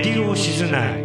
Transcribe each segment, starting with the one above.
ディオ静内。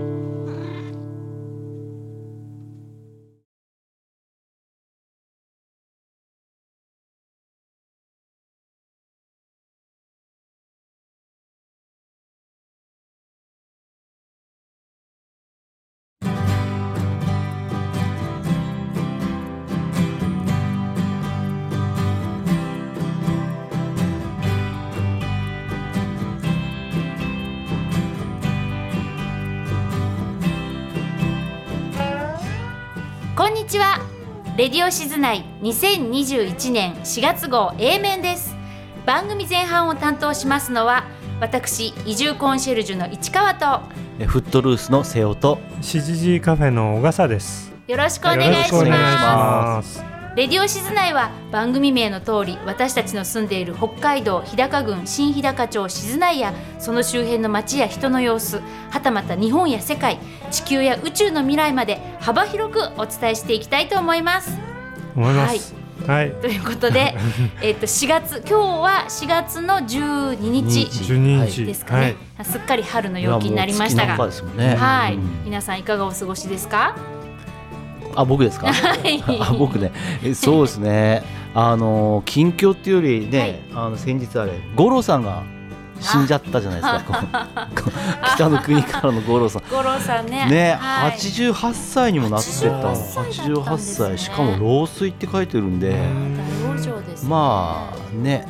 こんにちは。レディオ静内2021年4月号 A 面です。番組前半を担当しますのは私、移住コンシェルジュの市川とフットルースの瀬尾と CGGカフェの小笠です。 よろしくお願いしよろしくお願いしま。 ますレディオ静内は番組名の通り、私たちの住んでいる北海道日高郡新日高町静内やその周辺の街や人の様子、はたまた日本や世界、地球や宇宙の未来まで幅広くお伝えしていきたいと思います。 はい、 ということで4月、今日は4月の12日ですかね、はい、すっかり春の陽気になりましたが、はい、皆さんいかがお過ごしですか？ 僕ですか？僕ね、そうですね、近況っていうよりね、先日あれ五郎さんが死んじゃったじゃないですか。北の国からの五郎さん。 五郎さんね、 はい、88歳にもなってた。88歳、しかも老衰って書いてるんで、まあね、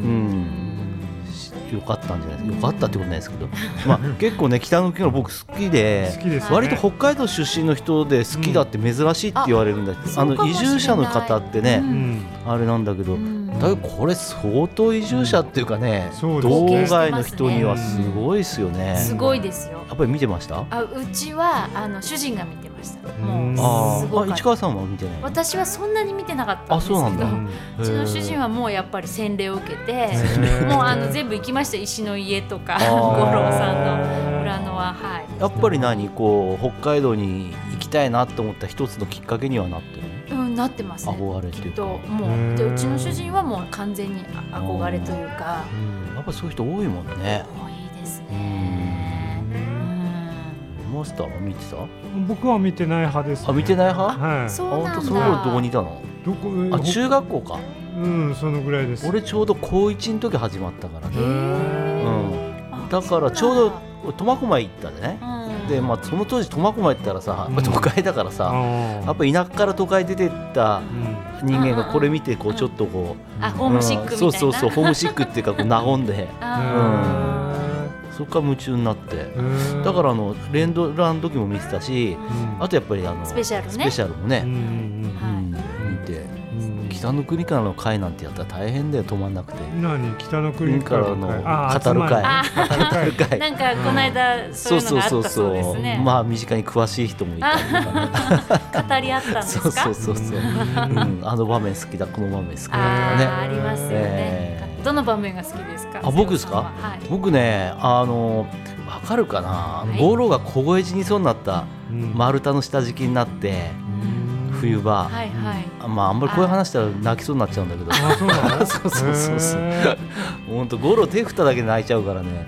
よかったんじゃないですか。よかったってことないですけど、結構ね、北の国から僕好きで、割と北海道出身の人で好きだって珍しいって言われるんだけど、移住者の方ってね、あれなんだけど、だけどこれ相当移住者っていうかね、道外の人にはすごいですよね。 すごいですよ。 やっぱり見てました？ うちは主人が見てました。もうすごい。 市川さんは見てない？ 私はそんなに見てなかったんですけど、うちの主人はもうやっぱり洗礼を受けて、もう全部行きました。石の家とか五郎さんの裏のは、はい。 やっぱり北海道に行きたいなと思った一つのきっかけにはなってる？ なってますね。 憧れっていうか、 もうでうちの主人はもう完全に憧れというか、 やっぱそういう人多いもんね。 多いですね。 マスターは見てた？ 僕は見てない派ですね。 見てない派？ はい。 そうなんだ。 それはどこにいたの？中学校か。 そのぐらいです。 俺ちょうど高1の時始まったからね。だからちょうど苫小牧行ったでね。でその当時苫小牧行ったらさ、都会だからさ、やっぱ田舎から都会出てった人間がこれ見てちょっとホームシックみたいな、 そうホームシックっていうか和んで、そこから夢中になって、だから連ドラの時も見てたし、あとやっぱりスペシャルもね、見て。北の国からの会なんてやったら大変だよ、止まんなくて。 北の国からの語る会なんかこの間そういうのがあったそうですね。 身近に詳しい人もいたりとかね、 語り合ったんですか？ そうあの場面好きだ、この場面好きだとかね、 ありますよね。どの場面が好きですか？ 僕ですか？僕ね、わかるかな、五郎が凍え死にそうになった丸太の下敷きになって冬場、あんまりこういう話したら泣きそうになっちゃうんだけど、そう本当ゴロ手振っただけで泣いちゃうからね。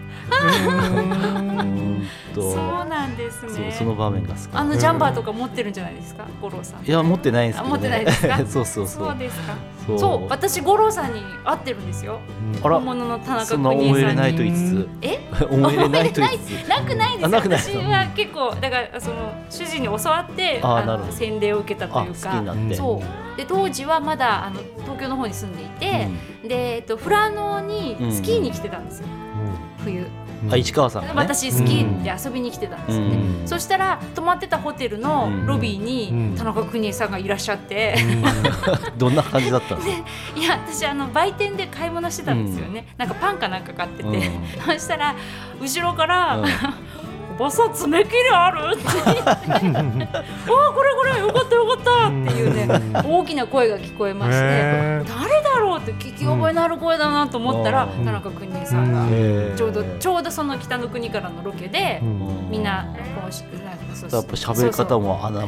そうなんですね。 その場面が好き。 ジャンバーとか持ってるんじゃないですか、五郎さん？ いや持ってないんですけどね。 持ってないですか？ そうですか。そう、私五郎さんに会ってるんですよ。本物の田中邦衛さんに。そんな思い入れないと言いつつ。思い入れないと言いつつ。 なくないです。私は結構だから主人に教わって洗礼を受けたというか。そうで当時はまだ東京の方に住んでいて、で富良野にスキーに来てたんですよ、冬。 市川さんがね、 私スキーで遊びに来てたんですよね。そしたら泊まってたホテルのロビーに田中邦衛さんがいらっしゃって、 どんな感じだったんですか？ いや私売店で買い物してたんですよね。なんかパンかなんか買ってて、そしたら後ろからおばさん爪切りあるって言ってこれよかったっていうね大きな声が聞こえまして、誰だろろうって聞き覚えのある声だなと思ったら、田中邦衛さんがちょうどその北の国からのロケで、みんなこうやっぱ喋り方もあの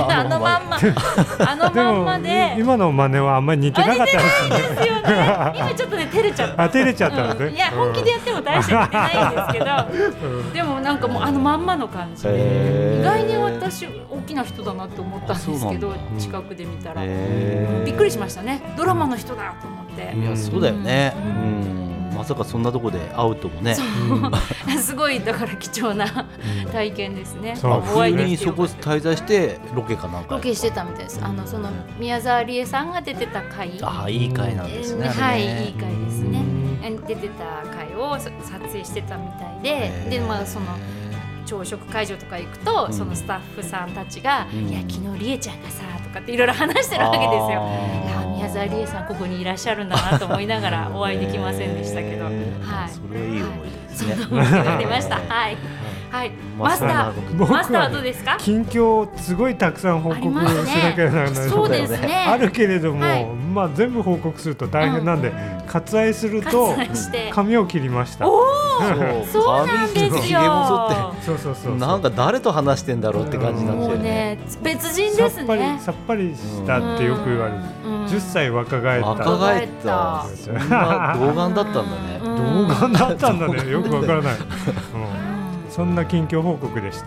まんまで、 今の真似はあんまり似てなかったですね。 ですよね。今ちょっとね照れちゃった。 照れちゃったのね。 いや本気でやっても大して似てないんですけど、でもなんかもうまんまの感じで、意外に私大きな人だなと思ったんですけど、近くで見たらびっくりしましたね。ドラマの人だと思って。 いやそうだよね。まさかそんなとこで会うともね。 すごいだから貴重な体験ですね。 普通にそこ滞在してロケかなんか。 ロケしてたみたいです。その宮沢りえさんが出てた回。 いい回なんですね。 はい、いい回ですね。出てた回を撮影してたみたいで、その朝食会場とか行くと、そのスタッフさんたちが、いや昨日りえちゃんがさとかっていろいろ話してるわけですよ。いや宮沢りえさんここにいらっしゃるんだなと思いながらお会いできませんでしたけど、はい。 それはいい思い出ですね。 そんな思い出がありました。はい。はい、マスターはどうですか？ 近況すごいたくさん報告しなきゃならない。 そうですね。 あるけれども、全部報告すると大変なんで、割愛すると髪を切りました。 そうなんですよ。 そう。 なんか誰と話してんだろうって感じになっちゃうね。 別人ですね。 さっぱりしたってよく言われる。10歳若返った。 そんな童顔だったんだね。 童顔だったんだね。よくわからない。そんな近況報告でした。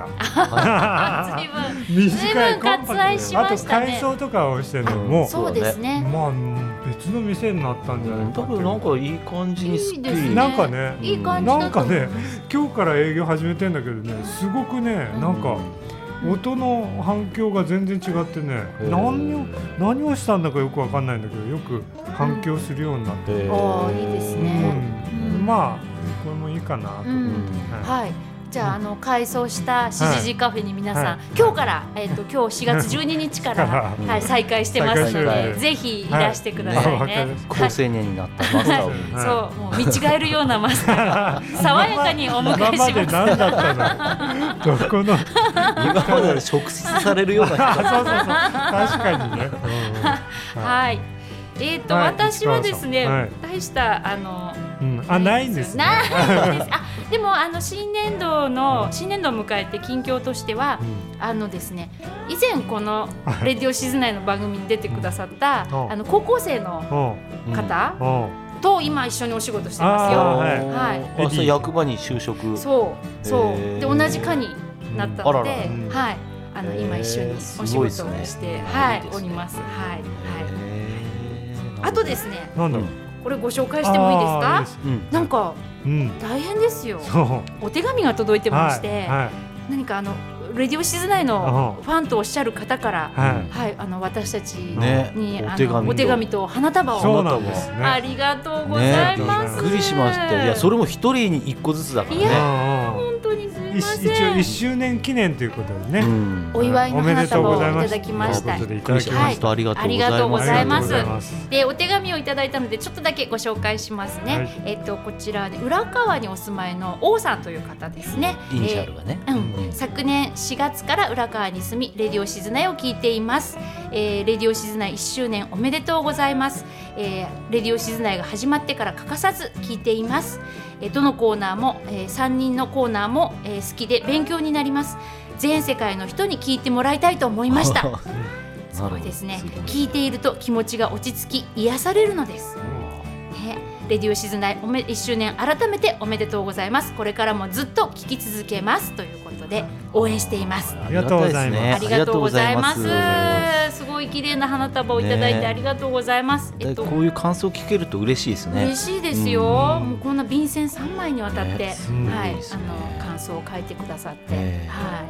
短い割愛しましたね。 あと改装とかをしてるのも、 そうですね。 別の店になったんじゃないか。 多分なんかいい感じにすっきり。 なんかね、 いい感じだと。 今日から営業始めてんだけどね、すごくね、なんか音の反響が全然違ってね、何をしたんだかよくわかんないんだけど、よく反響するようになって。 いいですね。 これもいいかなと思って。 はい。じゃあ改装したしじじカフェに皆さん、今日から今日4月12日から再開してますので、ぜひいらしてくださいね。 高青年になったマスターを、 そうもう見違えるようなマスターが爽やかにお迎えします。 今まで何だったの？どこの今まで直視されるような人。 そう確かにね。 はい。私はですね、大したないんですね。 でも新年度を迎えて近況としては、ですね、以前このレディオ静内の番組に出てくださった高校生の方と今一緒にお仕事してますよ。 はい。役場に就職。 そうで同じ課になったので、はい。今一緒にお仕事をしております。はい。あとですね、これご紹介してもいいですか？なんか大変ですよ。お手紙が届いてまして、何かレディオ静内のファンとおっしゃる方から、私たちにお手紙と花束を。ありがとうございます。 びっくりしました。いやそれも一人に一個ずつだからね。 いや本当にすみません。 一応1周年記念ということでね、 お祝いの花束をいただきました。 ありがとうございます。でお手紙をいただいたのでちょっとだけご紹介しますね。こちらで浦川にお住まいの王さんという方ですね。 イニシャルがね。 昨年4月から浦川に住みレディオ静内を聞いています。レディオ静内1周年おめでとうございます。レディオ静内が始まってから欠かさず聞いています。どのコーナーも、3人のコーナーも、好きで勉強になります。全世界の人に聞いてもらいたいと思いました。すごいですね。聞いていると気持ちが落ち着き癒されるのです。レディオ静内1周年改めておめでとうございます。これからもずっと聞き続けますということで応援しています。 ありがとうございます。 ありがとうございます。すごい綺麗な花束をいただいてありがとうございます。 こういう感想聞けると嬉しいですね。 嬉しいですよ。もうこんな便箋3枚にわたって、感想を書いてくださって、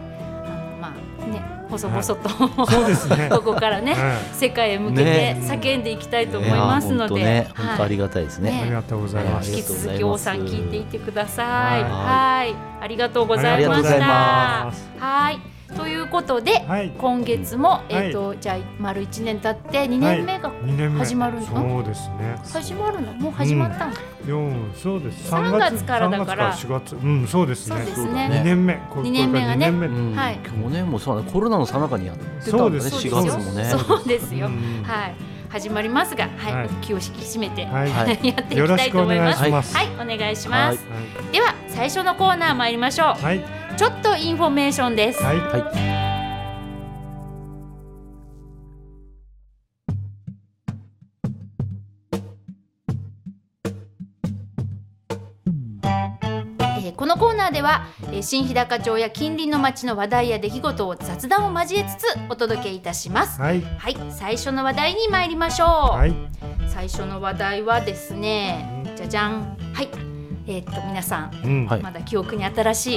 細々とそうですねここからね、世界へ向けて叫んでいきたいと思いますので、 本当ありがたいですね。 ありがとうございます。 引き続き王さん聞いていてください。はい、ありがとうございました。はい。ということで、今月もじゃあ丸1年経って2年目が始まるの？ そうですね。 始まるの？もう始まったの？ そうです。 3月からだから 4月。そうですね。 2 年目。 2年目がね。はい。 去年もそうコロナの最中にやってたんですね。 4月もね。 そうですよ。はい。 始まりますが、はいはい気を引き締めて、 はいやっていきよろたいしくお願いと思います。 します。 はい、お願いします。 はいでは最初のコーナー参りましょう。 はいちょっとインフォメーションです。 はいこのコーナーでは、新日高町や近隣の町の話題や出来事を雑談を交えつつお届けいたします。 はいはい、最初の話題に参りましょう。 はい最初の話題はですね、じゃじゃん。はい。皆さん、 うんはいまだ記憶に新しい、 うん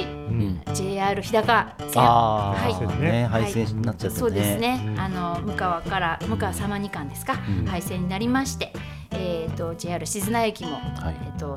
JR 日高線。 あはいあ、ね、廃線になっちゃったね。 そうですね。 うん向川相模間ですか、 うん廃線になりまして、JR 静内駅も、 はい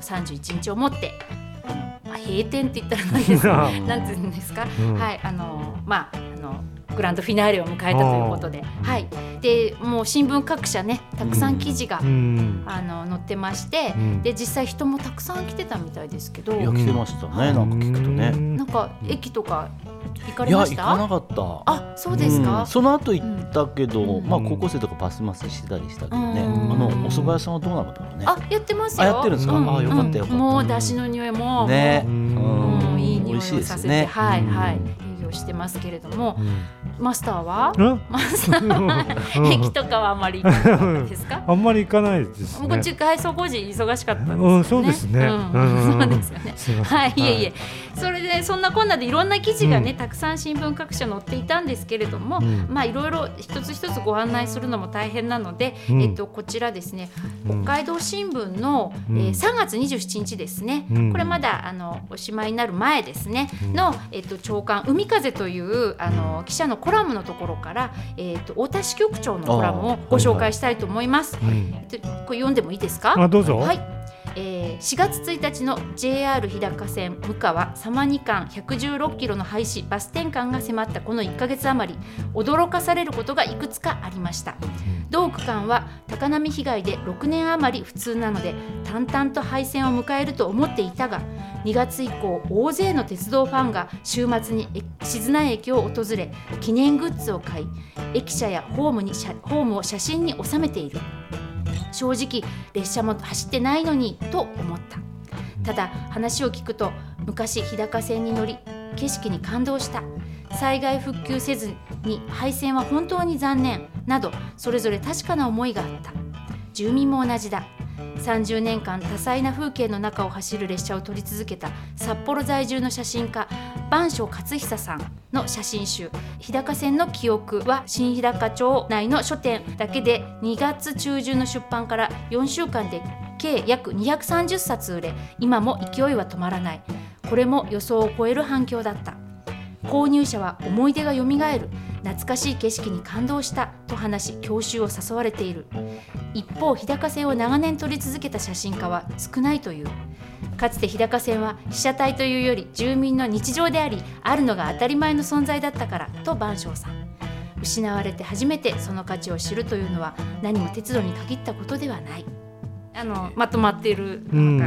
31日をもって閉店って言ったら何ですかなんて言うんですか、 うんはいグランドフィナーレを迎えたということで、はい、でもう新聞各社ねたくさん記事が、 うん載ってまして、 うんで実際人もたくさん来てたみたいですけど、 いや来てましたね。なんか聞くとね。 なんか駅とか行かいや行れました？ かなかった。 あ、そうですか。 その後行ったけど、 うんまあ高校生とかバスマスしてたりしたけどね。 うんお蕎麦屋さんはどうなのだろうね。 あ、やってますよ。 あやってるんですか。あよかったよかった。 もう出汁の匂いもね、 もういい匂いを美味しいですさせて、 ね。 はいはい営業してますけれども、マスターは？ うんマスターは駅とかはあまり行かなかったですか？ あんまり行かないですね。 こっち改装工事忙しかったんですよね。 うんそうですねそうですよね。 すいませんはい、いえいえ、それでそんなこんなでいろんな記事がね、たくさん新聞各社載っていたんですけれども、まあいろいろ一つ一つご案内するのも大変なので、こちらですね、北海道新聞の、3月27日ですね、これまだおしまいになる前ですね、の、朝刊海風という記者のコラムのところから、太田支局長のコラムをご紹介したいと思います。これ読んでもいいですか？ あどうぞ。 はい。4月1日の JR 日高線向川相模間116キロの廃止バス転換が迫ったこの1ヶ月余り、驚かされることがいくつかありました。同区間は高波被害で6年余り不通なので淡々と廃線を迎えると思っていたが、2月以降大勢の鉄道ファンが週末に静内駅を訪れ記念グッズを買い、駅舎やホームを写真に収めている。正直列車も走ってないのにと思った。ただ話を聞くと、昔日高線に乗り景色に感動した、災害復旧せずに廃線は本当に残念など、それぞれ確かな思いがあった。住民も同じだ。30年間多彩な風景の中を走る列車を撮り続けた札幌在住の写真家坂所勝久さんの写真集日高線の記憶は新日高町内の書店だけで2月中旬の出版から4週間で計約230冊売れ、今も勢いは止まらない。これも予想を超える反響だった。購入者は思い出がよみがえる、懐かしい景色に感動したと話し、郷愁を誘われている。一方日高線を長年撮り続けた写真家は少ないという。かつて日高線は被写体というより住民の日常であり、あるのが当たり前の存在だったからと坂東さん。失われて初めてその価値を知るというのは何も鉄道に限ったことではない。まとまっている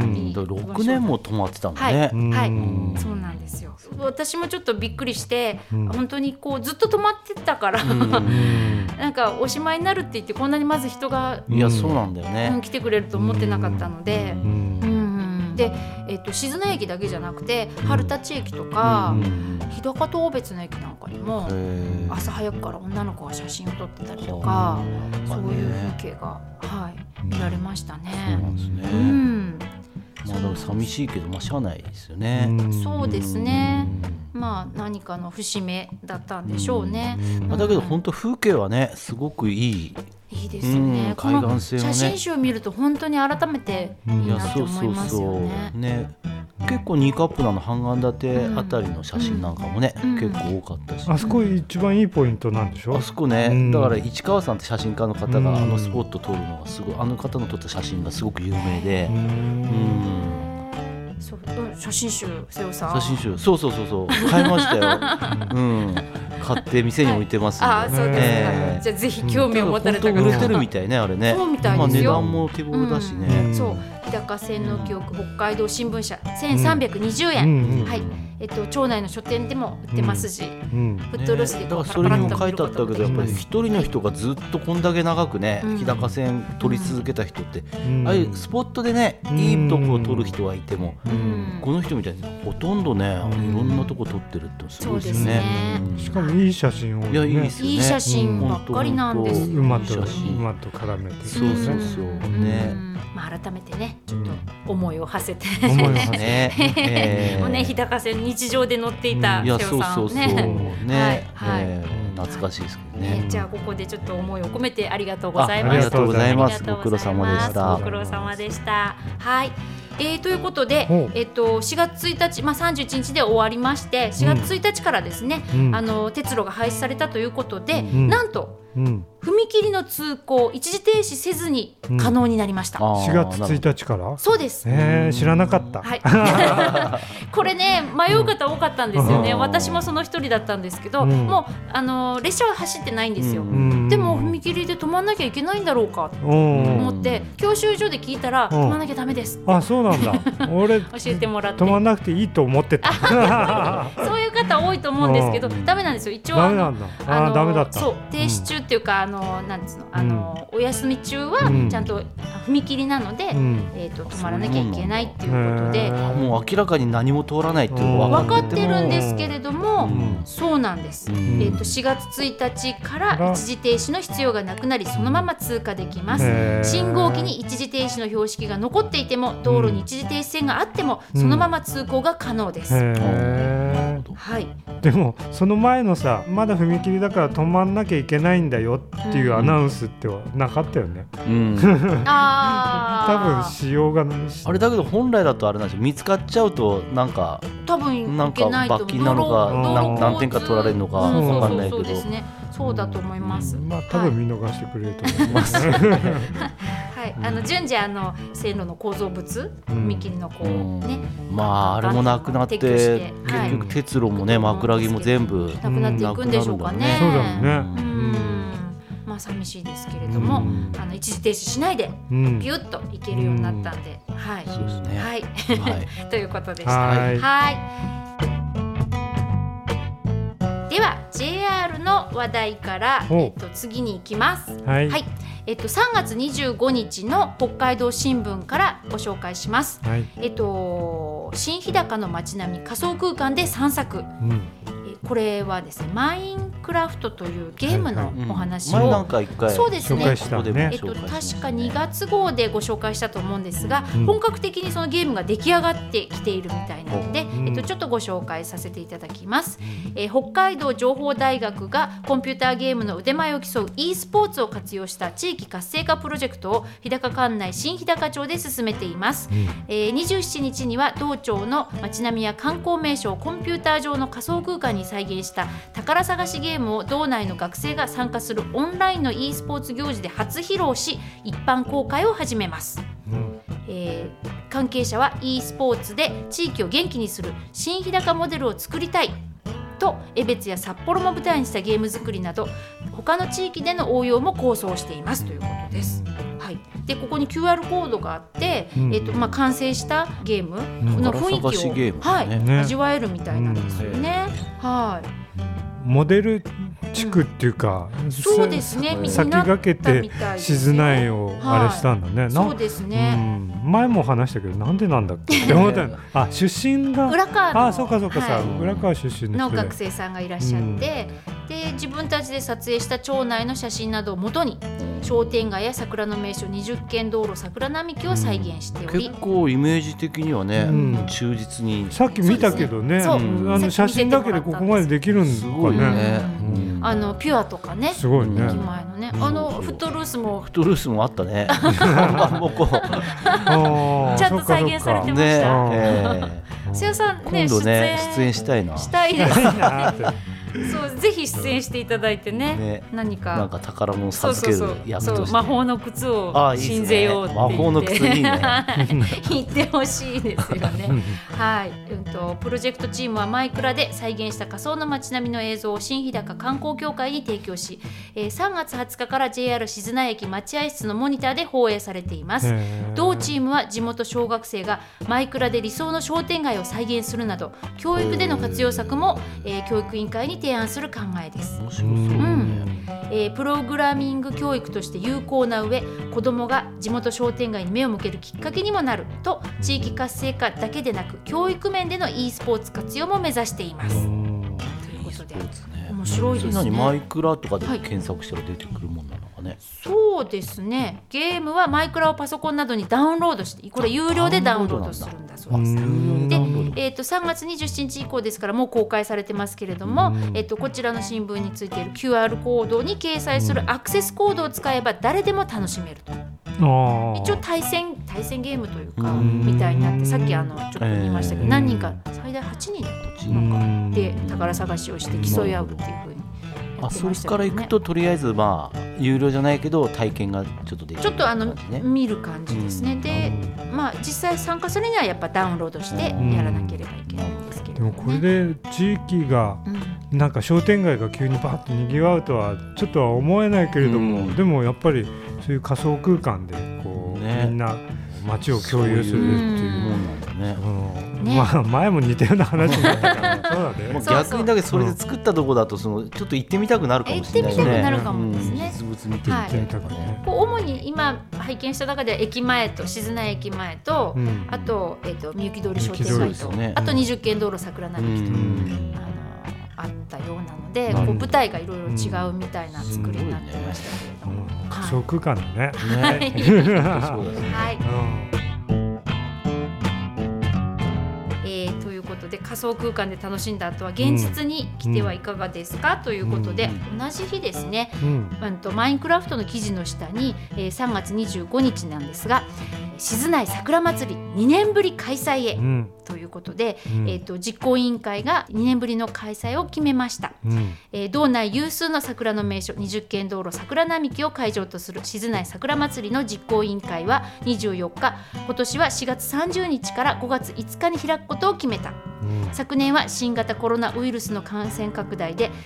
6年も止まってたんだね。 はい、そうなんですよ。私もちょっとびっくりして、本当にこうずっと止まってたからなんかおしまいになるって言ってこんなにまず人がいやそうなんだよね、 来てくれると思ってなかったので、で、静内駅だけじゃなくて春立駅とか、日高当別の駅なんかにも朝早くから女の子が写真を撮ってたりとか、そういう風景が、見られましたね。 そうなんですね。まあだから寂しいけど、まあしゃあないですよね。 そうですね。まあ何かの節目だったんでしょうね。 だけど本当風景はねすごくいいですよね。 海岸線をね、 写真集を見ると本当に改めていいなって思いますよね。 結構ニーカップの半岸立あたりの写真なんかもね、結構多かったし、 あそこ一番いいポイントなんでしょ。 あそこね、だから市川さんって写真家の方があのスポット撮るのがすごい、あの方の撮った写真がすごく有名で、 そう写真集瀬尾さん、 写真集そう買いましたよ。買って店に置いてますんで。 あ、そうですか。じゃあぜひ興味を持たれた方、 売れてるみたいね、あれね。 そうみたいですよ。 値段も手頃だしね。 そう、日高線の記憶北海道新聞社1320円、はい、 町内の書店でも売ってますし、フットロスでだからそれにも書いてあったけど、やっぱり一人の人がずっとこんだけ長くね、日高線取り続けた人って、ああいうスポットでね、いいとこを取る人はいても、この人みたいにほとんどね、いろんなとこ撮ってるってすごいですね。 しかもいい写真を、 いやいいですよね。 いい写真ばっかりなんです。 馬と絡めて、 そうね。 まあ改めてね、ちょっと思いを馳せて、 思いを馳せて、もうね、日高線日常で乗っていた瀬尾さんね、 懐かしいですけどね。 じゃあここでちょっと思いを込めてありがとうございました。 ありがとうございます。ご苦労様でした。 ご苦労様でした。はい。ということで、4月1日、31日で終わりまして、4月1日からですね、鉄路が廃止されたということで、なんと踏切の通行一時停止せずに可能になりました。 4月1日から？ そうです。 知らなかった。 これね、迷う方多かったんですよね。私もその一人だったんですけど、もう列車は走ってないんですよ。でも踏切で止まんなきゃいけないんだろうかと思って教習所で聞いたら、止まんなきゃダメです。 あ、そうなんだ。俺教えてもらって、 止まんなくていいと思ってた。 そういう方多いと思うんですけど、ダメなんですよ。一応ダメなんだ。ダメだった。 そう、停止中っていうか、なんつうの、お休み中はちゃんと踏切なので、止まらなきゃいけないっていうことで、 もう明らかに何も通らないっていうの分かってるんですけれども、そうなんです。4月1日から一時停止の必要がなくなり、そのまま通過できます。信号機に一時停止の標識が残っていても、道路に一時停止線があっても、そのまま通行が可能です。はい。 でもその前のさ、まだ踏切だから止まんなきゃいけないんだよっていうアナウンスってはなかったよね。多分しようがないし。 あれだけど本来だとあれなんですよ。見つかっちゃうとなんか罰金なのか何点か取られるのかわかんないけど。 そうですね。そうだと思います。 多分見逃してくれると思います。 はい、順次線路の構造物、踏切のこうね、 あれもなくなって、結局鉄路もね、枕木も全部なくなっていくんでしょうかね。 そうだね。 寂しいですけれども、一時停止しないでピュッと行けるようになったんで、はい、 そうですね。 はい、ということでした。はい。では JR の話題から次に行きます。はい。3月25日の北海道新聞からご紹介します。はい。新日高の街並み仮想空間で散策。これはですね、マインクラフトというゲームのお話を、そうですね、確か2月号でご紹介したと思うんですが、本格的にそのゲームが出来上がってきているみたいなので、ちょっとご紹介させていただきます。北海道情報大学がコンピューターゲームの腕前を競う e スポーツを活用した地域活性化プロジェクトを日高管内新日高町で進めています。27日には同町の街並みや観光名所をコンピューター上の仮想空間に再現した宝探しゲームを道内の学生が参加するオンラインの e スポーツ行事で初披露し、一般公開を始めます。関係者は e スポーツで地域を元気にする新日高モデルを作りたいと、江別や札幌も舞台にしたゲーム作りなど他の地域での応用も構想していますということです。はい、でここに QR コードがあって、完成したゲームの雰囲気を、味わえるみたいなんですよね。はい。 モデル地区っていうか、 そうですね、 先駆けて静内をあれしたんだね。 そうですね。 前も話したけど、なんでなんだっけって思ったの。出身が浦川の、 そうかさ、浦川出身の学生さんがいらっしゃって、で自分たちで撮影した町内の写真などをもとに商店街や桜の名所20軒道路桜並木を再現しており、 結構イメージ的にはね、忠実に。 さっき見たけどね、写真だけでここまでできるんですかね。 ピュアとかね、 すごいね。 駅前のね、フットルースもあったね。 ちゃんと再現されてました。瀬尾さんね、 今度ね、出演したいな。 したいです。 そうぜひ出演していただいてね、何かなんか宝物授ける役として魔法の靴を信ぜようって言って、 魔法の靴いいね言ってほしいですよね。はい、プロジェクトチームはマイクラで再現した仮想の街並みの映像を新日高観光協会に提供し、3月20日から JR 静内駅待合室のモニターで放映されています。同チームは地元小学生がマイクラで理想の商店街を再現するなど教育での活用策も、教育委員会に提案する考えです。プログラミング教育として有効な上、子どもが地元商店街に目を向けるきっかけにもなると、地域活性化だけでなく教育面での e スポーツ活用も目指しています。ということで、面白いですね。 マイクラとかで検索したら出てくるもんなのかね。 そうですね。ゲームはマイクラをパソコンなどにダウンロードして、これ有料でダウンロードするんだそうです。で、3月27日以降ですからもう公開されてますけれども、こちらの新聞についている QR コードに掲載するアクセスコードを使えば誰でも楽しめると。一応対戦ゲームというかみたいになって、さっきちょっと言いましたけど、何人か最大8人なんかで宝探しをして競い合うっていう風にやってましたけどね。 そこから行くととりあえず有料じゃないけど体験がちょっとできる、 ちょっと見る感じですね。で、実際参加するにはやっぱダウンロードしてやらなければいけないんですけど、ね、 でもこれで地域がなんか商店街が急にバッと賑わうとはちょっとは思えないけれども、でもやっぱりそういう仮想空間でこう、みんな街を共有するっていうもんなんだね。前も似たような話になったからそうだね。 逆にだけどそれで作ったとこだとちょっと行ってみたくなるかもしれないね。 行ってみたくなるかもですね。 実物見てみたいとかね。 主に今拝見した中では駅前と静内駅前と、あとみゆき通り商店街と、あと20軒道路桜並木とあったようなので、こう舞台がいろいろ違うみたいな作りになってましたけれども、 仮想空間だね。 はい。ということで仮想空間で楽しんだ後は現実に来てはいかがですか、ということで、同じ日ですね、マインクラフトの記事の下に、3月25日なんですが、静内桜まつり2年ぶり開催へ、ということで、実行委員会が2年ぶりの開催を決めました。道内有数の桜の名所20軒道路桜並木を会場とする静内桜まつりの実行委員会は24日、今年は4月30日から5月5日に開くことを決めた。昨年は新型コロナウイルスの感染拡大で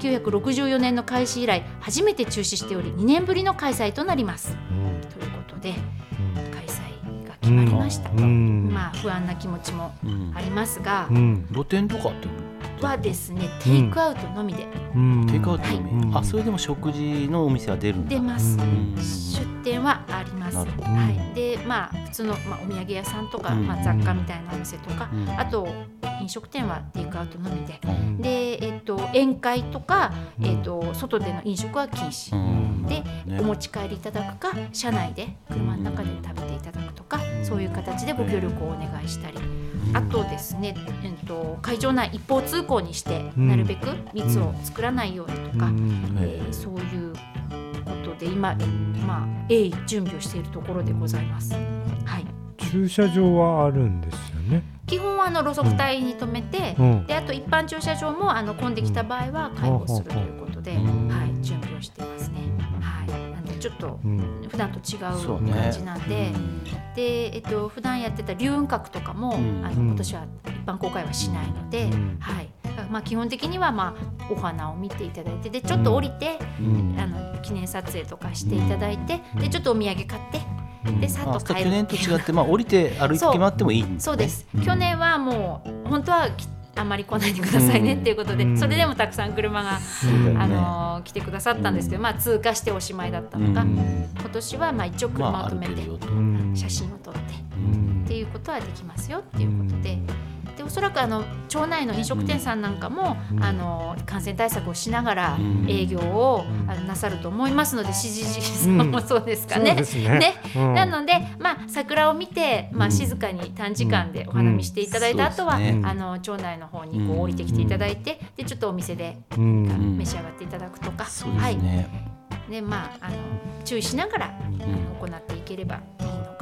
1964年の開始以来初めて中止しており、2年ぶりの開催となります。ということで、開催が決まりました。不安な気持ちもありますが、 露店とかってはですね、テイクアウトのみで、 テイクアウトのみ、それでも食事のお店は出るんだ。 出ます。出店はあります。で、普通の、お土産屋さんとか、雑貨みたいなお店とか、あと飲食店はテイクアウトのみで、で、宴会とか、外での飲食は禁止、で、お持ち帰りいただくか車内で車の中で食べていただくとか、そういう形でご協力をお願いしたり、あとですね、会場内一方通行にしてなるべく密を作らないようにとか、そういうことで今、鋭意準備をしているところでございます。はい。 駐車場はあるんですよね。 基本は路側帯に止めて、であと一般駐車場も混んできた場合は開放するということで、準備をしていますね。なんでちょっと普段と違う感じなんで、で普段やってた龍雲閣とかも今年は一般公開はしないので、基本的にはお花を見ていただいて、でちょっと降りて、記念撮影とかしていただいて、でちょっとお土産買って。でさっと帰る。 去年と違って、降りて歩き回ってもいいんですね。 そうです。去年はもう本当はあんまり来ないでくださいねっていうことで、それでもたくさん車が、来てくださったんですけど、通過しておしまいだったのが、今年は一応車を止めて写真を撮ってっていうことはできますよっていうことで。でおそらく町内の飲食店さんなんかも、感染対策をしながら営業をなさると思いますので、しじじさんもそうですかね。なので、桜を見て、静かに短時間でお花見していただいた後は、町内の方に降りてきていただいて、でちょっとお店で召し上がっていただくとか、で注意しながら行っていければいいのか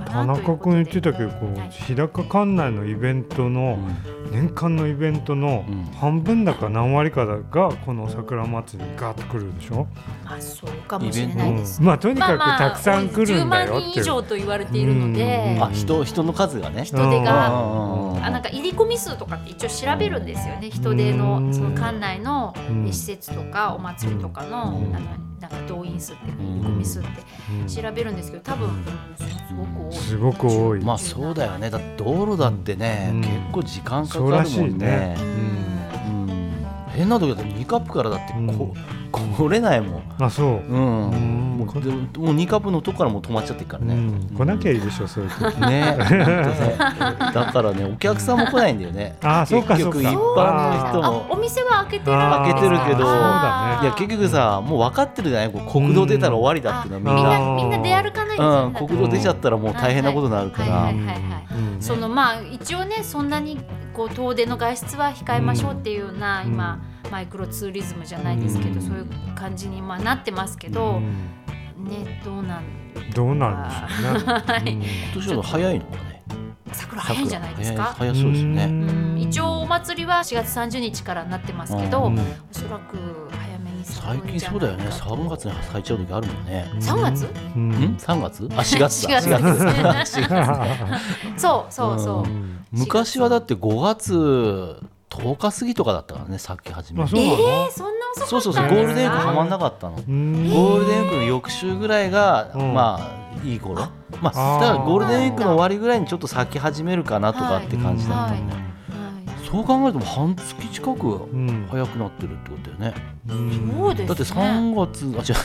田中君言ってたけど、こう日高管内のイベントの、年間のイベントの半分だか何割かがこの桜祭りにガーッと来るでしょ。 そうかもしれないです。 とにかくたくさん来るんだよっていう、10万人以上と言われているので、 人の数がね、 人手がなんか入り込み数とかって一応調べるんですよね。人手のその館内の施設とかお祭りとかのなんか動員数って入り込み数って調べるんですけど、多分すごく多い。 そうだよね。だって道路だってね、結構時間かかるもんね。変な時だと2カップからだって来れないもん。 そう。 もう2カップのとこからもう止まっちゃってるからね。 来なきゃいいでしょ、そういう時ね。だからね、お客さんも来ないんだよね。 そうか。 結局一般の人もお店は開けてるけど、 いや結局さ、もう分かってるじゃない。国道出たら終わりだっていうのはみんな出歩かないですよね。 国道出ちゃったらもう大変なことになるから。 その一応ね、そんなに遠出の外出は控えましょうっていうような今マイクロツーリズムじゃないですけど、そういう感じになってますけど、ね、どうなんでしょうね。 今年は早いのかね。 桜早いんじゃないですか。 早そうですね。 一応お祭りは4月30日からになってますけど、おそらく早めに最近そうだよね。3月に咲いちゃう時あるもんね。 3月 ？3月？4月だ。 4月。そう。 昔はだって5月10日過ぎとかだったからね、咲き始め。 そんな遅かったんですか？ そう、ゴールデンウィークはまんなかったの。ゴールデンウィークの翌週ぐらいがいい頃。だからゴールデンウィークの終わりぐらいにちょっだ咲き始めるかなとかって感じだったんだよね。そう考えると半月近く早くなってるってことだよね。 そうですね。 だって3月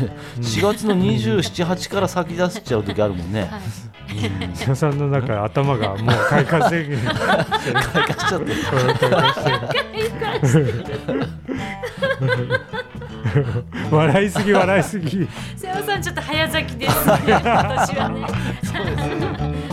4月の27、8から咲き出しちゃう時あるもんね。 瀬尾さんの中頭がもう開花宣言開花しちゃって笑いすぎ瀬尾さんちょっと早咲きですね、今年はね。 そうですね。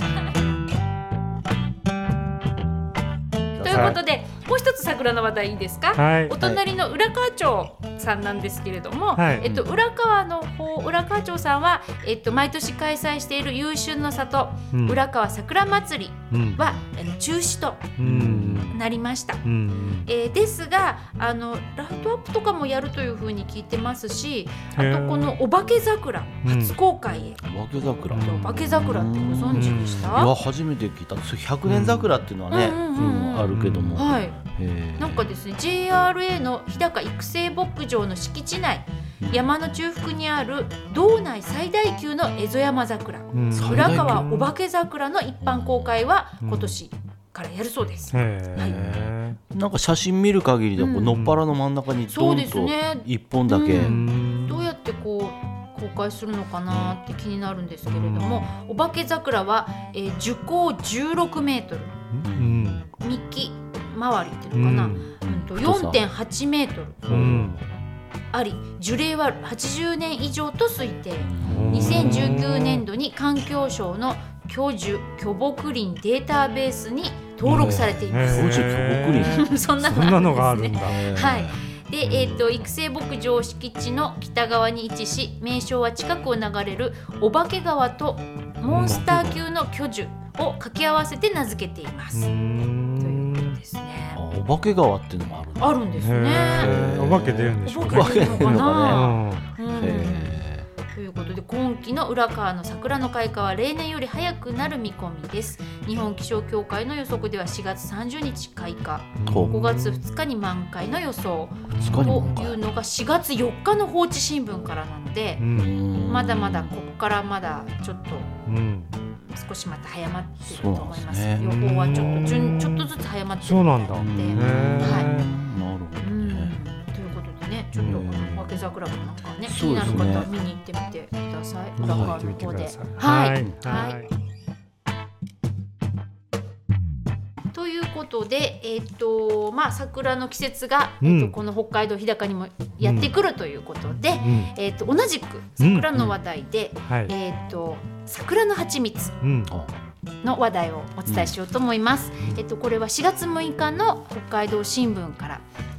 ということで、もう一つ桜の話題いいですか。お隣の浦河町さんなんですけれども、浦河町さんは、毎年開催している優春の里、浦河桜祭りは、中止となりました。ですがライトアップとかもやるというふうに聞いてますし、あとこのお化け桜初公開へ。お化け桜ってご存知でした？ いや、初めて聞いた。100年桜っていうのはねあるけども、 なんかですね、 JRA の日高育成牧場の敷地内、山の中腹にある道内最大級の蝦夷山桜、浦河お化け桜の一般公開は今年からやるそうです。 なんか写真見る限りでのっぱらの真ん中にドンと1本だけ、 どうやって公開するのかなって気になるんですけれども、お化け桜は、樹高16メートル、幹周りっていうのかな、4.8 メートルあり、樹齢は80年以上と推定。2019年度に環境省の巨樹巨木林データベースに登録されています。そんなのがあるんですね。はい。で、育成牧場敷地の北側に位置し、名称は近くを流れるお化け川とモンスター級の巨樹を掛け合わせて名付けています。ということですね。 お化け川っていうのもあるんですね。 お化け出るんでしょうね。 お化け出るのかな。ということで、今期の浦河の桜の開花は例年より早くなる見込みです。日本気象協会の予測では4月30日開花、5月2日に満開の予想というのが4月4日の放置新聞からなので、まだまだここからまだちょっと少しまた早まっていると思います。予報はちょっとずつ早まっているので、ということでね、ちょっとお化け桜もなんかね、気になる方は見に行ってみてください。浦河の方で。ということで、桜の季節が、この北海道日高にもやってくるということで、同じく桜の話題で、桜の蜂蜜の話題をお伝えしようと思います。これは4月6日の北海道新聞から、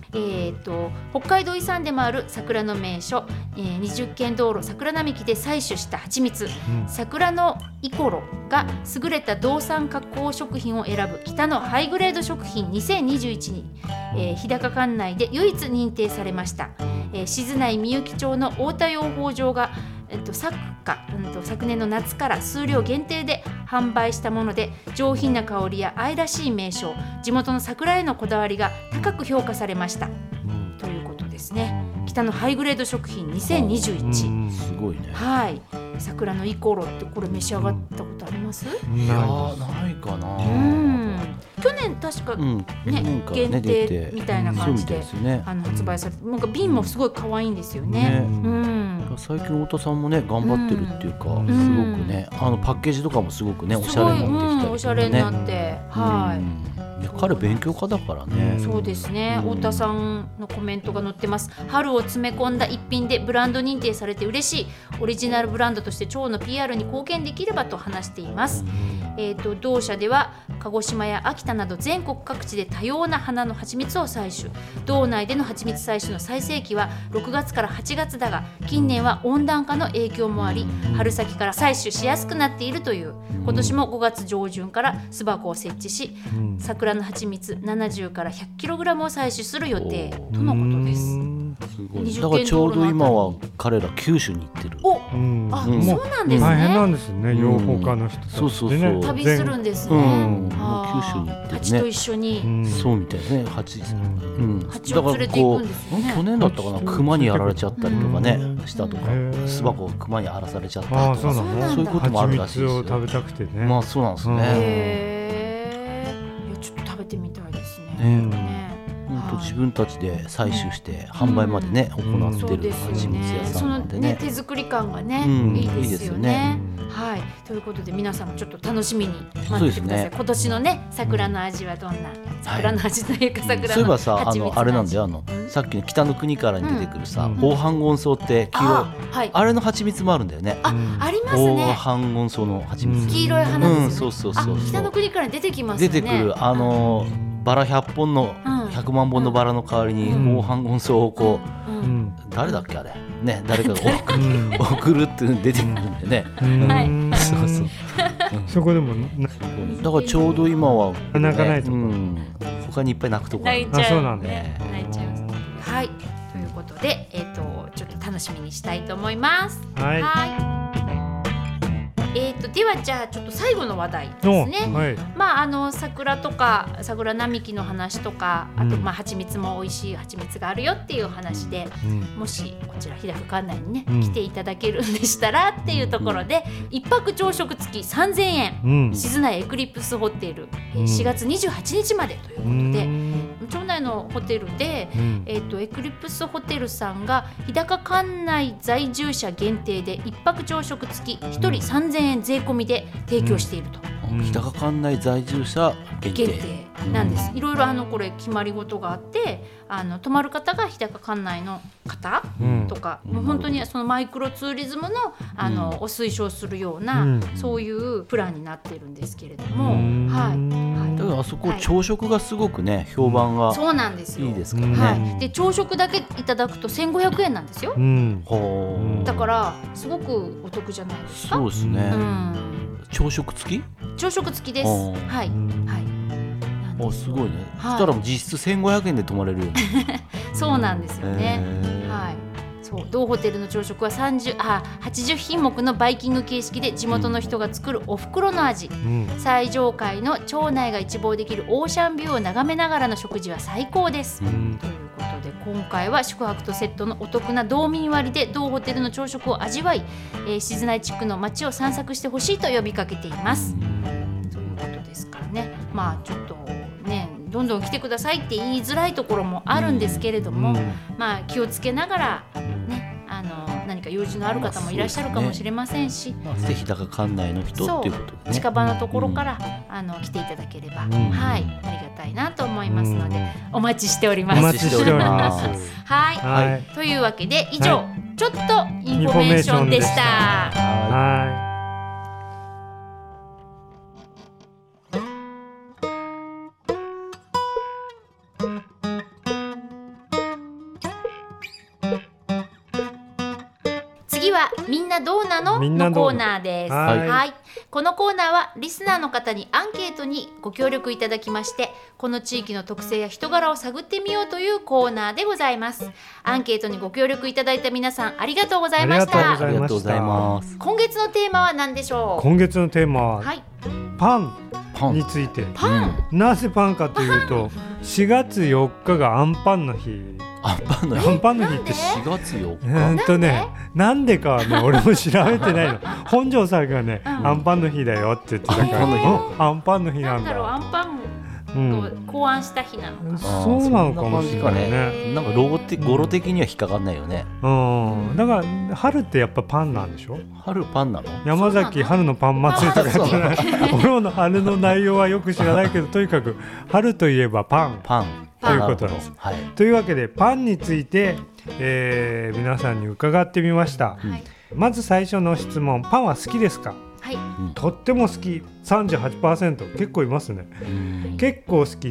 北海道遺産でもある桜の名所、20軒道路桜並木で採取した蜂蜜、桜のイコロが優れた動産加工食品を選ぶ北のハイグレード食品2021に、日高管内で唯一認定されました。静内みゆき町の太田養蜂場が昨年の夏から数量限定で販売したもので、上品な香りや愛らしい名称、地元の桜へのこだわりが高く評価されました、ということですね。北のハイグレード食品2021、 すごいね。 はい、桜のイコロってこれ召し上がったことあります？ いやないかな。 去年確か限定みたいな感じで発売されて、なんか瓶もすごい可愛いんですよね。 最近太田さんもね頑張ってるっていうか、すごくねパッケージとかもすごくねおしゃれになってきたりとかね。 おしゃれになって、はい。 彼勉強家だからね。 そうですね、太田さんのコメントが載ってます。春を詰め込んだ一品でブランド認定されて嬉しい。オリジナルブランドとして町の PR に貢献できればと話しています。同社では鹿児島や秋田など全国各地で多様な花の蜂蜜を採取。道内での蜂蜜採取の最盛期は6月から8月だが、近年は温暖化の影響もあり春先から採取しやすくなっているという。今年も5月上旬から巣箱を設置し、桜の蜂蜜70から 100kg を採取する予定とのことです。 すごい。だからちょうど今は彼ら九州に行ってる。 そうなんですね。 大変なんですね、養蜂家の人たち。 そう旅するんですね。 九州に行ってね。 蜂と一緒に。 そうみたいですね。蜂を連れて行くんですよね。 去年だったかな、熊にやられちゃったりとかねしたとか、巣箱を熊に荒らされちゃったとか、そういうこともあるらしいですよ。 蜂蜜を食べたくてね。 まあそうなんですね。 いやちょっと食べてみたいですね。 自分たちで採取して販売までね行ってる蜂蜜屋さんなんでね。 手作り感がねいいですよね。はい、ということで皆さんもちょっと楽しみに待っててください。今年のね桜の味はどんな桜の味というか、桜のそういえばさ、あれなんだよ、さっきの北の国からに出てくるさ大半言草って黄色い、あれの蜂蜜もあるんだよね。 ありますね。 大半言草の蜂蜜、 黄色い花ですよね。 そう北の国から出てきますよね。 出てくるバラ100本の100万本のバラの代わりに大半言草をこう、誰だっけあれね、誰かが送るって出てくるんだよね。 そこでもだからちょうど今は泣かないと他にいっぱい泣くとこ泣いちゃう。 そうなんだ。 泣いちゃいます。はい、ということでちょっと楽しみにしたいと思います。はい。ではじゃあちょっと最後の話題ですね。桜とか桜並木の話とか、あと蜂蜜も美味しい蜂蜜があるよっていう話で、もしこちら日高管内にね来ていただけるんでしたらっていうところで、一泊朝食付き3000円、静内エクリプスホテル、4月28日までということで、町内のホテルで、エクリプスホテルさんが日高管内在住者限定で一泊朝食付き1人3000円税込みで提供していると。 日高管内在住者限定なんです。いろいろこれ決まり事があって、泊まる方が日高管内の方とか、もう本当にそのマイクロツーリズムのを推奨するような、そういうプランになっているんですけれども、 だからあそこ朝食がすごくね評判がそうなんですよ。 いいですからね。 で朝食だけいただくと1500円なんですよ。だからすごくお得じゃないですか。 そうですね。朝食付き？ 朝食付きです。はい。 すごいね。そしたら実質1500円で泊まれるよね。 そうなんですよね。はい。そう同ホテルの朝食は80品目のバイキング形式で地元の人が作るお袋の味、最上階の町内が一望できるオーシャンビューを眺めながらの食事は最高です、ということで今回は宿泊とセットのお得な道民割で同ホテルの朝食を味わい、静内地区の街を散策してほしいと呼びかけています、ということですからね。ちょっとねどんどん来てくださいって言いづらいところもあるんですけれども、気をつけながらね、何か用事のある方もいらっしゃるかもしれませんし、 ぜひ日高管内の人っていうことでね、 近場のところから、来ていただければ、はい、ありがたいなと思いますので、お待ちしております。 お待ちしております。 はい、というわけで以上、ちょっとインフォメーションでした。 はい。 みんなどうなのみんなどうのコーナーです。 はいはい、このコーナーはリスナーの方にアンケートにご協力いただきまして、この地域の特性や人柄を探ってみようというコーナーでございます。アンケートにご協力いただいた皆さんありがとうございましありがとうごた。 ざいましたありがとうございます。 今月のテーマは何でしょう。 今月のテーマは、 はい、 パンパンについて。 パン、 なぜパンかというと4月4日がアンパンの日。 アンパンのアンパンの日って 4月4日なんでかはね俺も調べてないの。本庄さんがね、アンパンの日だよって言ってたから、アンパンの日なんだ。 アンパンを考案した日なのか。 そうなのかもしれないね。 なんか語呂的には引っかかんないよね。 だから春ってやっぱパンなんでしょ。 春パンなの？ 山崎春のパン祭りとかやってない。俺の春の内容はよく知らないけど、とにかく春といえばパンということなんです。 はい、 というわけでパンについて、皆さんに伺ってみました。まず最初の質問、パンは好きですか？ はい、 とっても好き 38%、 結構いますね。結構好き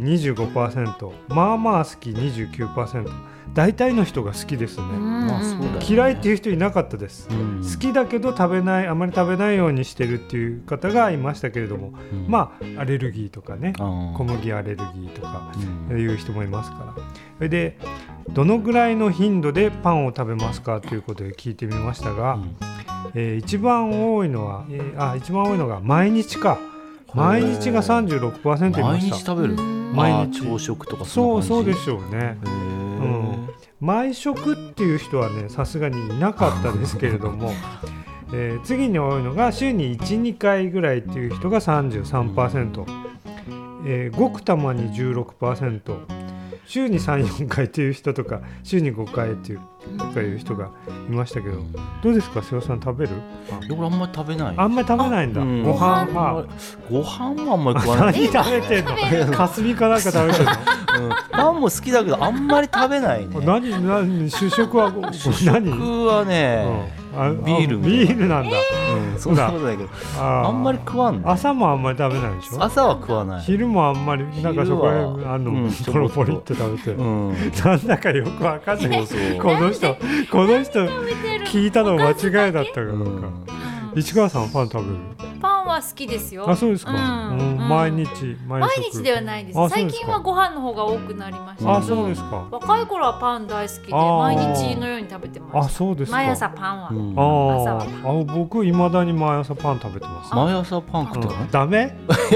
25%、 まあまあ好き 29%、 大体の人が好きですね。 まあそうだよね。 嫌いっていう人いなかったです。好きだけどあまり食べないようにしてるっていう方がいましたけれども、まあアレルギーとかね、小麦アレルギーとかいう人もいますから。それでどのぐらいの頻度でパンを食べますかということで聞いてみましたが、一番多いのが毎日か。毎日が 36% いました。 毎日食べる？毎日朝食とかそうでしょうね。毎食っていう人はねさすがにいなかったですけれども、次に多いのが週に 1,2 回ぐらいっていう人が 33%、ごくたまに 16%、週に 3,4 回っていう人とか週に5回っていう人がいましたけど、どうですか瀬尾さん、食べる？ 俺あんまり食べない。 あんまり食べないんだ。ご飯はあんまり食わない。何食べてんの？霞かなんか食べてんの？ パンも好きだけどあんまり食べないね。 主食は何？ 主食はね、ビールなんだ。 そんなことないけどあんまり食わんの。 朝もあんまり食べないでしょ？ 朝は食わない。 昼もあんまりなんかそこら辺ポロポリって食べて、なんだかよくわかんない。この人聞いたの間違いだったから。市川さんパン食べる？ パンは好きですよ。 あ、そうですか。毎日ではないです。最近はご飯の方が多くなりました。 あ、そうですか。 若い頃はパン大好きで毎日のように食べてました。 あ、そうですか。 毎朝パンは。 僕いまだに毎朝パン食べてます。 毎朝パン食ってるの？ ダメ？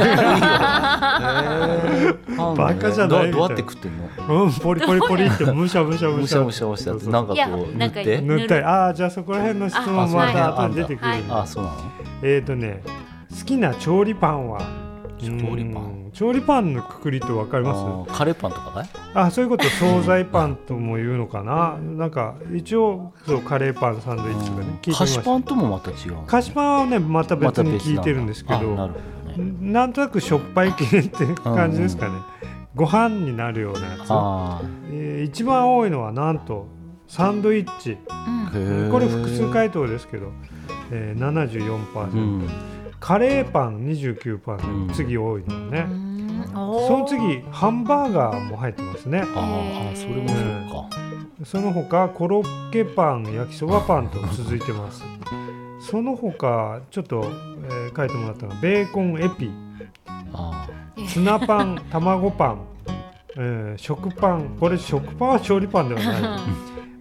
バカじゃないみたいな。 どうやって食ってんの？ ポリポリポリってむしゃむしゃむしゃってなんかこう塗って塗ったり。じゃあそこら辺の質問また後に出てくる。 あ、そうなの？ 好きな調理パンは？調理パンのくくりって分かります？ カレーパンとかかい？ そういうこと。惣菜パンとも言うのかな。なんか一応カレーパンサンドイッチとかね聞いてみました。 菓子パンともまた違う？ 菓子パンはねまた別に聞いてるんですけど、なんとなくしょっぱい系って感じですかね。ご飯になるようなやつ。一番多いのはなんとサンドイッチ。これ複数回答ですけど、74%、カレーパン 29%、次多いのね。その次ハンバーガーも入ってますね。 それもそうか。 その他コロッケパン、焼きそばパンと続いてます。その他ちょっと、書いてもらったのがベーコンエピ、ツナパン、卵パン、食パン。これ食パンは調理パンではない。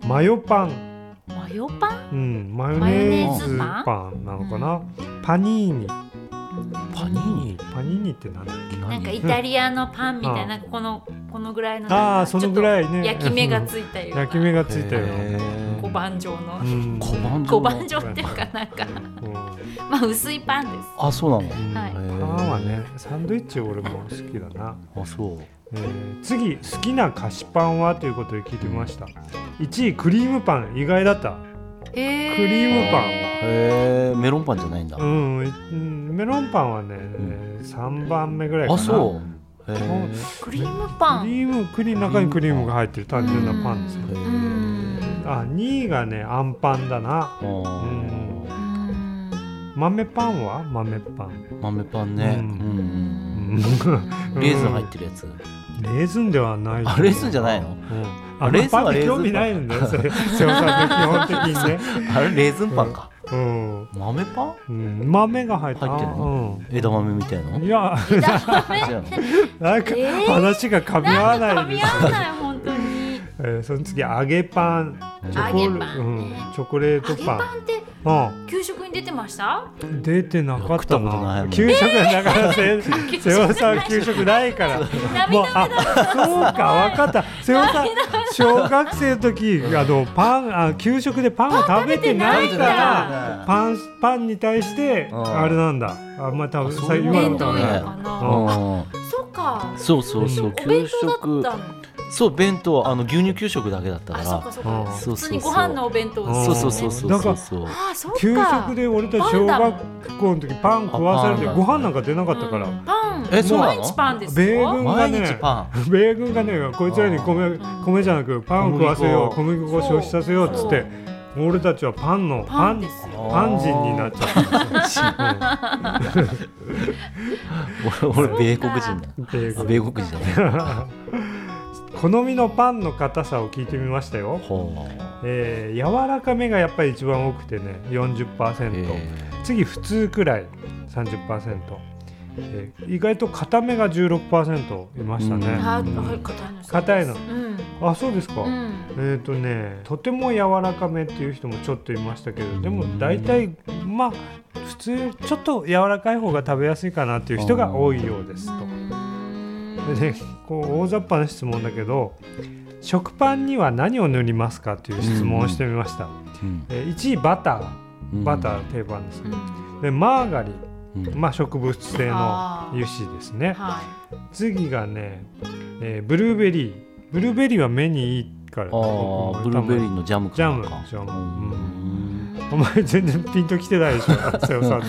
マヨパン。マヨネーズパンなのかな。パニーニ。パニーニって何だっけ？ なんかイタリアのパンみたいな、このぐらいのそのぐらいね、 焼き目がついたような。 焼き目がついたような小判状の。 小判状っていうかなんかまあ薄いパンです。 あ、そうなの。 パンはねサンドイッチ俺も好きだな。 あ、そう。 次好きな菓子パンはということで聞いてみました。1位クリームパン。意外だった。クリームパン。メロンパンじゃないんだ。 メロンパンはね、3番目ぐらいかな。 あ、そう。 クリームパン。 中にクリームが入ってる単純なパンですよ。2位がねあんパンだな。豆パンは豆パンね。 レーズン入ってるやつ。 レーズンではない。 レーズンじゃないの？ レーズンは興味ないんだよ。瀬尾さんの基本的にね。 レーズンパンか。 うん、 豆パン、 うん、豆が入ってるの、うん、枝豆みたいな。 いやなんか話が噛み合わないです、 噛み合わない本当に。 その次揚げパン、チョコレートパン。 揚げパンって給食に出てました？ 出てなかったな。給食だから瀬尾さん給食ないから。もうそうか分かった。瀬尾さん小学生の時給食でパンを食べてないからパンに対してあれなんだ。あんま食べさ言わなかったね。 そうか。 そう給食。そう弁当牛乳給食だけだったから。 普通にご飯のお弁当です。そうだから給食で俺たち小学校の時パン食わされてご飯なんか出なかったから。 パンそうなの？ 毎日パンですよ。 米軍がねこいつらに米じゃなくパン食わせよう、小麦粉を消費させようっつって俺たちはパン人になっちゃった。 俺米国人だ。米国人だね。 好みのパンの硬さを聞いてみましたよ。柔らかめがやっぱり一番多くてね 40%、次普通くらい 30%、意外と硬めが 16% いましたね。硬いの、あ、そうですか。とても柔らかめっていう人もちょっといましたけど、でも大体まあ普通ちょっと柔らかい方が食べやすいかなっていう人が多いようですと。でね、こう大雑把な質問だけど、食パンには何を塗りますかという質問をしてみました。1位バター定番ですね。でマーガリン、植物性の油脂ですね。次がね、ブルーベリーは目にいいから、 ブルーベリーのジャムか。 お前全然ピンときてないでしょ、瀬尾さんで。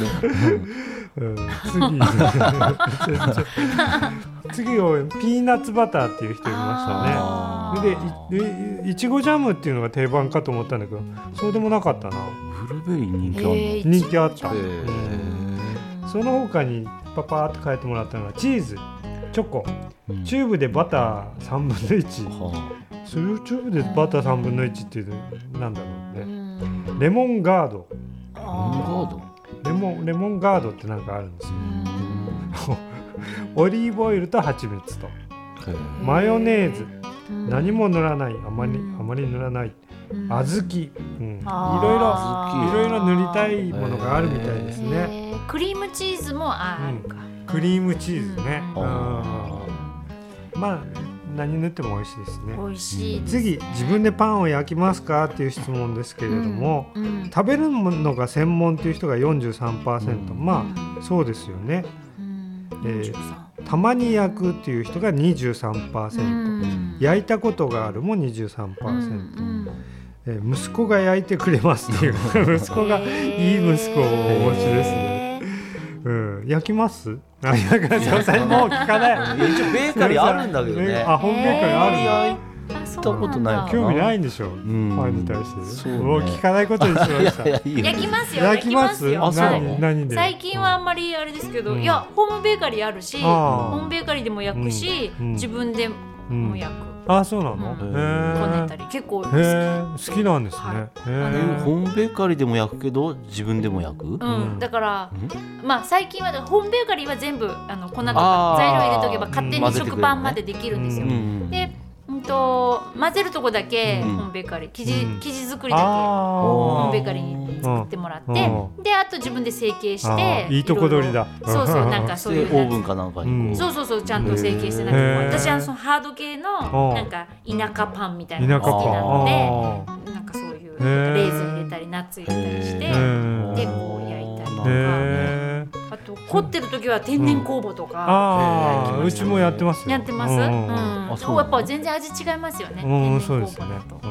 次をピーナッツバターっていう人いましたね。でいちごジャムっていうのが定番かと思ったんだけど、そうでもなかったな。 ブルーベリー人気あった。 その他にパパーって書いてもらったのがチーズ、チョコ、チューブでバター3分の1、それをチューブでバター3分の1っていうなんだろうね。レモンガードってなんかあるんですよ。オリーブオイルと蜂蜜とマヨネーズ、何も塗らない、あまり塗らない、小豆、いろいろ塗りたいものがあるみたいですね。 クリームチーズもあるか。 クリームチーズね。まあ何塗っても美味しいですね。 美味しいです。 次、自分でパンを焼きますかっていう質問ですけれども、食べるのが専門っていう人が 43%、まあそうですよね。たまに焼くっていう人が 23%、焼いたことがあるも 23%、息子が焼いてくれますっていう息子がいい息子をお持ちですね。焼きます？もう聞かない。 一応ベーカリーあるんだけどね。 ホームベーカリーあるんだ。 行ったことない。 興味ないんでしょ。パンに対して。もう聞かないことにしました。 焼きますよ。 何で？ 最近はあんまりあれですけど、いやホームベーカリーあるし、ホームベーカリーでも焼くし、自分でも焼く。 あ、そうなの？ こねたり結構好きなんですね。 ホームベーカリーでも焼くけど自分でも焼く？ だからまあ最近はホームベーカリーは全部粉とか材料入れとけば勝手に食パンまでできるんですよ。で混ぜるとこだけホームベーカリー、生地作りだけホームベーカリーに作ってもらって、であと自分で成形して、 いいとこ取りだ。 そうなんかそういうオーブンかなんかにそうちゃんと成形して私はそのハード系のなんか田舎パンみたいなのが好きなので、なんかそういうレーズン入れたりナッツ入れたりしてでこう焼いたりとか。あと凝ってる時は天然酵母とか、 うちもやってますよ。 やってます。やっぱ全然味違いますよね。天然酵母だと。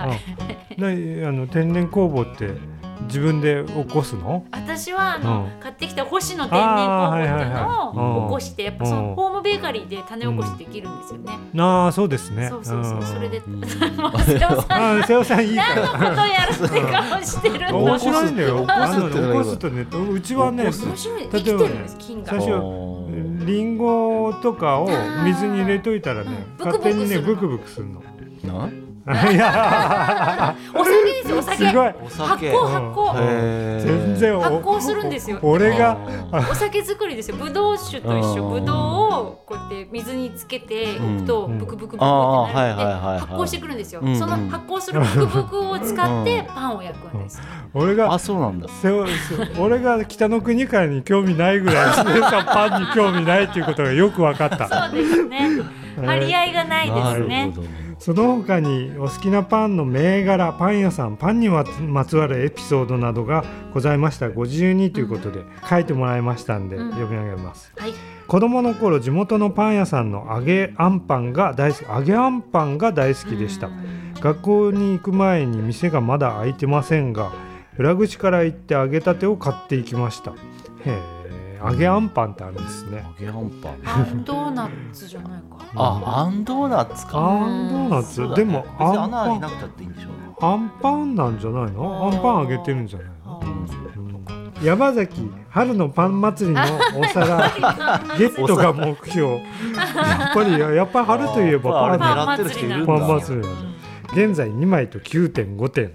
天然酵母って自分で起こすの？ 私は買ってきた星野天然酵母っていうのを起こして、やっぱそのホームベーカリーで種起こしできるんですよね。 そうですね。 それで瀬尾さんいいから。 何のことやるって顔してるの？ 面白いんだよ。起こすとね、うちはね、 生きてるんです菌が。 最初リンゴとかを水に入れといたらね、勝手にねブクブクするの。 いやお酒ですよ、お酒。 すごい発酵。 全然発酵するんですよ。 俺がお酒作りですよ。ブドウ酒と一緒。ブドウをこうやって水につけておくとブクブクブクってなるので発酵してくるんですよ。その発酵するブクブクを使ってパンを焼くんです。 俺がそうなんだ。 俺が北の国からに興味ないぐらい姉さんパンに興味ないっていうことがよく分かった。 そうですね。張り合いがないですね。 その他にお好きなパンの銘柄、パン屋さん、パンにまつわるエピソードなどがございましたらご自由にということで書いてもらいましたんで読み上げます。子供の頃地元のパン屋さんの揚げあんパンが大好き、揚げあんパンが大好きでした。学校に行く前に店がまだ開いてませんが裏口から行って揚げたてを買っていきました。へえ、揚げあんパンってあるんですね。 揚げあんパン。 あんドーナツじゃないか。 あんドーナツか。 あんドーナツ、でもあんパン穴開けなくたっていいんでしょうね。 あんパンなんじゃないの？あんパン揚げてるんじゃないの？山崎春のパン祭りのお皿ゲットが目標。やっぱり春といえばパン狙ってる人いるんだ。 パン祭り。現在2枚と 9.5 点。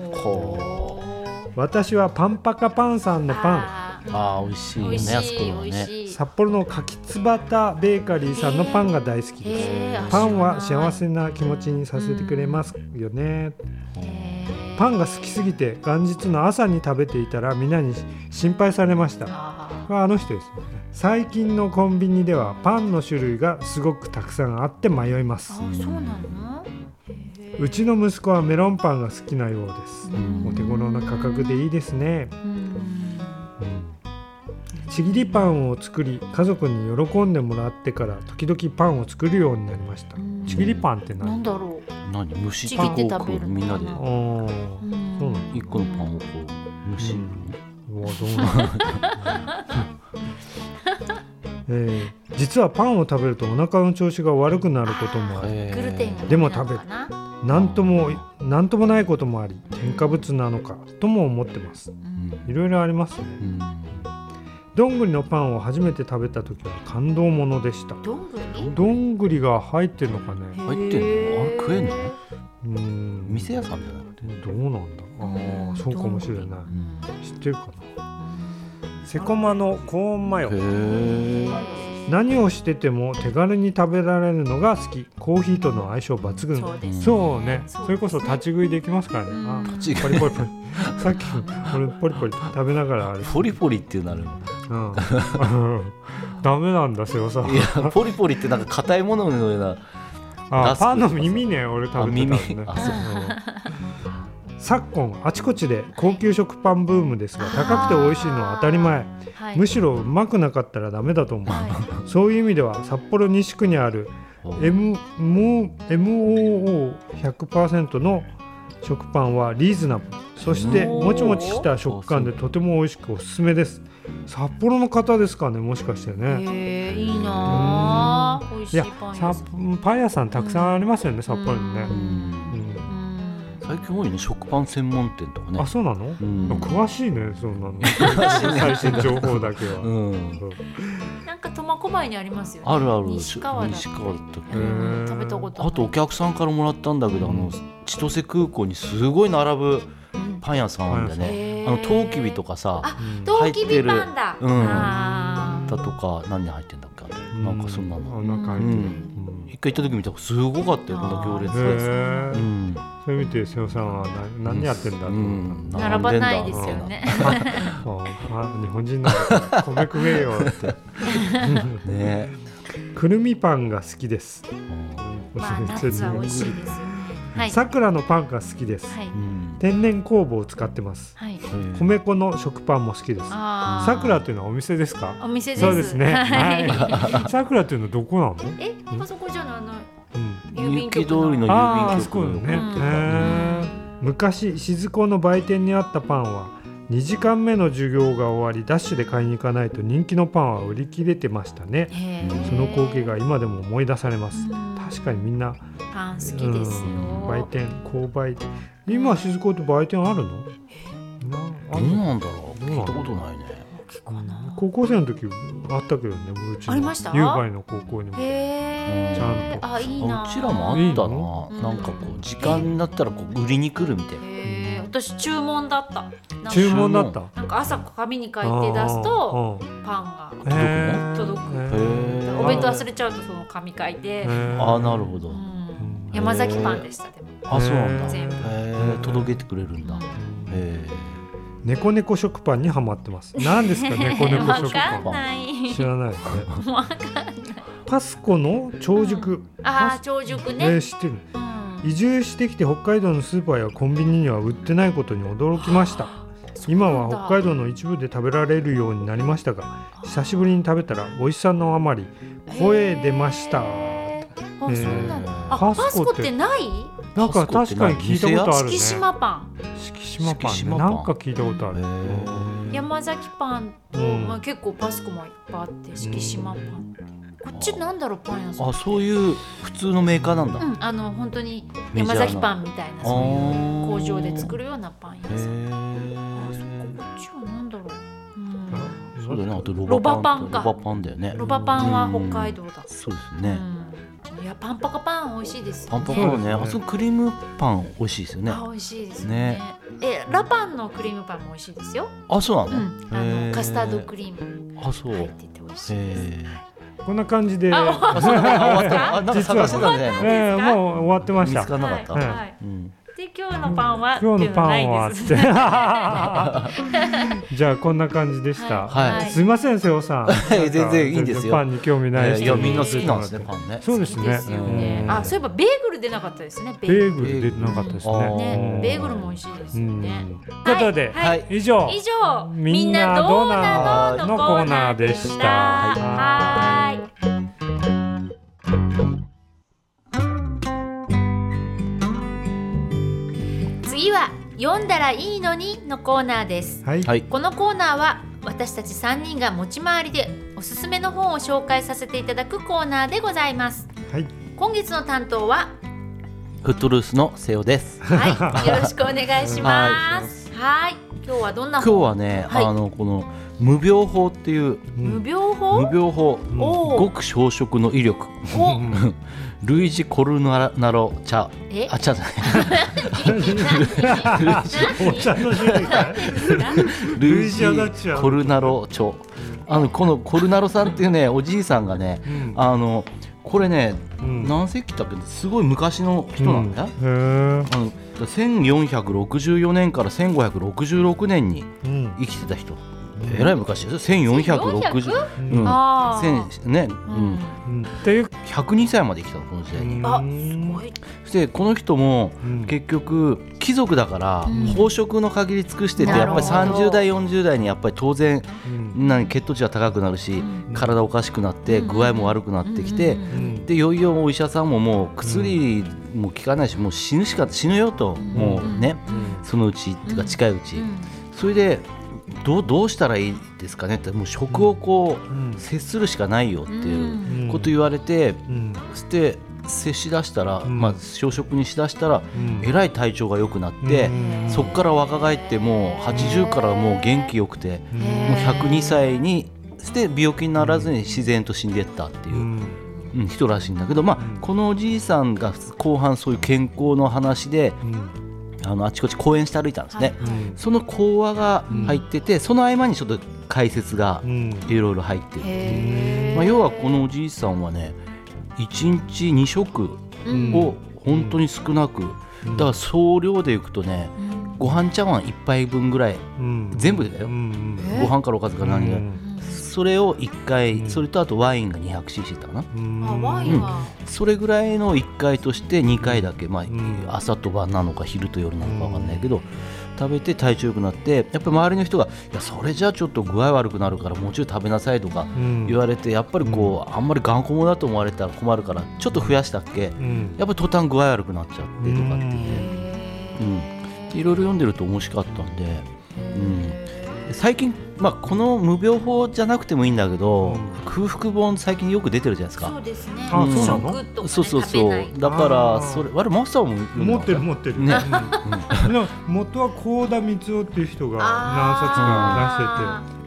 私はパンパカパンさんのパン。 美味しいね、あそこはね。 札幌の柿つばたベーカリーさんのパンが大好きです。パンは幸せな気持ちにさせてくれますよね。パンが好きすぎて元日の朝に食べていたらみんなに心配されました。これあの人ですね。最近のコンビニではパンの種類がすごくたくさんあって迷います。 そうなの？ うちの息子はメロンパンが好きなようです。お手頃な価格でいいですね。ちぎりパンを作り家族に喜んでもらってから時々パンを作るようになりました。ちぎりパンって何だろう。 何、蒸してこう食べるみんなで。 そうなの。 一個のパンをこう蒸し。 どうなの？実はパンを食べるとお腹の調子が悪くなることもあり、 グルテンがでも食べる。なんともないこともあり添加物なのかとも思ってます。いろいろありますね。どんぐりのパンを初めて食べた時は感動ものでした。どんぐりが入ってるのかね。 入ってるの？あれ食えんの？店屋さんじゃなくて。 どうなんだ。そうかもしれない。知ってるかな。セコマのコーンマヨ。何をしてても手軽に食べられるのが好き。コーヒーとの相性抜群。そうね。それこそ立ち食いできますからね。ポリポリポリ。さっき俺ポリポリ食べながらあれ。 ポリポリってなる。 ダメなんだよさ。 いやポリポリってなんか硬いもののような。 パンの耳ね、俺食べてたのね。昨今あちこちで高級食パンブームですが高くて美味しいのは当たり前。むしろうまくなかったらダメだと思う。そういう意味では札幌西区にある MOO100% の食パンはリーズナブル、そしてもちもちした食感でとても美味しくおすすめです。札幌の方ですかね、もしかしてね。 いいな、美味しいパン屋さん。 パン屋さんたくさんありますよね、札幌にね。 最近多いね、食パン専門店とかね。 あ、そうなの？詳しいね、そんなの。最新情報だけは。 なんか苫小牧にありますよね。 あるある。 西川だったっけ。食べたことない。 あとお客さんからもらったんだけど、千歳空港にすごい並ぶパン屋さんあるんだね。トウキビとかさ、 トウキビパンだ。 だとか何で入ってんだっけ、なんかそんなの。 なんか入ってる。 一回行った時見たらすごかったよ、この行列が。 それ見て瀬尾さんは何やってんだと思った。 並ばないですよね。 日本人なんだ、米食えよって。ね。くるみパンが好きです。 夏は美味しいですよね。 さくらのパンが好きです。天然酵母を使ってます。米粉の食パンも好きです。さくらというのはお店ですか？ お店です。 そうですね。さくらというのはどこなの？ あそこじゃない。 郵便局通りの郵便局ね。昔静子の売店にあったパンは2時間目の授業が終わりダッシュで買いに行かないと人気のパンは売り切れてましたね。その光景が今でも思い出されます。確かにみんなパン好きですよ。 売店、購買、今静子って売店あるの？ どうなんだろう、聞いたことないね。 けかな。 高校生の時あったけどね、うちのありました有害の高校にも。 へちゃんー、 とあ、いいな。 うちらもあったな。なんかこう時間になったらこう売りに来るみたいな。 へー、私注文だった。なんか注文だった。 なんか朝紙に書いて出すとパンが届く。お弁当忘れちゃうとその紙書いて。 あ、なるほど。 山崎パンでしたでも。 あ、そうなんだ。 全部届けてくれるんだ。 猫猫食パンにハマってます。何ですか猫猫食パン。 わかんない。 知らないですね。 わかんない。 パスコの長熟。 ああ、長熟ね。 知ってる。移住してきて北海道のスーパーやコンビニには売ってないことに驚きました。今は北海道の一部で食べられるようになりましたが、久しぶりに食べたら美味しさのあまり声出ました。 あ、そうなんだ。あ、パスコってない？ なんか確かに聞いたことあるね。 敷島パン。 敷島パンね。なんか聞いたことある。 山崎パンと、まあ結構パスコもいっぱいあって敷島パン。こっちなんだろう、パン屋さん。 あ、そういう普通のメーカーなんだ。 本当に山崎パンみたいな、そういう工場で作るようなパン屋さん。あ、そこっちはなんだろう。 そうだね。あとロバパンか。 ロバパンだよね。 ロバパンは北海道だ。 そうですね。 いや、パンパカパン美味しいですよね。 パンパカね。あそこクリームパン美味しいですよね。 美味しいですね。ラパンのクリームパンも美味しいですよ。 あ、そうなの？ カスタードクリームあ、そう入ってて美味しいです。 こんな感じで。 あ、そうだね。終わった。なんか探してたね。 もう終わってました。 見つからなかった。 で、今日のパンは今日のパンはってじゃあこんな感じでした。すいません、瀬尾さん。 全然いいんですよ。 パンに興味ない人。 いや、みんな好きなんですね、パンね。 そうですね。 あ、そういえばベーグル出なかったですね。 ベーグル出なかったですね。 ベーグルも美味しいですよね。 ということで、以上みんなどうなののコーナーでした。はい。 次は読んだらいいのにのコーナーです。このコーナーは私たち3人が持ち回りでおすすめの本を紹介させていただくコーナーでございます。今月の担当はフットルースの瀬尾です。 はい、よろしくお願いします。はい、今日はどんな本？ 今日はね、この無病法っていう無病法？ 無病法、ごく小食の威力。ルイジ・コルナロ茶。茶じゃない。 お茶の種類かい。 ルイジ・コルナロ茶。このコルナロさんっていうね、おじいさんがね、これね、何世紀だっけ、すごい昔の人なんだよ。1464年から1566年に生きてた人。えらい昔ですよ。1460ね、 っていう 102歳まで生きたの、この時代に。 すごい。 そしてこの人も結局貴族だから飽食の限り尽くしてて、やっぱり30代40代にやっぱり当然血糖値は高くなるし、体おかしくなって具合も悪くなってきて、でいよいよお医者さんももう薬も効かないし、もう死ぬよと、もうね、そのうちっていうか近いうち。それでどうしたらいいですかねって、もう食をこう接するしかないよっていうこと言われて、そして接しだしたら、小食にしだしたら、えらい体調が良くなって、そこから若返って、もう80からもう元気よくて、もう102歳にして病気にならずに自然と死んでいったっていう人らしいんだけど、このおじいさんが後半そういう健康の話であちこち講演して歩いたんですね。その講話が入ってて、その合間にちょっと解説がいろいろ入ってる。要はこのおじいさんはね、1日2食を本当に少なく、だから総量でいくとね、ご飯茶碗1杯分ぐらい、全部でだよ、ご飯からおかずから何が、それを1回、それとあとワインが 200cc だったかな。 ワインはそれぐらいの1回として2回だけ、朝と晩なのか昼と夜なのか分かんないけど、食べて体調良くなって、やっぱり周りの人が、いやそれじゃあちょっと具合悪くなるからもうちょい食べなさいとか言われて、やっぱりこうあんまり頑固者だと思われたら困るからちょっと増やしたっけ、やっぱり途端具合悪くなっちゃってとかっていろいろ読んでると面白かったんで、最近、この無病法じゃなくてもいいんだけど、空腹本最近よく出てるじゃないですか。 そうですね。 そうだからそれマスターも持ってるね。元は幸田光夫っていう人が何冊か出してて、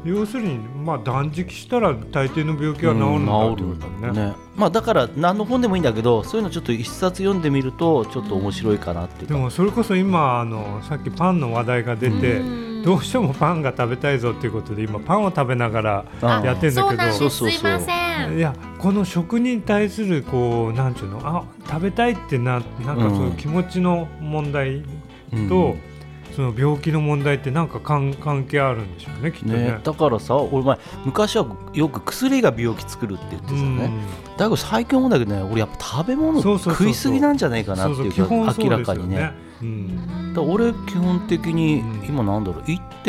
要するに、まあ、断食したら大抵の病気は治るんだってことだね。 まあ、だから何の本でもいいんだけど、そういうのちょっと一冊読んでみるとちょっと面白いかなっていうか。 でもそれこそ今さっきパンの話題が出て、どうしてもパンが食べたいぞっていうことで今パンを食べながらやってんだけど、 すいません。 いや、この食に対するこうなんちゅうの、食べたいってなんかそういう気持ちの問題と、その病気の問題ってなんか関係あるんでしょうね、きっとね。 だからさ、俺昔はよく薬が病気作るって言ってたね。だけど最近思うんだけどね、俺やっぱ食べ物食いすぎなんじゃないかなっていうか、明らかにね。だ俺基本的に今なんだろう、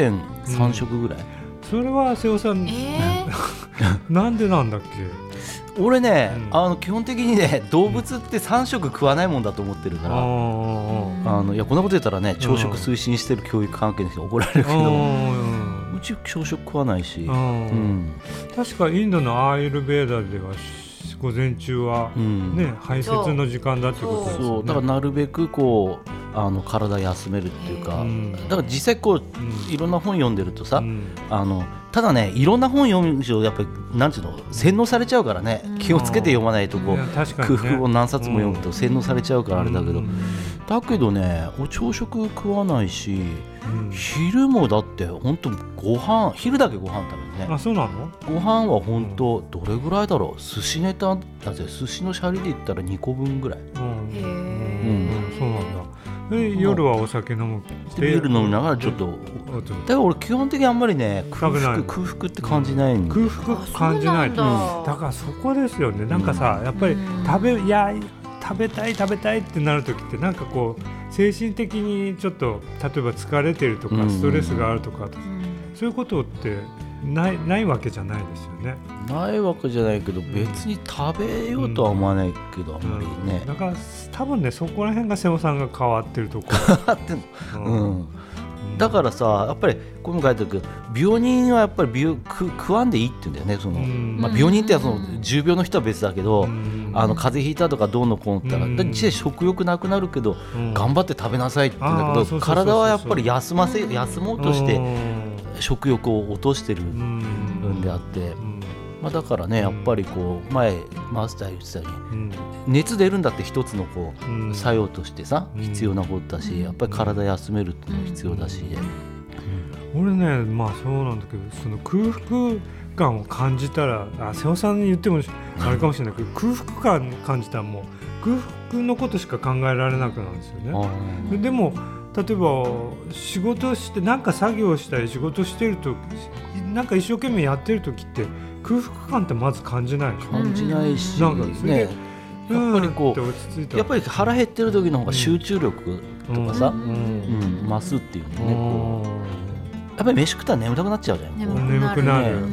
1.3 食ぐらい。 それは瀬尾さん、なんでなんだっけ。 俺ね、基本的にね、動物って3食食わないもんだと思ってるから、いやこんなこと言ったらね、朝食推進してる教育関係の人に怒られるけど、うち朝食食わないし、 確かインドのアーユルベーダでは午前中は、ね、排泄の時間だってことですよね。 そうだからなるべくこう体休めるっていうか、だから実際こう、いろんな本読んでるとさ、ただね、いろんな本読む以上やっぱりなんていうの、洗脳されちゃうからね、気をつけて読まないとこう、空腹を何冊も読むと洗脳されちゃうからあれだけど、だけどね、朝食食わないし、昼もだって本当ご飯、昼だけご飯食べるね。 あ、そうなの？ ご飯は本当どれぐらいだろう、寿司ネタだって寿司のシャリで言ったら2個分ぐらい。 そうなんだ。夜はお酒飲むってビール飲みながらちょっと、だから俺基本的にあんまりね、空腹って感じないんで。 空腹感じない。だからそこですよね。なんかさ、やっぱり食べたいってなるときって、なんかこう精神的にちょっと例えば疲れてるとかストレスがあるとか、そういうことってないわけじゃないですよね。 ないわけじゃないけど、別に食べようとは思わないけど、あんまりね。 だから多分ね、そこら辺が瀬尾さんが変わってるところ。 変わってんの。だからさ、やっぱりここに書いてあるけど、病人はやっぱり食わんでいいって言うんだよね。その病人ってその重病の人は別だけど、風邪ひいたとかどうのこうのったら、実際食欲なくなるけど、頑張って食べなさいって言うんだけど、体はやっぱり休もうとして食欲を落としてるんであって、だからね、やっぱりこう前マスター言ってたように、熱出るんだって一つのこう作用としてさ、必要なことだし、やっぱり体休めるっていうのも必要だし、 俺ね、まあそうなんだけど、その空腹感を感じたら、瀬尾さんに言ってもあれかもしれないけど、空腹感感じたらもう空腹のことしか考えられなくなるんですよね。でも例えば仕事してなんか作業したり仕事してると、なんか一生懸命やってる時って空腹感ってまず感じないでしょ。 感じないし、 なんかね、 やっぱりこう、やっぱり腹減ってる時の方が集中力とかさ、増すっていうのね。やっぱり飯食ったら眠たくなっちゃうじゃん。 眠くなる。 いや、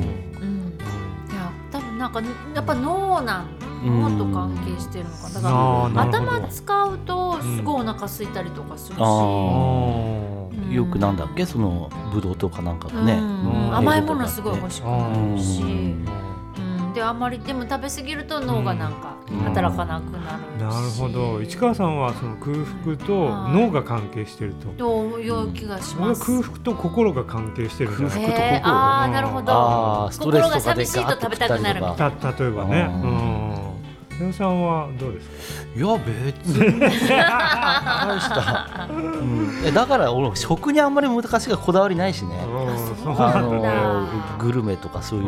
多分なんかやっぱ脳と関係してるのか。だから頭使うとすごいお腹空いたりとかするし、 よくなんだっけ、そのブドウとかなんかね、 甘いものすごい欲しくなるし、であんまりでも食べ過ぎると脳がなんか働かなくなるし。 なるほど。市川さんはその空腹と脳が関係してるという気がします。 俺は空腹と心が関係してる。 空腹と心。 なるほど。心が寂しいと食べたくなるみたいな。 例えばね。瀬尾さんはどうですか？ いや別にだから俺食にあんまり昔がこだわりないしね。グルメとかそういう、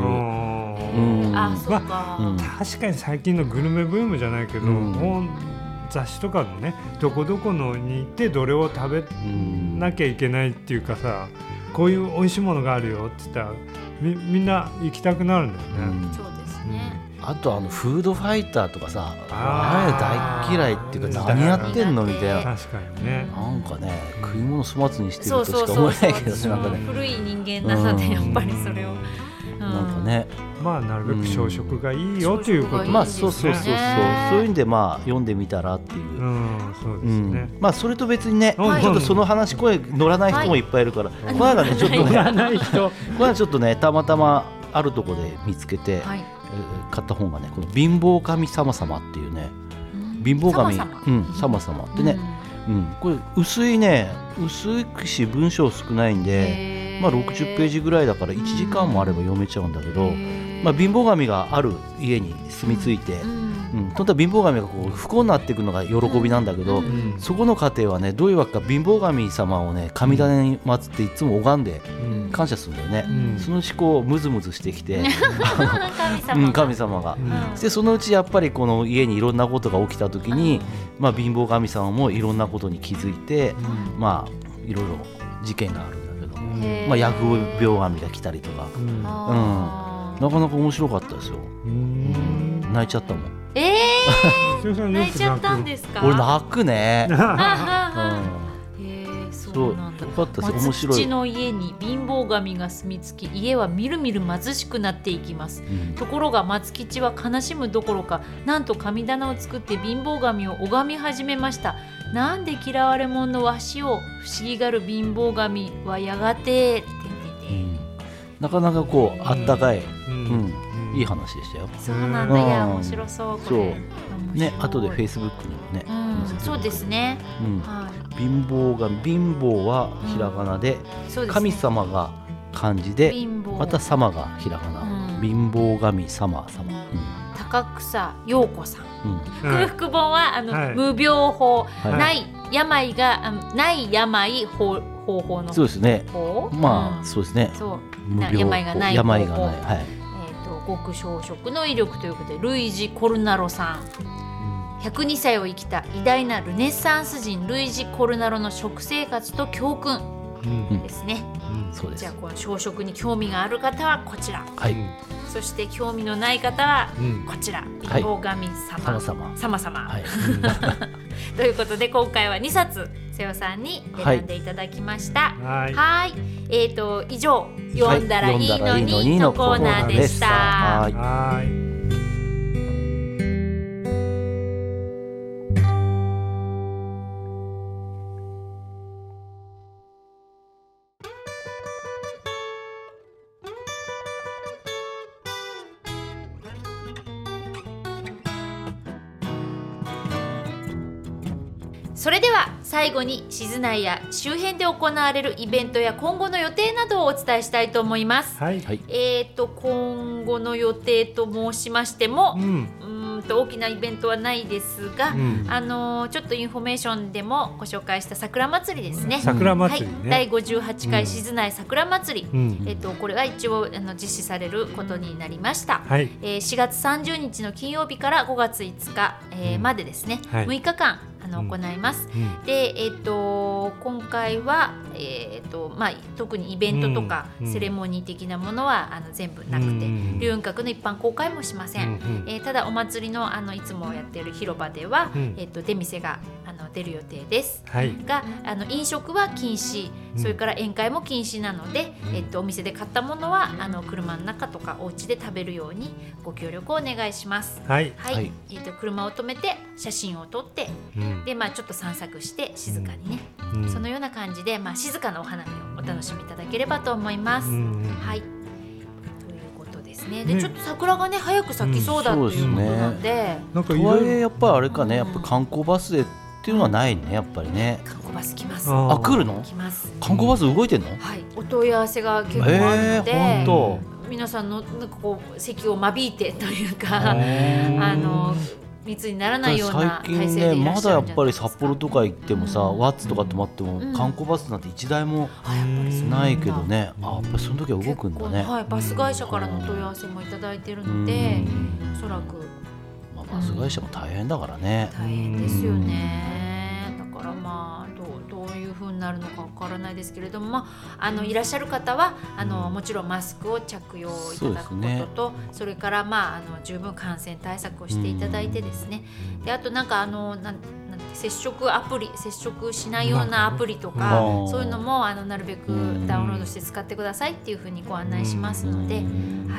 確かに最近のグルメブームじゃないけど、雑誌とかのね、どこどこのに行ってどれを食べなきゃいけないっていうかさ、こういう美味しいものがあるよって言ったらみんな行きたくなるんだよね。 そうですね。 あとフードファイターとかさ、あれ大嫌いっていうか、何やってんのみたいな。 確かにね。 なんかね、食い物粗末にしてるとしか思えないけどね、なんかね。 古い人間なのでやっぱりそれを。 なんかね。 まあなるべく小食がいいよということ。 まあそうそういう意味でまあ読んでみたらっていう。 そうですね。 まあそれと別にね、ちょっとその話声乗らない人もいっぱいいるから、この間ねちょっとね、この間ちょっとねたまたまあるとこで見つけて。買った本がね、この貧乏神様様っていうね、貧乏神様様ってね、これ薄いし文章少ないんで、 まあ、60ページぐらいだから1時間もあれば読めちゃうんだけど、まあ、貧乏神がある家に住み着いて、とんだ貧乏神がこう不幸になっていくのが喜びなんだけど、そこの家庭はねどういうわけか貧乏神様をね神棚に祀っていつも拝んで感謝するんだよね、そのうちこうムズムズしてきて神様が、でそのうちやっぱりこの家にいろんなことが起きた時に、まあ、貧乏神様もいろんなことに気づいて、まあいろいろ事件があるんだけど、まあ、疫病神が来たりとか、なかなか面白かったですよ。泣いちゃったもん。 泣いちゃったんですか？ 俺泣くね。 そうなんだ。松吉の家に貧乏神が住み着き、家はみるみる貧しくなっていきます、ところが松吉は悲しむどころか、なんと神棚を作って貧乏神を拝み始めました。なんで嫌われ者のわしを、不思議がる貧乏神はやがてなかなかこうあったかい、いい話でしたよ。 そうなんだ。いや面白そうこれ。 ね、後でフェイスブックにもね、 そうですね。 貧乏はひらがなで、神様が漢字で、また様がひらがな、貧乏神様。 高草陽子さん。空腹本は無病法、ない病がない病方法の。 そうですね。まあそうですね。 病がない方法。極小食の威力ということで、ルイジ・コルナロさん、102歳を生きた偉大なルネサンス人ルイジ・コルナロの食生活と教訓ですね。じゃあこの小食に興味がある方はこちら、そして興味のない方はこちら、貧乏神様ということで、今回は2冊瀬尾さんに選んでいただきました。はい、以上読んだらいいのにのコーナーでした。それでは最後に静内や周辺で行われるイベントや今後の予定などをお伝えしたいと思います。今後の予定と申しましても、大きなイベントはないですが、ちょっとインフォメーションでもご紹介した桜祭りですね。 桜祭りね、 第58回静内桜祭り、これは一応実施されることになりました。4月30日の金曜日から5月5日、までですね、6日間行います。で、今回は、特にイベントとかセレモニー的なものは全部なくて、龍雲閣の一般公開もしません。ただお祭りのいつもやっている広場では、出店が出る予定です、が飲食は禁止、それから宴会も禁止なので、お店で買ったものは車の中とかお家で食べるようにご協力をお願いします。車を止めて写真を撮って、でちょっと散策して静かにね、そのような感じで、静かなお花見をお楽しみいただければと思います。ということですね。でちょっと桜がね早く咲きそうだっていうことなんで、 とはいえやっぱりあれかね、やっぱ観光バスでっていうのはないね、やっぱりね。 観光バス来ます。 来るの？ 来ます。 観光バス動いてんの？ お問い合わせが結構あるので、皆さんのなんかこう席を間引いてというか密にならないような体制でいらっしゃるんじゃないですか。最近ね、まだやっぱり札幌とか行ってもさ、ワッツとか泊まっても観光バスなんて1台もないけどね、やっぱりその時は動くんだね。 バス会社からの問い合わせもいただいてるので、おそらくバス会社も大変だからね。 大変ですよね。だからどういう風になるのかわからないですけれども、いらっしゃる方はもちろんマスクを着用いただくことと、それから十分感染対策をしていただいてですね、であと接触しないようなアプリとか、そういうのもなるべくダウンロードして使ってくださいっていう風にご案内しますので、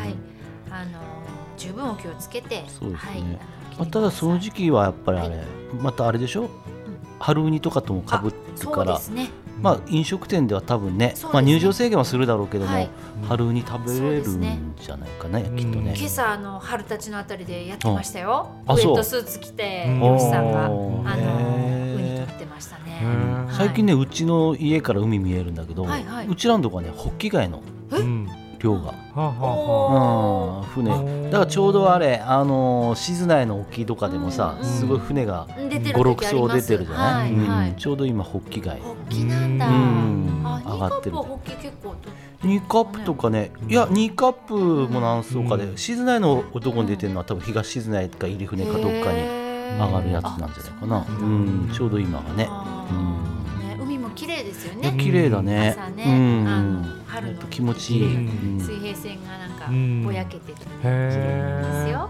十分お気をつけて。 ただその時期はやっぱりまたあれでしょ、春ウニとかともかぶるから、飲食店では多分ね、入場制限はするだろうけども、春ウニ食べれるんじゃないかね、きっとね。今朝春たちのあたりでやってましたよ。ウエットスーツ着て漁師さんがウニ取ってまましたね。 最近ね、うちの家から海見えるんだけど、 はいはい、 うちらのとこはね、ホッキ貝の漁が、船だからちょうどあれ、静内の沖とかでもさ、すごい船が5、6艘出てるじゃない、ちょうど今ホッキ貝、 ホッキなんだ、 上がってる。2カップとかね、いや2カップも何艘かで、静内のとこに出てるのは多分東静内か入船かどっかに上がるやつなんじゃないかな。ちょうど今がね、 海も綺麗ですよね。 綺麗だね。 朝ね、春の気持ちいい。 水平線がなんかぼやけてる綺麗ですよ。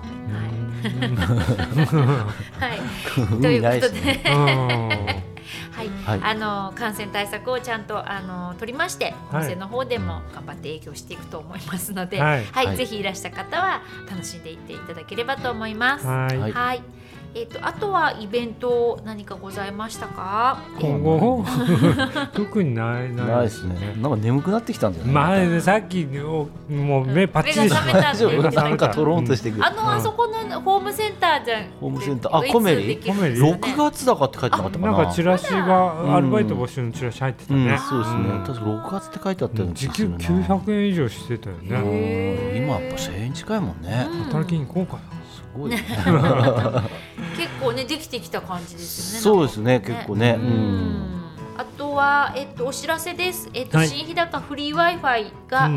はい。ということで。はい、感染対策をちゃんと取りまして、お店の方でも頑張って営業していくと思いますので、ぜひいらした方は楽しんでいっていただければと思います。はい。あとはイベント何かございましたか？ 今後特にないですね。なんか眠くなってきたんじゃない？ さっきもう目パッチリした。 なんかとろんとしてくる。 あそこのホームセンターじゃん。 ホームセンター、コメリ6月だかって書いてなかったかな。 なんかチラシがアルバイト募集のチラシ入ってたね。 そうですね。確か6月って書いてあったよね。 時給900円以上してたよね。 今やっぱ1000円近いもんね。 働きに行こうかな。 すごいね。 結構ねできてきた感じですよね。 そうですね、結構ね。 あとはお知らせです。新日高フリー Wi-Fi が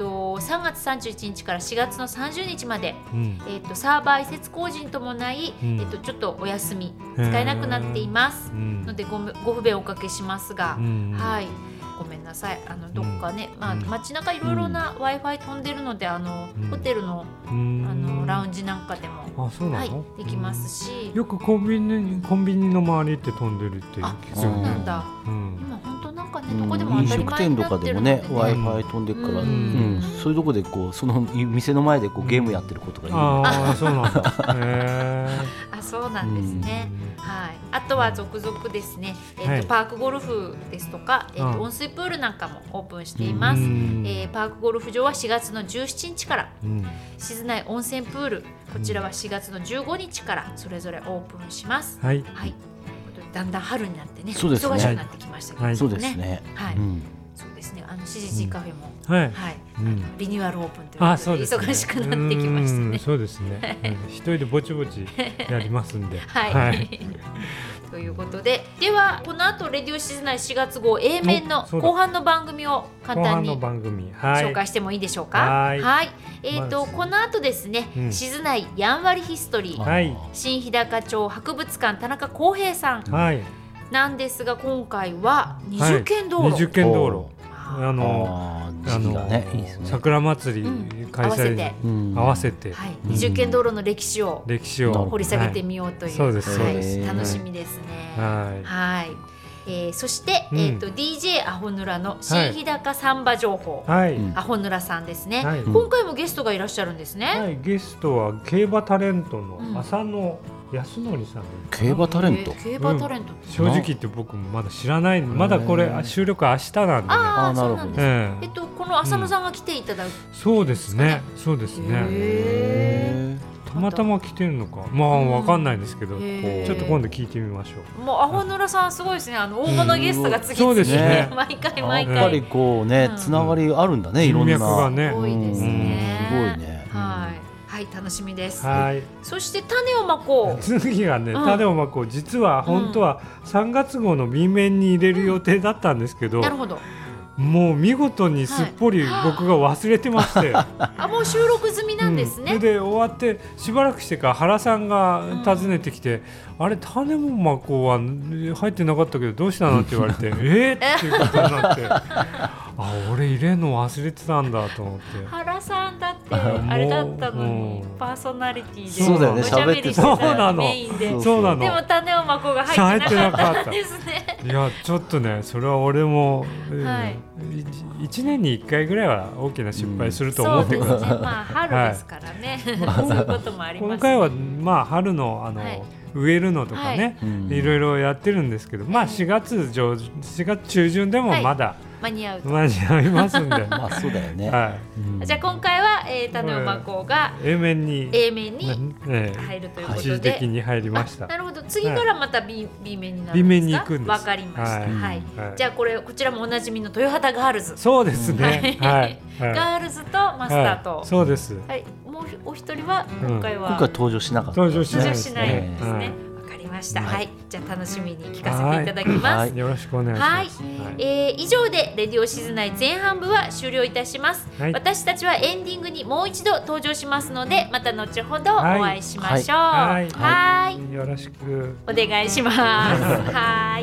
3月31日から4月の30日までサーバー移設工事に伴いちょっとお休み使えなくなっていますのでご不便をおかけしますが、はい。ごめんなさい。どっかね、街中いろいろな Wi-Fi 飛んでるので、ホテルのラウンジなんかでもできますし、 よくコンビニの周りって飛んでるっていう聞くよね。 そうなんだ。今本当なんかね、どこでも当たり前になってるのでね。 飲食店とかでもね Wi-Fi 飛んでるから、そういうとこでその店の前でゲームやってることがいる。 そうなんだ。 そうなんですね。はい。あとは続々ですね。パークゴルフですとか、温水プールなんかもオープンしています。パークゴルフ場は4月の17日から、静内温泉プールこちらは4月の15日からそれぞれオープンします。はい。だんだん春になってね、忙しくなってきましたけどね。 そうですね。 はい。そうですね。CGG カフェもリニューアルオープンということで忙しくなってきましたね。 そうですね。一人でぼちぼちやりますんで。 はい。ということで、ではこの後レディオ静内4月号 A 面の後半の番組を簡単に紹介してもいいでしょうか。はい。この後ですね、静内やんわりヒストリー、新日高町博物館田中康平さんなんですが、今回は20軒道路。 20軒道路。桜祭り開催合わせて 20軒道路の歴史を掘り下げてみようという、楽しみですね。はい。そして、DJ アホヌラの新日高サンバ情報、アホヌラさんですね。今回もゲストがいらっしゃるんですね。 ゲストは競馬タレントの浅野康則さん。 競馬タレント。 正直言って僕もまだ知らない。まだこれ収録明日なんでね。 なるほど。この浅野さんが来ていただく。 そうですね。そうですね。たまたま来てるのか、わかんないですけど、ちょっと今度聞いてみましょう。もうアホヌラさんすごいですね。大物ゲストが次々ね、毎回毎回。 やっぱりつながりあるんだね。いろんな。 人脈がね。 すごいですね。 すごいね。 はい、楽しみです。 はい。 そして種をまこう。 次がね、種をまこう。実は本当は3月号の B 面に入れる予定だったんですけど。 なるほど。 もう見事にすっぽり僕が忘れてまして、 もう収録済みなんですね。 で終わってしばらくしてから原さんが訪ねてきて、あれ種もまこうは入ってなかったけどどうしたのって言われてっていうことになって、俺入れるの忘れてたんだと思って。 原さんだってあれだったのにパーソナリティでそうだよね、喋ってたメインで。 そうなの。 でも種をまこうが入ってなかったんですね。 いやちょっとね、それは俺も1年に1回ぐらいは大きな失敗すると思ってください。 春ですからね。 ねそういうこともありますね。 今回はまあ春のはい植えるのとかね、はい、いろいろやってるんですけど、まあ4月中旬でもまだ、 間に合いますんでまあそうだよね、 はい、じゃあ今回は種馬校が A 面に入るということで、 一時的に入りました。 なるほど、次からまた B 面になるんですか。 B 面に行くんです。 わかりました、はいじゃあこちらもおなじみの豊畑ガールズ。 そうですね、はいガールズとマスターと、 そうです。 はい、もうお一人は今回は登場しなかった。 登場しないですね。わかりました。はい、じゃあ楽しみに聞かせていただきます。 よろしくお願いします。 以上でレディオ静内前半部は終了いたします。私たちはエンディングにもう一度登場しますので、また後ほどお会いしましょう。はい、 よろしくお願いします。はい。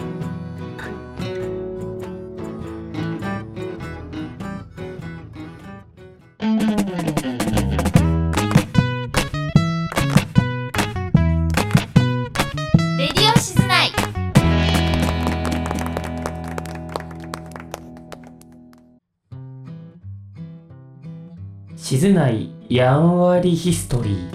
静内やんわりヒストリー。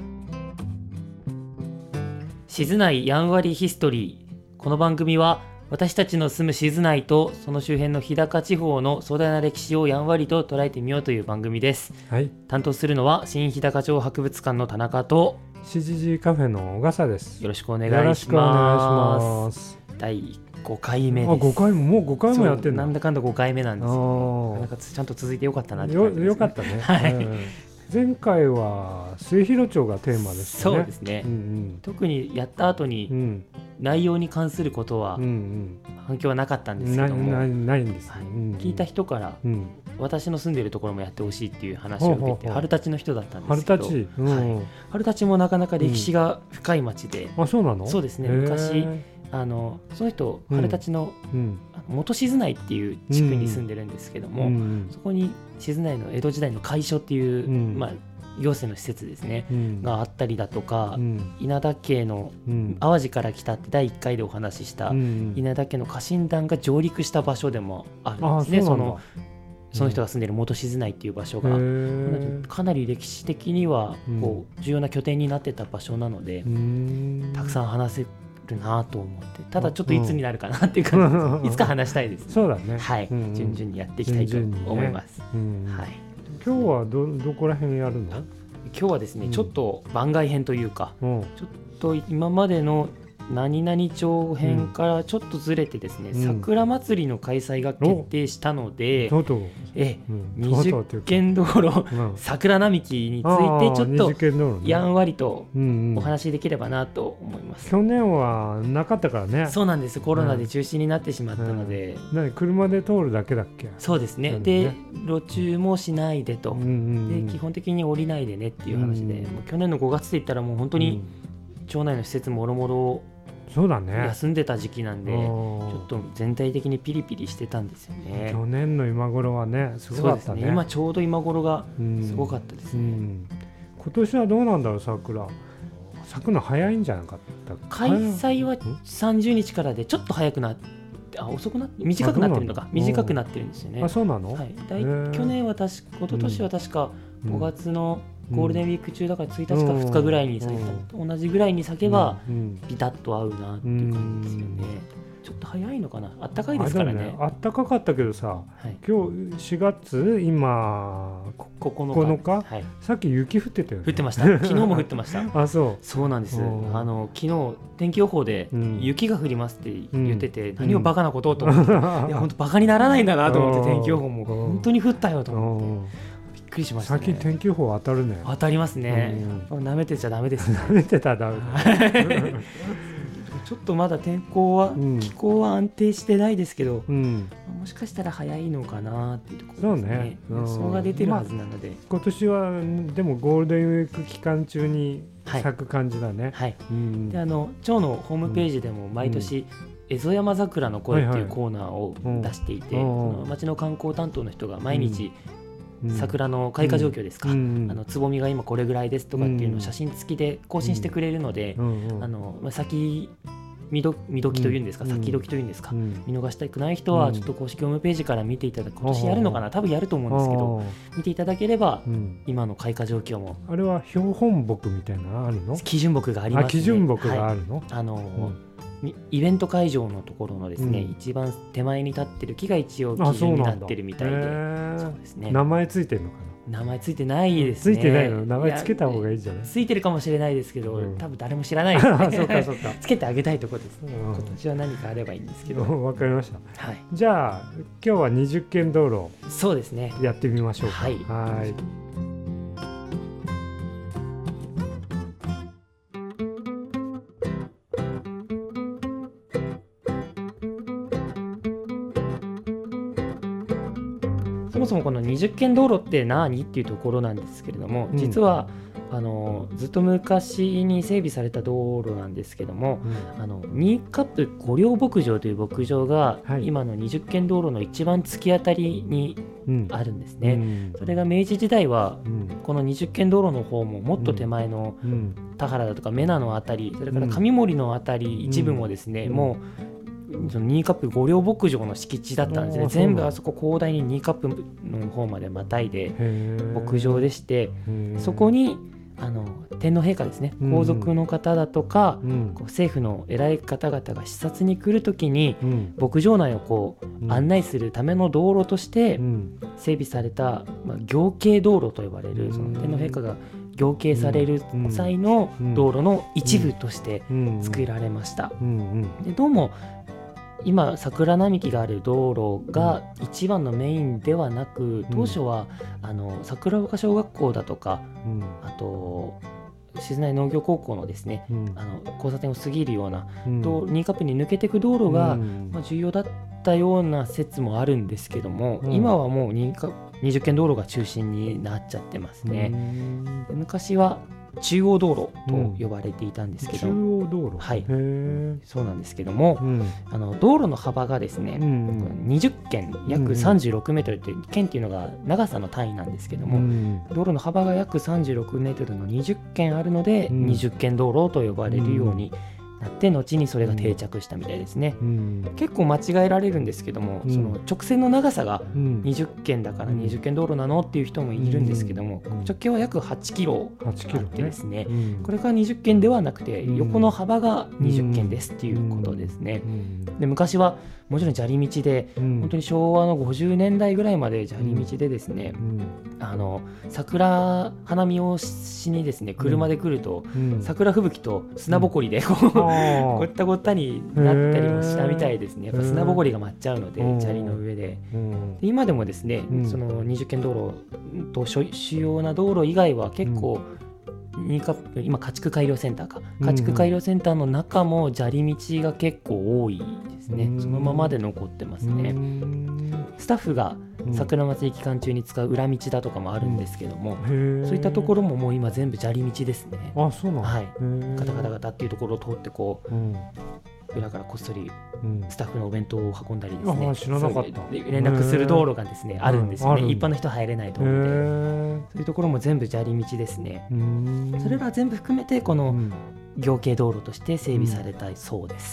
静内やんわりヒストリー。この番組は私たちの住む静内とその周辺の日高地方の壮大な歴史をやんわりと捉えてみようという番組です、はい、担当するのは新日高町博物館の田中と CGG カフェの小笠です。 よろしくお願いします。第5回目です。 5回も、もう5回もやってるの。 なんだかんだ5回目なんですよ、ね、なんかちゃんと続いてよかったなって感じですね。 よかったね、はい、前回は末広町がテーマでしたね。 そうですね、特にやった後に内容に関することは反響はなかったんですけども、 ないんです、 聞いた人から、私の住んでいるところもやってほしいっていう話を受けて、春立の人だったんですけど、春立もなかなか歴史が深い町で、 あ、そうなの？ そうですね、昔その人、春立の、元静内っていう地区に住んでるんですけども、そこに静内の江戸時代の会所っていう、行政の施設ですね、があったりだとか、稲田家の、淡路から来たって第1回でお話しした、稲田家の家臣団が上陸した場所でもあるんですね。その人が住んでいる元静内っていう場所が、かなり歴史的にはこう重要な拠点になってた場所なので、たくさん話せるなと思って、ただちょっといつになるかなっていう感じ、いつか話したいですね。 そうだね、 はい、順々にやっていきたいと思います。はい、 今日はどこら辺やるの？ 今日はですね、ちょっと番外編というか、ちょっと今までの何々町編からちょっとずれてですね、桜祭りの開催が決定したので、20軒道路、桜並木についてちょっとやんわりとお話しできればなと思います。 去年はなかったからね。 そうなんです、コロナで中止になってしまったので、 車で通るだけだっけ？ そうですね、で路駐もしないでと、で基本的に降りないでねっていう話で、去年の5月で言ったらもう本当に町内の施設もろもろ休んでた時期なんで、ちょっと全体的にピリピリしてたんですよね。 去年の今頃はね、すごかったね。 今ちょうど今頃がすごかったですね。 今年はどうなんだろう、咲くの早いんじゃなかった？ 開催は30日からでちょっと早くなって、遅くなって短くなってるのか、短くなってるんですよね。 あ、そうなの？ はい、去年は一昨年は確か5月のゴールデンウィーク中だから1日か2日ぐらいに咲いた、同じぐらいに咲けばピタッと合うなっていう感じですよね。ちょっと早いのかな、あったかいですからね。 あったかかったけどさ、今日4月今9日、さっき雪降ってたよね。 降ってました。昨日も降ってました。 あ、そうなんです。昨日天気予報で雪が降りますって言ってて、何をバカなことをと思って、いや本当バカにならないんだなと思って、天気予報も本当に降ったよと思って。びっくりしましたね。 最近天気予報当たるね。 当たりますね。舐めてちゃダメです。 舐めてたらダメ。 ちょっとまだ気候は安定してないですけど、もしかしたら早いのかなっていうところですね。予想が出てるはずなので、 今年はでもゴールデンウィーク期間中に咲く感じだね。 で町のホームページでも毎年蝦夷山桜の声っていうコーナーを出していて、町の観光担当の人が毎日桜の開花状況ですか、つぼみが今これぐらいですとかっていうのを写真付きで更新してくれるので、先見時というんですか、先時というんですか、見逃したくない人はちょっと公式ホームページから見ていただく、今年やるのかな、多分やると思うんですけど、見ていただければ、今の開花状況も。 あれは標本木みたいなのあるの？ 基準木がありますね。 基準木があるの？ イベント会場のところのですね、一番手前に立ってる木が一応基準になってるみたいで、そうですね。 名前ついてるのかな？ 名前ついてないですね。 ついてないの？名前つけた方がいいじゃない？ ついてるかもしれないですけど、多分誰も知らないですね。 そうかそうか。 つけてあげたいところです。今年は何かあればいいんですけど。 わかりました。 はい。 じゃあ今日は20軒道路。 そうですね。 やってみましょうか。 はい。 はい。 そもそもこの20軒道路って何っていうところなんですけれども、実はずっと昔に整備された道路なんですけども、新冠御陵牧場という牧場が今の20軒道路の一番突き当たりにあるんですね。それが明治時代はこの20軒道路の方ももっと手前の田原だとか目名のあたり、それから上森のあたり一部もですね、もうその新冠御陵牧場の敷地だったんですね。全部あそこ広大に新冠の方までまたいで牧場でして、そこに天皇陛下ですね、皇族の方だとか、政府の偉い方々が視察に来るときに、牧場内をこう案内するための道路として整備された、行啓道路と呼ばれる、その天皇陛下が行啓される際の道路の一部として作られました。でどうも今桜並木がある道路が一番のメインではなく、当初は桜丘小学校だとか、あと静内農業高校のですね、交差点を過ぎるような新冠に抜けていく道路が重要だったような説もあるんですけども、今はもう20軒道路が中心になっちゃってますね。昔は中央道路と呼ばれていたんですけど、 中央道路、 はい、そうなんですけども、道路の幅がですね、20軒約36メートルという県っていうのが長さの単位なんですけども、道路の幅が約36メートルの20軒あるので、20軒道路と呼ばれるようになって後にそれが定着したみたいですね。結構間違えられるんですけども、その直線の長さが20軒だから20軒道路なのっていう人もいるんですけども、直径は約8キロあってですね、これが20軒ではなくて横の幅が20軒ですっていうことですね。で昔はもちろん砂利道で、本当に昭和の50年代ぐらいまで砂利道でですね、桜花見をしにですね車で来ると、桜吹雪と砂ぼこりでごったごったになったりもしたみたいですね。やっぱ砂ぼこりが舞っちゃうので、砂利の上で。今でもですね、その20軒道路と主要な道路以外は結構、今家畜改良センターか、家畜改良センターの中も砂利道が結構多いですね。そのままで残ってますね。スタッフが桜祭り期間中に使う裏道だとかもあるんですけども、そういったところももう今全部砂利道ですね。 あ、そうなんだ。 はい、ガタガタガタっていうところを通ってこう、裏からこっそりスタッフのお弁当を運んだりですね、 知らなかった。 連絡する道路がですね、あるんですよね。一般の人入れない道路で、そういうところも全部砂利道ですね。それら全部含めてこの行啓道路として整備されたそうです。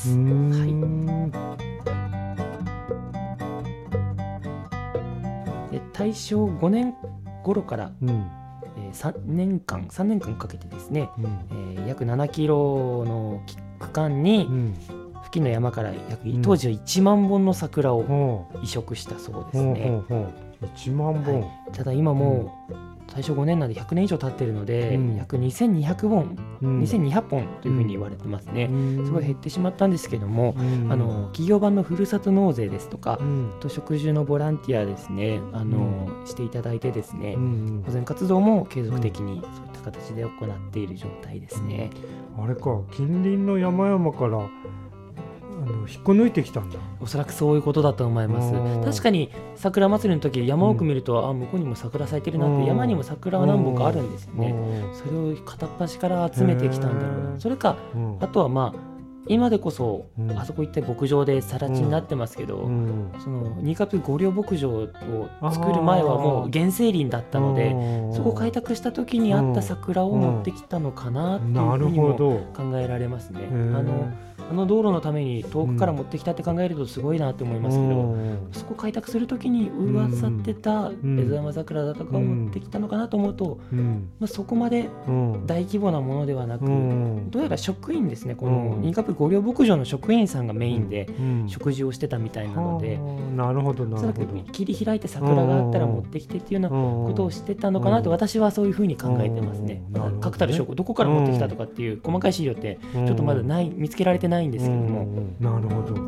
で大正5年頃から、3年間かけてですね、約7キロの区間に、付近の山から当時は1万本の桜を移植したそうですね。 1万本、 ただ今もう大正5年なんで100年以上経ってるので、約2200本、2200本というふうに言われてますね。すごい減ってしまったんですけども、企業版のふるさと納税ですとか、と植樹のボランティアですね、していただいてですね、保全活動も継続的にそういった形で行っている状態ですね。 あれか、近隣の山々から引っこ抜いてきたんだ。 おそらくそういうことだと思います。確かに桜祭りの時山奥見ると、向こうにも桜咲いてるなって、山にも桜は何本かあるんですよね。それを片っ端から集めてきたんだろうな。それか、あとは今でこそ、あそこ一帯牧場で更地になってますけど、その新潟五稜牧場を作る前はもう原生林だったので、そこを開拓した時にあった桜を持ってきたのかなっていうふうにも考えられますね。あの道路のために遠くから持ってきたって考えるとすごいなって思いますけど、そこを開拓するときに噂ってた江戸山桜だとかを持ってきたのかなと思うと、そこまで大規模なものではなく、どうやら職員ですね、この新潟五稜牧場の職員さんがメインで食事をしてたみたいなので、 なるほどなるほど、 切り開いて桜があったら持ってきてっていうようなことをしてたのかなと私はそういうふうに考えてますね。確たる証拠、どこから持ってきたとかっていう細かい資料ってちょっとまだない、見つけられてないんですけども、 なるほど。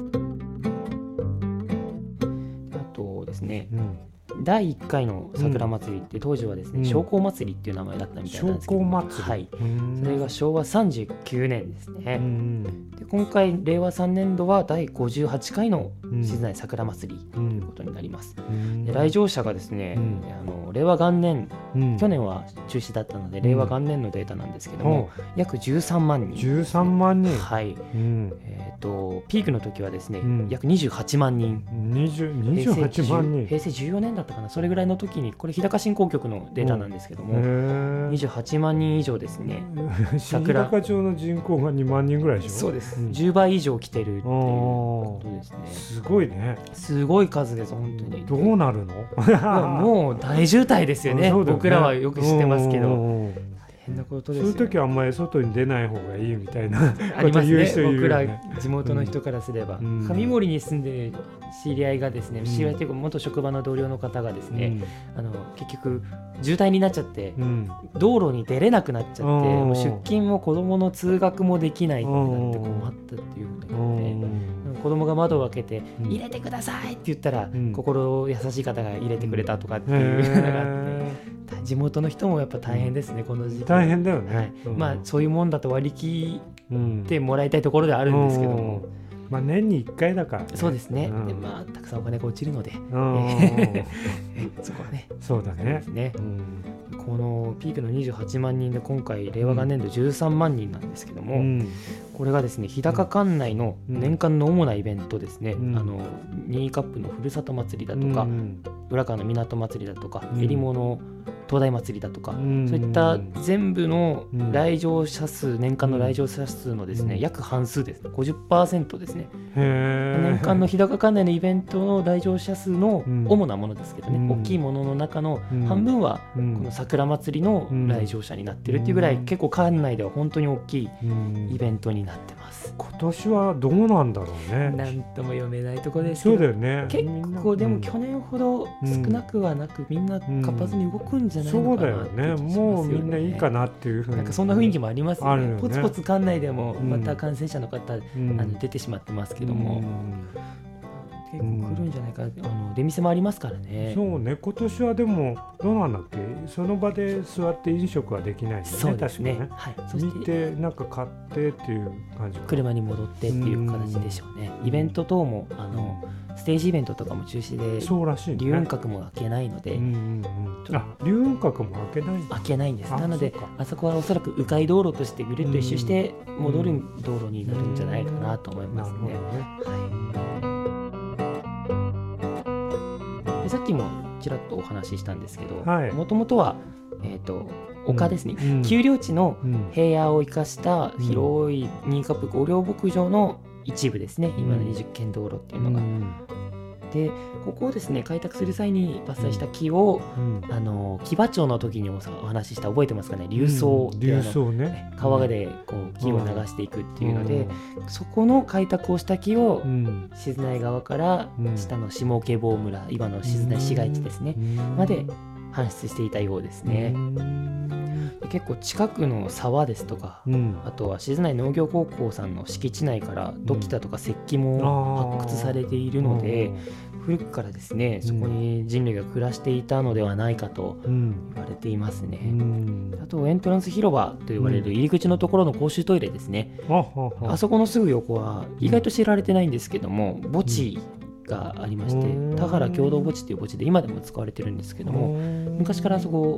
あとですね、第1回の桜祭りって当時はですね、商工祭りっていう名前だったみたいなんですけど、はい、それが昭和39年ですね。で今回令和3年度は第58回の静内桜祭りということになります。で来場者がですね、令和元年、去年は中止だったので令和元年のデータなんですけども、約13万人。 13万人。 はい。ピークの時はですね、約28万人。 28万人。 平成14年だったかな、それぐらいの時に、これ日高振興局のデータなんですけども、28万人以上ですね。 新日高町の人口が2万人ぐらいでしょ。 そうです。10倍以上来てるっていうことですね。 すごいね。 すごい数です本当に。 どうなるの？ もう大渋滞ですよね。僕らはよく知ってますけど。変なことですよ。 そういう時はあんまり外に出ない方がいいみたいなこと言う人いるよね。 僕ら地元の人からすれば、上森に住んでる知り合いがですね、知り合いというか元職場の同僚の方がですね、結局渋滞になっちゃって、道路に出れなくなっちゃって、もう出勤も子供の通学もできないってなって困ったっていうので、子供が窓を開けて入れてくださいって言ったら、心優しい方が入れてくれたとかっていうのがあって、地元の人もやっぱ大変ですね、この時期。 大変だよね。 まあそういうもんだと割り切ってもらいたいところではあるんですけども、 年に1回だから、 そうですね。でたくさんお金が落ちるので、そこはね。 そうだね。 このピークの28万人で今回令和元年度13万人なんですけども、これがですね日高管内の年間の主なイベントですね、新カップのふるさと祭りだとか、浦川の港祭りだとか、えりもの東大祭りだとか、そういった全部の来場者数、年間の来場者数のですね、約半数ですね、50% ですね。年間の日高管内のイベントの来場者数の主なものですけどね、大きいものの中の半分はこの桜祭りの来場者になってるっていうぐらい、結構管内では本当に大きいイベントになってます。 今年はどうなんだろうね。 なんとも読めないところですけど、 そうだよね。 結構でも去年ほど少なくはなく、みんな活発に動くんじゃないのかなって気がしますよね。 そうだよね。もうみんないいかなっていうふうに、 なんかそんな雰囲気もありますよね。ポツポツ管内でもまた感染者の方、出てしまってますけども、結構来るんじゃないか、出店もありますからね。 そうね。今年はでもどうなんだっけ、その場で座って飲食はできないよね。 そうですね。 はい。そして見てなんか買ってっていう感じ。 車に戻ってっていう形でしょうね。イベント等もステージイベントとかも中止で、 そうらしいね。 龍雲閣も開けないので、 龍雲閣も開けない。 開けないんです。なのであそこはおそらく迂回道路としてぐるっと一周して戻る道路になるんじゃないかなと思いますね。さっきもちらっとお話ししたんですけど、もともとは丘ですね、丘陵地の平野を生かした広い新カップ五稜牧場の一部ですね、今の20軒道路っていうのが。でここをですね開拓する際に伐採した木を、木場町の時にお話しした、覚えてますかね、流走っていう川でこう木を流していくっていうので、そこの開拓をした木を、静内側から下の下桶坊村、今の静内市街地ですね、まで搬出していたようですね。結構近くの沢ですとか、あとは静内農業高校さんの敷地内から土器だとか石器も発掘されているので、古くからですねそこに人類が暮らしていたのではないかと言われていますね。あとエントランス広場と言われる入り口のところの公衆トイレですね、あそこのすぐ横は意外と知られてないんですけども、墓地がありまして、田原共同墓地という墓地で今でも使われてるんですけども、昔からあそこ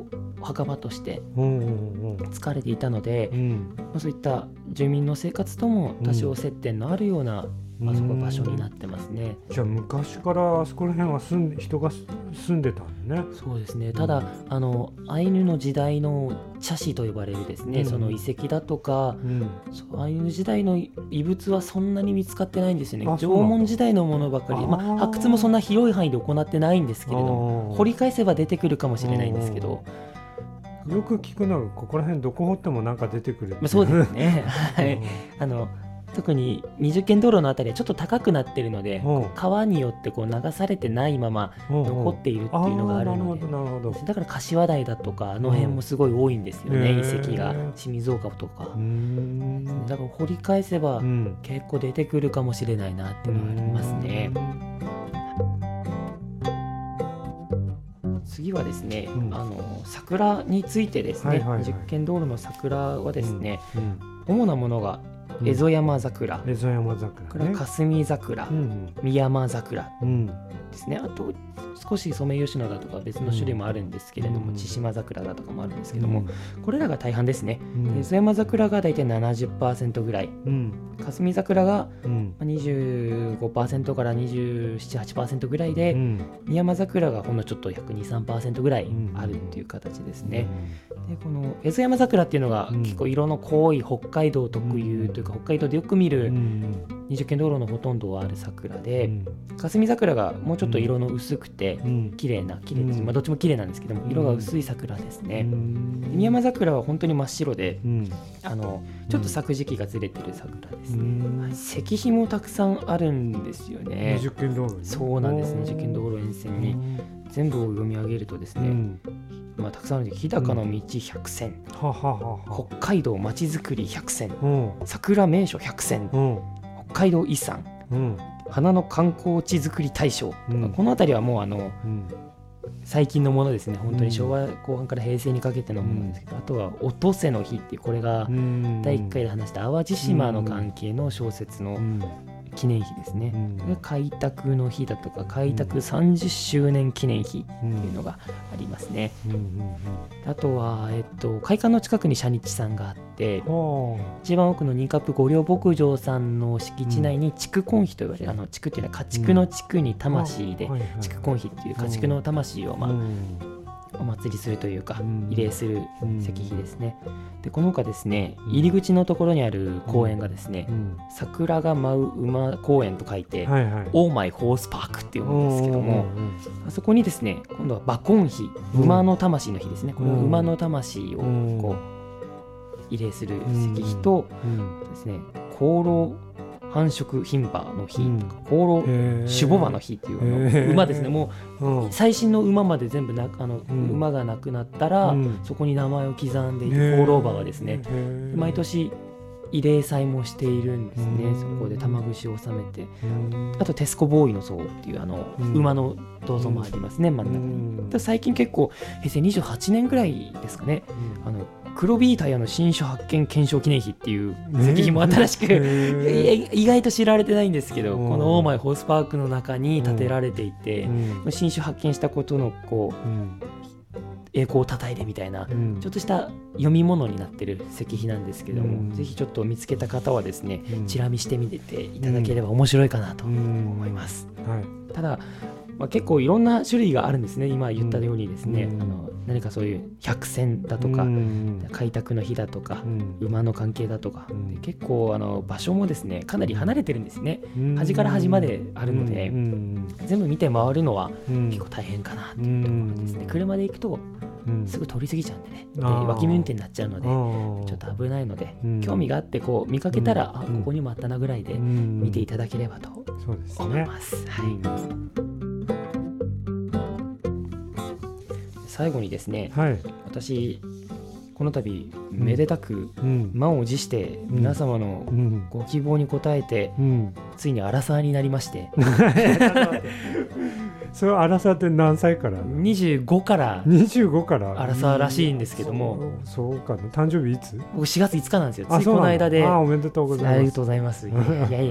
墓場として使われていたので、そういった住民の生活とも多少接点のあるような、あそこ場所になってますね。 じゃあ昔からあそこら辺は人が住んでたんね。 そうですね。ただアイヌの時代の茶師と呼ばれるですね、その遺跡だとか、アイヌ時代の遺物はそんなに見つかってないんですよね。縄文時代のものばかり、発掘もそんな広い範囲で行ってないんですけれども、掘り返せば出てくるかもしれないんですけど、 よく聞くのがここら辺どこ掘ってもなんか出てくる。 そうですね。はい。特に20間道路のあたりはちょっと高くなっているので、川によってこう流されてないまま残っているっていうのがあるので、だから柏台だとかあの辺もすごい多いんですよね、遺跡が。清水岡とかだから掘り返せば結構出てくるかもしれないなっていうのがありますね。次はですね、桜についてですね、20間道路の桜はですね、主なものがエゾヤマ桜、霞桜、ミヤマ桜ですね。あと少しソメイヨシノだとか別の種類もあるんですけれども、千島桜だとかもあるんですけども、これらが大半ですね。エゾヤマ桜がだいたい 70% ぐらい、霞桜が 25% から 27-8% ぐらいで、ミヤマ桜がほんのちょっと 102-3% ぐらいあるっていう形ですね。でこのエゾヤマ桜っていうのが結構色の濃い北海道特有というか、北海道でよく見る20間道路のほとんどはある桜で、霞桜がもうちょっと色の薄くて綺麗です。どっちも綺麗なんですけども、色が薄い桜ですね。ミヤマ桜は本当に真っ白で、ちょっと咲く時期がずれてる桜ですね。石碑もたくさんあるんですよね。 20間道路。 そうなんです。20間道路沿線に全部を読み上げるとですね、たくさんあるんです。日高の道100選、北海道まちづくり100選、桜名所100選、北海道遺産、花の観光地づくり大賞、この辺りはもう最近のものですね。本当に昭和後半から平成にかけてのものですけど、あとはおとせの日っていう、これが第1回で話した淡路島の関係の小説の記念碑ですね。開拓の日だとか開拓30周年記念碑っていうのがありますね。あとは、会館の近くに社日さんがあって、一番奥のニーカップ御陵牧場さんの敷地内に筑根碑と言われる、筑っていうのは家畜の畜に魂で、筑根碑っていう家畜の魂をお祭りするというか慰霊する石碑ですね。でこの他ですね、入り口のところにある公園がですね、桜が舞う馬公園と書いて、オーマイホースパークっていうんですけども、あそこにですね、今度は馬根碑、馬の魂の日ですね。この馬の魂をこう慰霊する石碑とですね、功労繁殖牝馬の日とか、功労守護馬の日っていう馬ですね。もう最新の馬まで全部馬が亡くなったら、そこに名前を刻んでいて、功労馬はですね、毎年慰霊祭もしているんですね。そこで玉串を納めて、あとテスコボーイの像っていう馬の銅像もありますね、真ん中に。最近結構平成28年ぐらいですかね、黒ビータイヤの新種発見検証記念碑っていう石碑も新しく、意外と知られてないんですけど、このオーマイホースパークの中に建てられていて、新種発見したことのこう、栄光をたたえてみたいな、ちょっとした読み物になってる石碑なんですけども、ぜひちょっと見つけた方はですね、チラ見してみていただければ面白いかなと思います。ただ結構いろんな種類があるんですね。今言ったようにですね、何かそういう百選だとか、開拓の日だとか、馬の関係だとか、結構場所もですね、かなり離れてるんですね。端から端まであるので、全部見て回るのは結構大変かなというところですね。車で行くとすぐ通り過ぎちゃうんでね、脇見運転になっちゃうのでちょっと危ないので、興味があってこう見かけたら、ここにもあったなぐらいで見ていただければと思います。最後にですね、私この度めでたく満を持して皆様のご希望に応えてついにアラサーになりましてそれはアラサーって何歳から ？25から 25からアラサーらしいんですけども、 そうかな。誕生日いつ？ 僕4月5日なんですよ。ついこの間で。 おめでとうございます。 ありがとうございます。い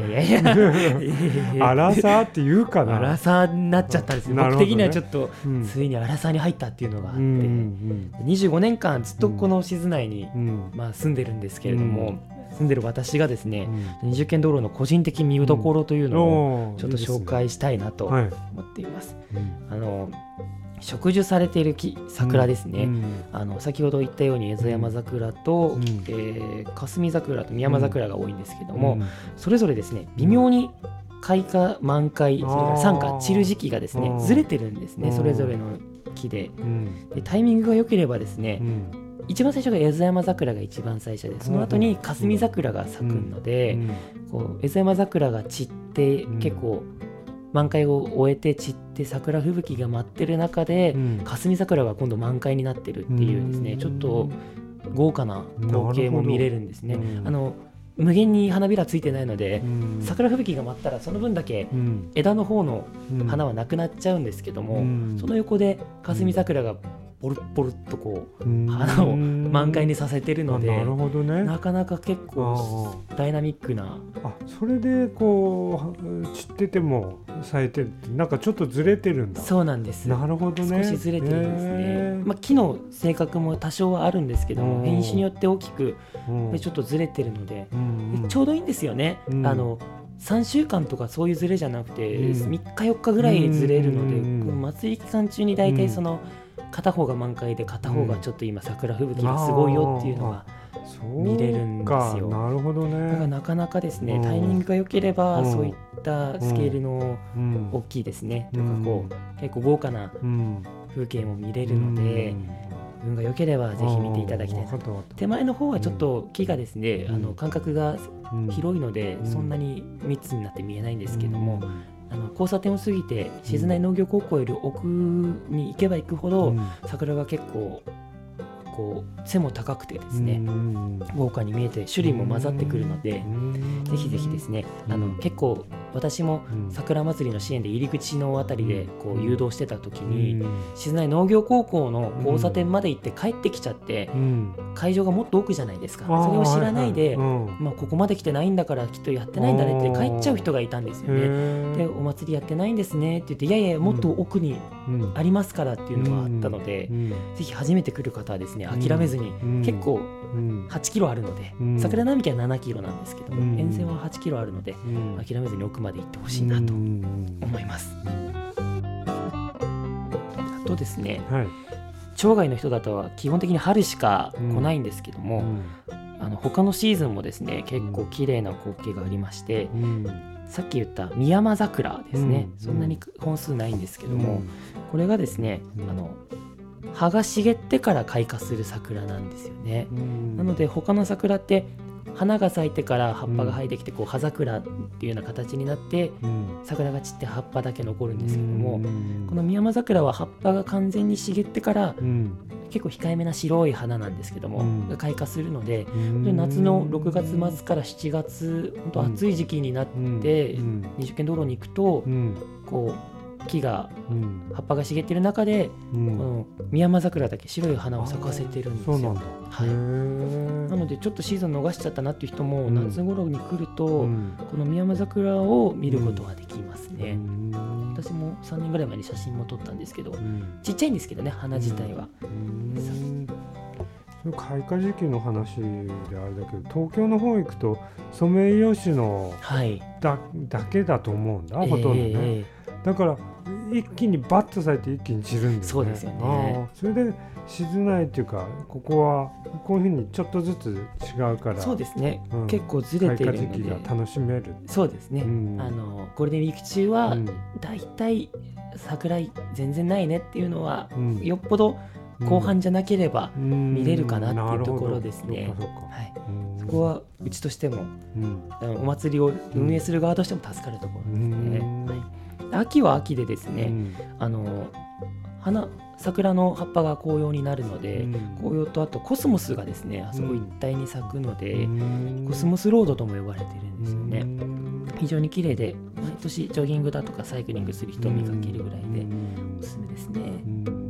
やアラサーって言うかな。 アラサーになっちゃったんですよ、ね、僕的にはちょっと、ついにアラサーに入ったっていうのがあって、25年間ずっとこの静内に、住んでるんですけれども、住んでる私がですね、20軒道路の個人的見どころというのをちょっと紹介したいなと思っています。植樹されている桜ですね、先ほど言ったように江戸山桜と、霞桜と宮山桜が多いんですけども、それぞれですね微妙に開花満開、それから散花散る時期がですねずれてるんですね、それぞれの木で、タイミングが良ければですね、一番最初が江戸山桜が一番最初で、その後に霞桜が咲くので、こう江戸山桜が散って結構満開を終えて散って桜吹雪が舞ってる中で、霞桜が今度満開になってるっていうですね、ちょっと豪華な光景も見れるんですね。無限に花びらついてないので、桜吹雪が舞ったらその分だけ枝の方の花はなくなっちゃうんですけども、その横で霞桜がボルッボルッとこう花を満開にさせてるので、 なるほどね、 なかなか結構ダイナミックな。 それでこう散ってても咲いてるってなんかちょっとずれてるんだ。 そうなんです。 なるほどね。 少しずれてるんですね。木の性格も多少はあるんですけども、変種によって大きくちょっとずれてるので、ちょうどいいんですよね。3週間とかそういうずれじゃなくて、3日4日ぐらいずれるので、この祭り期間中に大体その片方が満開で片方がちょっと今桜吹雪がすごいよっていうのが見れるんですよ。 なるほどね。 だからなかなかですね、タイミングが良ければそういったスケールの大きいですね、とかこう結構豪華な風景も見れるので、運が良ければぜひ見ていただきたいなと。手前の方はちょっと木がですね、間隔が広いのでそんなに密になって見えないんですけども、交差点を過ぎて静内農業高校より奥に行けば行くほど、桜が結構こう背も高くてですね、豪華に見えて種類も混ざってくるので、ぜひぜひですね、結構私も桜祭りの支援で入り口のあたりでこう誘導してた時に、静内農業高校の交差点まで行って帰ってきちゃって、会場がもっと奥じゃないですか。それを知らないで、ここまで来てないんだからきっとやってないんだねって帰っちゃう人がいたんですよね。で、お祭りやってないんですねって言って、いやいやもっと奥にありますからっていうのがあったので、ぜひ初めて来る方はですね諦めずに、結構8キロあるので、桜並木は7キロなんですけども、沿線は8キロあるので、諦めずに奥まで行ってほしいなと思います。あとですね、町外の人だとは基本的に春しか来ないんですけども、他のシーズンもですね結構綺麗な光景がありまして、さっき言った宮山桜ですね、そんなに本数ないんですけども、これがですね葉が茂ってから開花する桜なんですよね。なので他の桜って花が咲いてから葉っぱが生えてきて、こう葉桜っていうような形になって、桜が散って葉っぱだけ残るんですけども、この宮山桜は葉っぱが完全に茂ってから、結構控えめな白い花なんですけども、が開花するので、夏の6月末から7月本当暑い時期になって、20軒道路に行くと、こう木が、葉っぱが茂っている中で、この宮山桜だけ白い花を咲かせてるんですよ。 そうなんだ。 なのでちょっとシーズン逃しちゃったなっていう人も、夏頃に来ると、この宮山桜を見ることができますね。私も3年ぐらい前に写真も撮ったんですけど、ちっちゃいんですけどね、花自体は。 開花時期の話であれだけど、東京の方行くとソメイヨシノだけだと思うんだ、ほとんどね。だから一気にバッと咲いて一気に散るんですね。 そうですよね。 それで静内っていうか、ここはこういうふうにちょっとずつ違うから、 そうですね、結構ずれてるので開花時期が楽しめる。 そうですね、ゴールデンウィーク中はだいたい桜全然ないねっていうのは、よっぽど後半じゃなければ見れるかなっていうところですね。そこはうちとしても、お祭りを運営する側としても助かるところですね。秋は秋でですね、桜の葉っぱが紅葉になるので、紅葉とあとコスモスがですねあそこ一帯に咲くので、コスモスロードとも呼ばれてるんですよね。 非常に綺麗で、毎年ジョギングだとかサイクリングする人を見かけるぐらいでおすすめですね。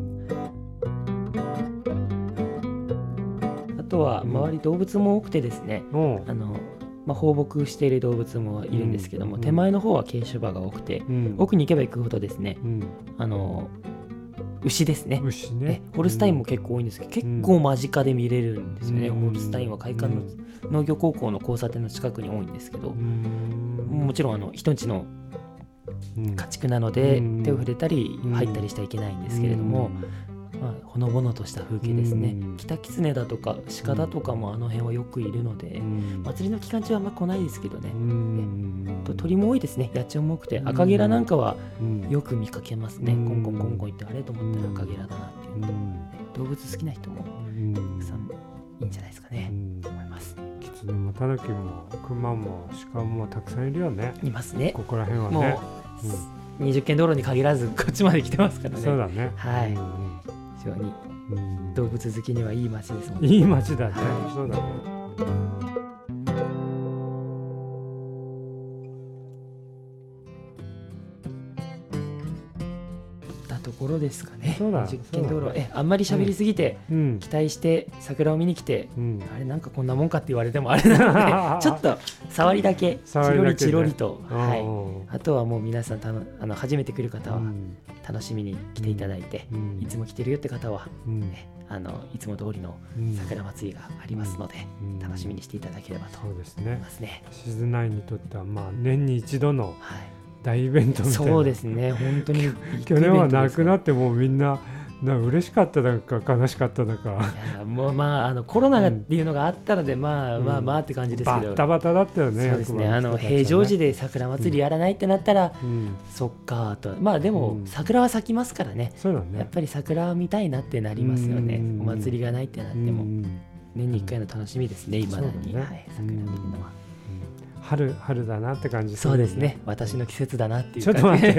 あとは周り動物も多くてですね、放牧している動物もいるんですけども、手前の方は軽種馬が多くて、奥に行けば行くほどですね、牛ですね。 牛ね。 ホルスタインも結構多いんですけど、結構間近で見れるんですよね。ホルスタインは会館の農業高校の交差点の近くに多いんですけど、もちろん人んちの家畜なので手を触れたり入ったりしてはいけないんですけれども、ほのぼのとした風景ですね。キタキツネだとか鹿だとかもあの辺はよくいるので、祭りの期間中はあんま来ないですけどね。鳥も多いですね。野鳥も多くて、赤ゲラなんかはよく見かけますね。コンコンコンコン言って、あれと思ったら赤ゲラだなっていう、動物好きな人もたくさんいいんじゃないですかね、と思います。 キツネもタヌキもクマもシカもたくさんいるよね。 いますね。 ここら辺はね。 もう20軒道路に限らずこっちまで来てますからね。 そうだね。 はい。非常に動物好きにはいい街ですもんね。 いい街だね。そうだね。 ところですかね。 そうだ。 実験道路、あんまり喋りすぎて、期待して桜を見に来て、あれなんかこんなもんかって言われてもあれなのでちょっと触りだけチロリチロリと、あとはもう皆さん初めて来る方は楽しみに来ていただいて、いつも来てるよって方は、いつも通りの桜祭りがありますので、楽しみにしていただければと思いますね。 静内にとっては年に一度の大イベントみたいな。 そうですね、本当に去年はなくなってもうみんな嬉しかっただか悲しかっただか。 いやもうコロナっていうのがあったので、まあって感じですけど、 バタバタだったよね。 そうですね。平常時で桜祭りやらないってなったら、そっかと。でも桜は咲きますからね。 そうだね。 やっぱり桜を見たいなってなりますよね。お祭りがないってなっても年に1回の楽しみですね。今だに桜見るのは。 春だなって感じ。 そうですね。私の季節だなっていう。 ちょっと待って。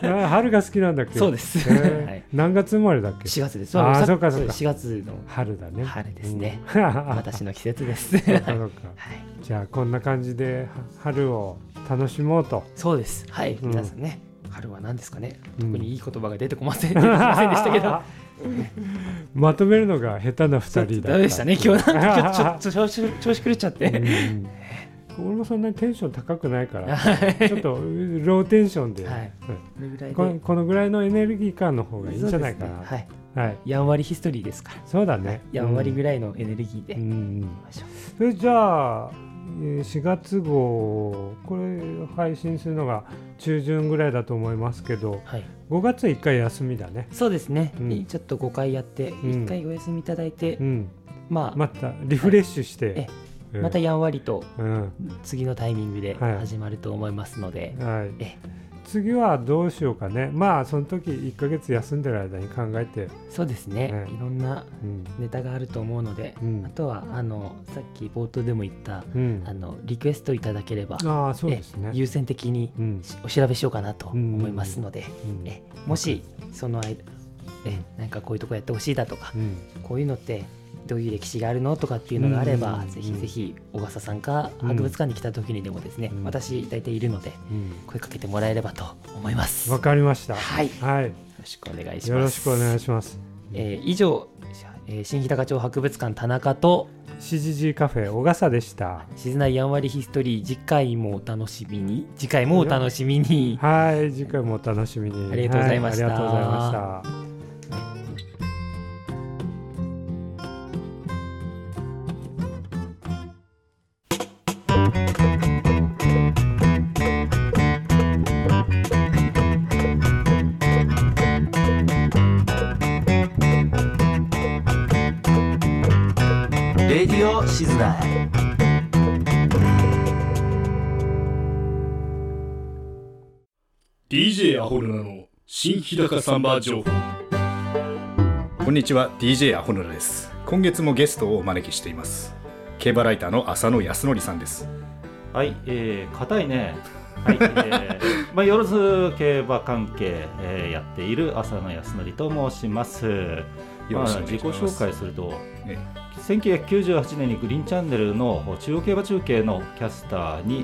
春が好きなんだっけ。 そうです。 何月生まれだっけ。 4月です。 あ、そうかそうか。 4月の春だね。 春ですね。私の季節です。 そうか。じゃあこんな感じで春を楽しもうと。 そうです。はい。皆さんね、春は何ですかね。特にいい言葉が出てきませんでしたけど。 まとめるのが下手な2人だった。 ダメでしたね。今日ちょっと調子狂っちゃって。 俺もそんなにテンション高くないからちょっとローテンションで、このぐらいのエネルギー感の方がいいんじゃないかな。 やんわりヒストリーですから。 そうだね。 やんわりぐらいのエネルギーで。 それじゃあ4月号これ配信するのが中旬ぐらいだと思いますけど、5月1回休みだね。 そうですね。ちょっと5回やって1回お休みいただいて、 またリフレッシュして。 またやんわりと次のタイミングで始まると思いますので、 次はどうしようかね。その時1ヶ月休んでる間に考えて。 そうですね。いろんなネタがあると思うので、あとはさっき冒頭でも言ったリクエストいただければ優先的にお調べしようかなと思いますので、もしその間なんかこういうとこやってほしいだとか、こういうのってどういう歴史があるのとかっていうのがあれば、ぜひぜひ小笠さんか博物館に来た時にでもですね、私大体いるので声かけてもらえればと思います。 わかりました。 はい、よろしくお願いします。 よろしくお願いします。 以上、新日高町博物館田中と CGG カフェ小笠でした。 静内やんわりヒストリー、次回もお楽しみに。はい、次回もお楽しみに。 ありがとうございました。ありがとうございました。 レディオ静内。 DJ アホルナの新日高サンバー情報。 こんにちは、 DJ アホルナです。今月もゲストをお招きしています。競馬ライターの浅野康則さんです。 はい、硬いね。はい、よろず競馬関係、やっている浅野康則と申します。自己紹介すると、1998年にグリーンチャンネルの中央競馬中継のキャスターに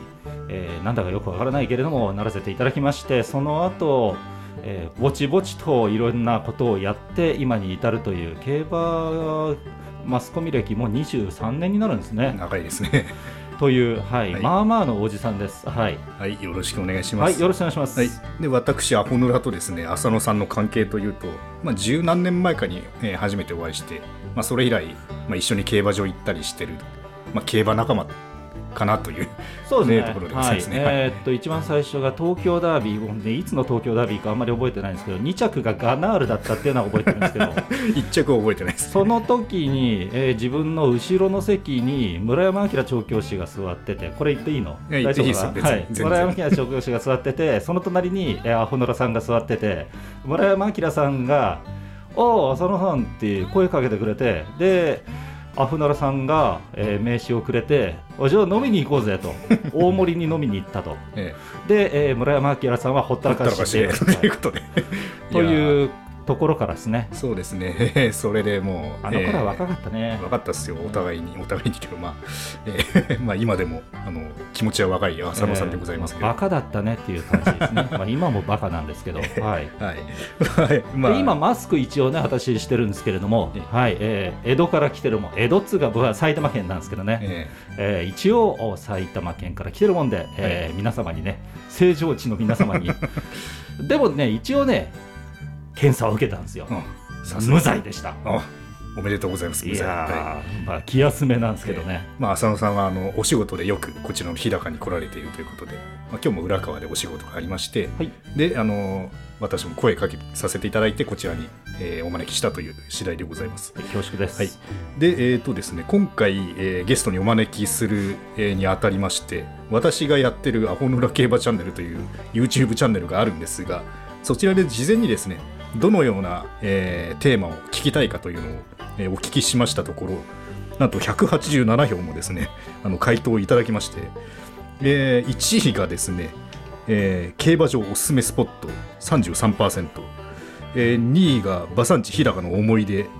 なんだかよくわからないけれどもならせていただきまして、その後、ぼちぼちといろんなことをやって今に至るという競馬マスコミ歴も23年になるんですね。 長いですねという、はいはい、まあまあのおじさんです。はい、 はい、よろしくお願いします。 はい、よろしくお願いします。 はい、で私アホヌラとですね浅野さんの関係というと、十何年前かに、初めてお会いして、それ以来、一緒に競馬場行ったりしてる、競馬仲間かなという、 そうですね、 ところでですね、 一番最初が東京ダービーで、いつの東京ダービーかあんまり覚えてないんですけど、2着がガナールだったっていうのは覚えてるんですけど 1着は覚えてないです。 その時に、自分の後ろの席に村山明調教師が座ってて、これ言っていいの？ 大丈夫かな？はい、 村山明調教師が座ってて、その隣にアホノラさんが座ってて、村山明さんがおー浅野さんって声かけてくれて、でアフナラさんが、名刺をくれて、じゃあ飲みに行こうぜと大森に飲みに行ったと、で、村山明さんはほったらかしでということでというところからですね。 そうですねそれでもうあの頃は若かったね。 若かったですよ、お互いにけど、今でも気持ちは若い浅野さんでございますけど、 バカだったねっていう感じですね今もバカなんですけど、はいで今マスク一応ね私してるんですけれども、江戸から来てるもん、江戸っつうか僕は埼玉県なんですけどね、一応埼玉県から来てるもんで、皆様にね、正常値の皆様にでもね一応ね検査を受けたんですよ、無罪でした。 おめでとうございます。 いや気休めなんですけどね、 浅野さんはお仕事でよくこちらの日高に来られているということで、今日も浦川でお仕事がありまして、で私も声かけさせていただいてこちらに、お招きしたという次第でございます。 恐縮です。 でですね、今回、ゲストにお招きする、にあたりまして、私がやってるアホノラ競馬チャンネルという YouTube チャンネルがあるんですが、そちらで事前にですねどのような、テーマを聞きたいかというのを、お聞きしましたところ、なんと187票もですね回答をいただきまして、1位がですね、競馬場おすすめスポット 33%、2位が馬産地日高の思い出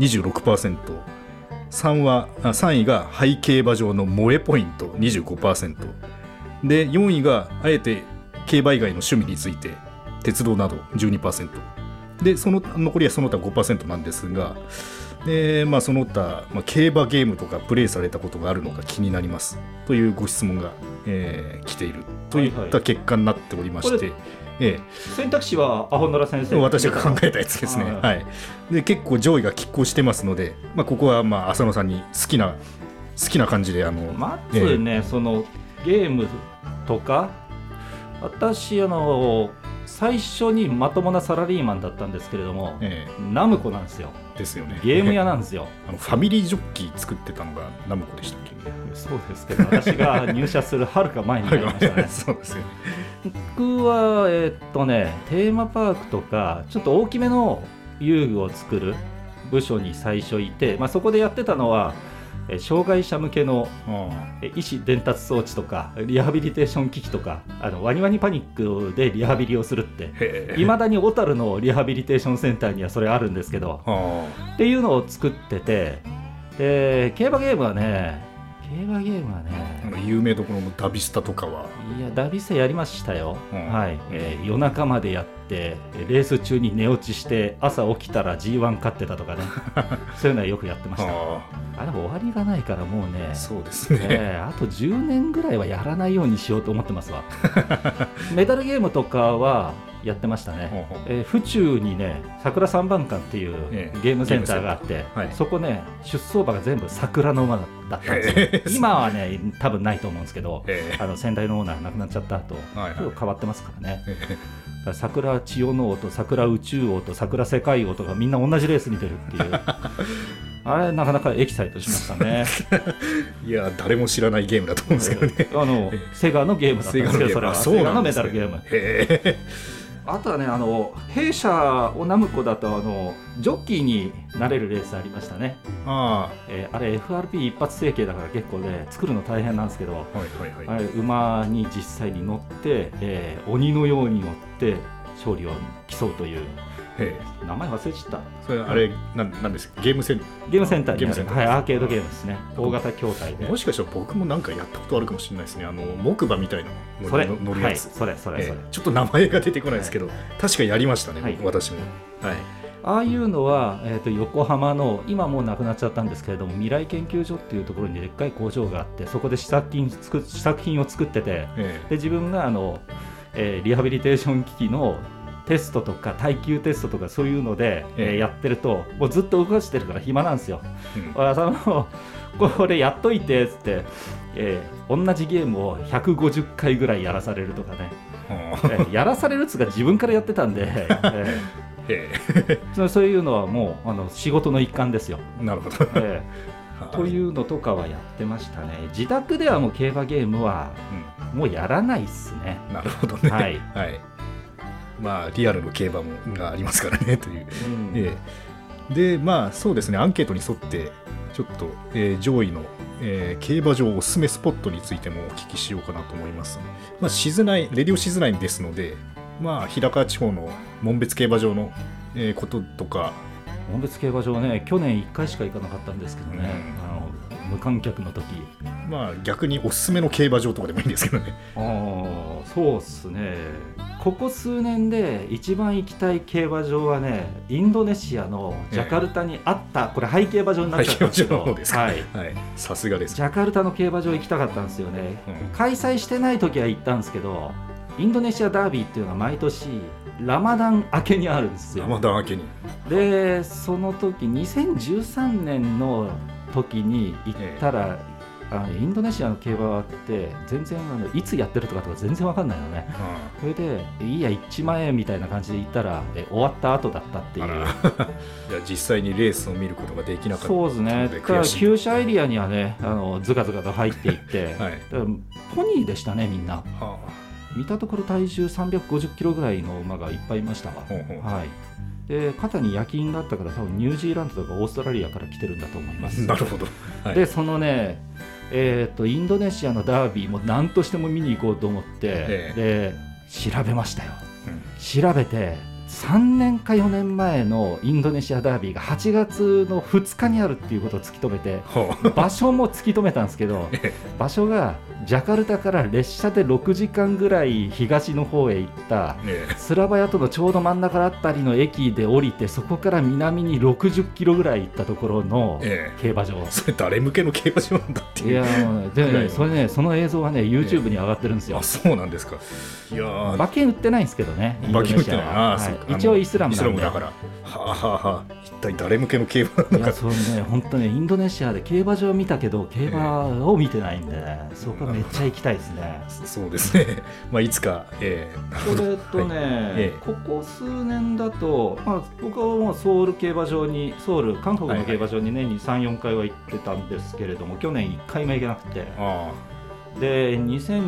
26%、3位がハイ競馬場の萌えポイント 25%で、4位があえて競馬以外の趣味について鉄道など 12% で、その残りはその他 5% なんですが、その他、競馬ゲームとかプレイされたことがあるのか気になりますというご質問が、来ているといった結果になっておりまして、 選択肢はアホノラ先生私が考えたやつですね、で結構上位が拮抗してますので、ここは浅野さんに好きな感じでまずね、そのゲームとか、私最初にまともなサラリーマンだったんですけれども、ナムコなんですよ。 ですよね。 ゲーム屋なんですよ。 ファミリージョッキー作ってたのがナムコでしたっけ？ そうですけど、私が入社するはるか前になりましたね。 そうですよ。 僕はテーマパークとかちょっと大きめの遊具を作る部署に最初いて、そこでやってたのは障害者向けの医師伝達装置とかリハビリテーション機器とか、ワニワニパニックでリハビリをするって、いまだに小樽のリハビリテーションセンターにはそれあるんですけど、っていうのを作ってて、で競馬ゲームはね有名どころのダビスタとかは、 いやダビスタやりましたよ、夜中までやってレース中に寝落ちして朝起きたら G1 勝ってたとかねそういうのはよくやってました。あれ終わりがないからもうね、 そうですね、 あと10年ぐらいはやらないようにしようと思ってますわメダルゲームとかはやってましたね。府中にね桜三番館っていうゲームセンターがあって、そこね出走馬が全部桜の馬だったんですよ。今はね多分ないと思うんですけど、先代のオーナー亡くなっちゃった後、変わってますからね。桜千代の王と桜宇宙王と桜世界王とかみんな同じレースに出るっていうあれなかなかエキサイトしましたねいや誰も知らないゲームだと思うんですけどねセガのゲームだったんですけど、それはセガのメダルゲーム。あとはね弊社オナムコだとジョッキーになれるレースありましたね。あれ FRP 一発成形だから結構ね作るの大変なんですけど、あれ馬に実際に乗って、鬼のように乗って勝利を競うという名前忘れちゃった。 それあれなんですか、ゲームセンターにある、はい、アーケードゲームですね。大型筐体で。 もしかしたら僕もなんかやったことあるかもしれないですね。木馬みたいな乗るやつ。 それ。 ちょっと名前が出てこないですけど、確かやりましたね、私も。はい。 ああいうのは、横浜の今もうなくなっちゃったんですけれども、未来研究所っていうところにでっかい工場があって、そこで試作品を作ってて、で自分がリハビリテーション機器のテストとか耐久テストとかそういうので、やってるともうずっと動かしてるから暇なんですよ。これやっといてっつって、同じゲームを150回ぐらいやらされるとかね、やらされるっつうか自分からやってたんで、そういうのはもう仕事の一環ですよ。 なるほど、 というのとかはやってましたね。自宅ではもう競馬ゲームはもうやらないっすね。 なるほどね。はい、まあリアルの競馬がありますからねという、でまあそうですね、アンケートに沿ってちょっと、上位の、競馬場おすすめスポットについてもお聞きしようかなと思います。まあ、レディオ静内ですので、まあ、日高地方の門別競馬場の、こととか。 門別競馬場ね、去年1回しか行かなかったんですけどね、無観客の時。 まあ逆におすすめの競馬場とかでもいいんですけどね。 そうっすね。ここ数年で一番行きたい競馬場はね、インドネシアのジャカルタにあった、これハイ競馬場になっちゃったんですけど、 さすがです。 ジャカルタの競馬場行きたかったんですよね。開催してない時は行ったんですけど、インドネシアダービーっていうのは毎年ラマダン明けにあるんですよ。 ラマダン明けに。 でその時2013年の時に行ったら、インドネシアの競馬って全然いつやってるとか全然分かんないのね。それでいいや1万円みたいな感じで行ったら終わった後だったっていう。 いや実際にレースを見ることができなかった。 そうですね。だから厩舎エリアにはねずかずかと入っていって、ポニーでしたねみんな。見たところ体重350キロぐらいの馬がいっぱいいましたわ。で肩に夜勤があったから多分ニュージーランドとかオーストラリアから来てるんだと思います。 なるほど。 でそのね、インドネシアのダービーも何としても見に行こうと思って、で調べましたよ。調べて3年か4年前のインドネシアダービーが8月の2日にあるっていうことを突き止めて、場所も突き止めたんですけど、場所がジャカルタから列車で6時間ぐらい東の方へ行ったスラバヤとのちょうど真ん中あたりの駅で降りて、そこから南に60キロぐらい行ったところの競馬場。 それ誰向けの競馬場なんだっていう。 いやでね、それね、その映像はね YouTube に上がってるんですよ。 そうなんですか。いや馬券売ってないんですけどね。 馬券売ってない。 一応イスラムなんで。 だから一体誰向けの競馬なのか。 いやそうね、本当ね、インドネシアで競馬場見たけど競馬を見てないんで、そこはめっちゃ行きたいですね。 そうですね。まあいつか。 それとね、ここ数年だと、僕はもうソウル競馬場に、韓国の競馬場に年に 3,4 回は行ってたんですけれども、去年1回も行けなくて。で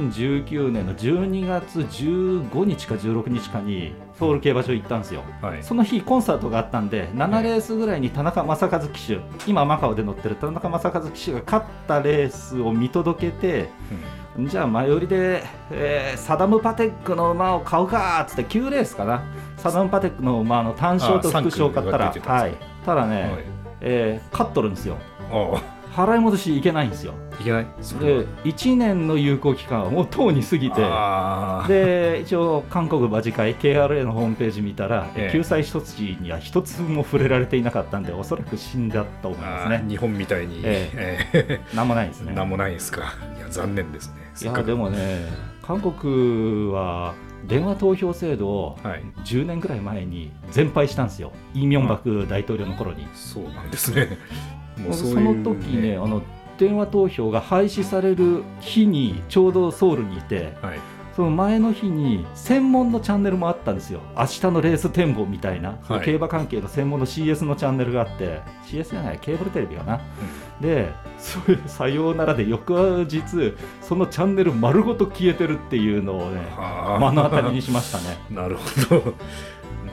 2019年の12月15日か16日かにソウル競馬場行ったんですよ。その日コンサートがあったんで、7レースぐらいに田中正和騎手、今マカオで乗ってる田中正和騎手が勝ったレースを見届けて、じゃあ前売りで、サダム・パテックの馬を買うかっつって9レースかな、サダム・パテックの馬の単勝と副勝を買ったら、ただね、勝っとるんですよ。払い戻しいけないんですよ。 いけない。 で1年の有効期間はもうとうに過ぎて、で一応韓国馬事会 KRA のホームページ見たら、救済措置には一つも触れられていなかったんで、おそらく死んだと思いますね。 日本みたいに、 なんもないですね。 なんもないですか。いや残念ですね。 いやでもね、韓国は電話投票制度を10年ぐらい前に全廃したんですよ。イ・ミョンバク大統領の頃に。 そうなんですね。もうその時ね、電話投票が廃止される日にちょうどソウルにいて、その前の日に専門のチャンネルもあったんですよ。明日のレース展望みたいな、競馬関係の専門の CS のチャンネルがあって、 CS じゃない、ケーブルテレビかな、でそういうさようならで翌日そのチャンネル丸ごと消えてるっていうのをね目の当たりにしましたね。 なるほど。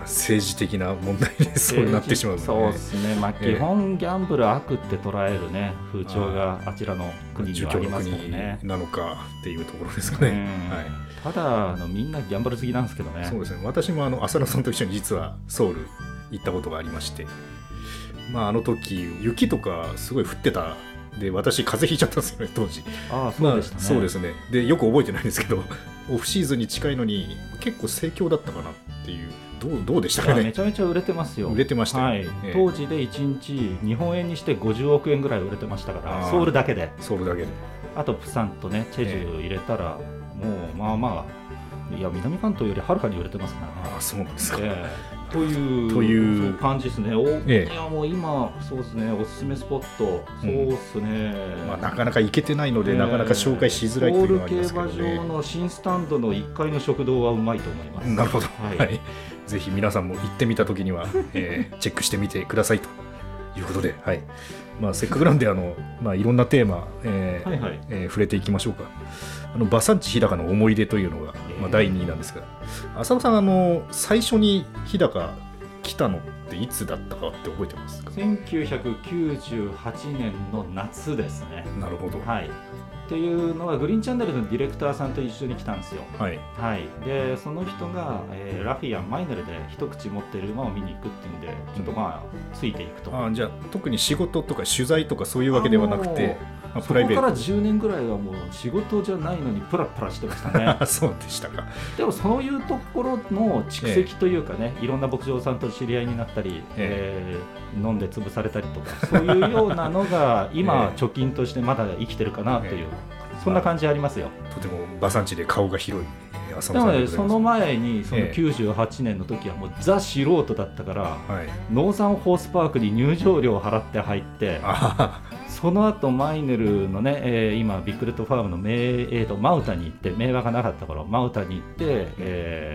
政治的な問題でそうなってしまうので、 そうですね、基本ギャンブル悪って捉えるね風潮があちらの国にはありますもんね。 なのかっていうところですかね。 ただみんなギャンブル好きなんですけどね。 そうですね、私も浅野さんと一緒に実はソウル行ったことがありまして、あの時雪とかすごい降ってたで、私風邪ひいちゃったんですよね当時。 そうでしたね。 そうですね。でよく覚えてないんですけどオフシーズンに近いのに結構盛況だったかなっていう。どうでしたかね。 めちゃめちゃ売れてますよ。 売れてました、ね。 当時で1日日本円にして50億円ぐらい売れてましたから、ソウルだけで。あとプサンとねチェジュ入れたら、もうまあいや南関東よりはるかに売れてますからね。 そうですか。 という感じですね。いやもう今そうですね、おすすめスポット、そうですね。 なかなか行けてないので、なかなか紹介しづらいというのはありますけどね。 ソウル競馬場の新スタンドの1階の食堂はうまいと思います。 なるほど。はい。ぜひ皆さんも行ってみたときには、チェックしてみてくださいということで、はい。せっかくなんでいろんなテーマ、触れていきましょうか。馬産地日高の思い出というのが、第2位なんですが、浅野さん最初に日高来たのっていつだったかって覚えてますか ？1998年の夏ですね。 なるほど。 はい。っていうのはグリーンチャンネルのディレクターさんと一緒に来たんですよ。はい。でその人が、ラフィアンマイネルで一口持ってる馬を見に行くっていうんで、ちょっとついていくと。 じゃあ特に仕事とか取材とかそういうわけではなくて、 プライベート。そこから10年ぐらいはもう仕事じゃないのにプラプラしてましたね。 そうでしたか。 でもそういうところの蓄積というかね、いろんな牧場さんと知り合いになったり、飲んで潰されたりとか、そういうようなのが今貯金としてまだ生きてるかなという、そんな感じありますよ。 とても馬産地で顔が広い。 でもね、その前にその98年の時はもうザ素人だったから、ノーザンホースパークに入場料を払って入って、その後マイネルのね、今ビッグレッドファームのマウタに行って、名馬がなかった頃マウタに行って、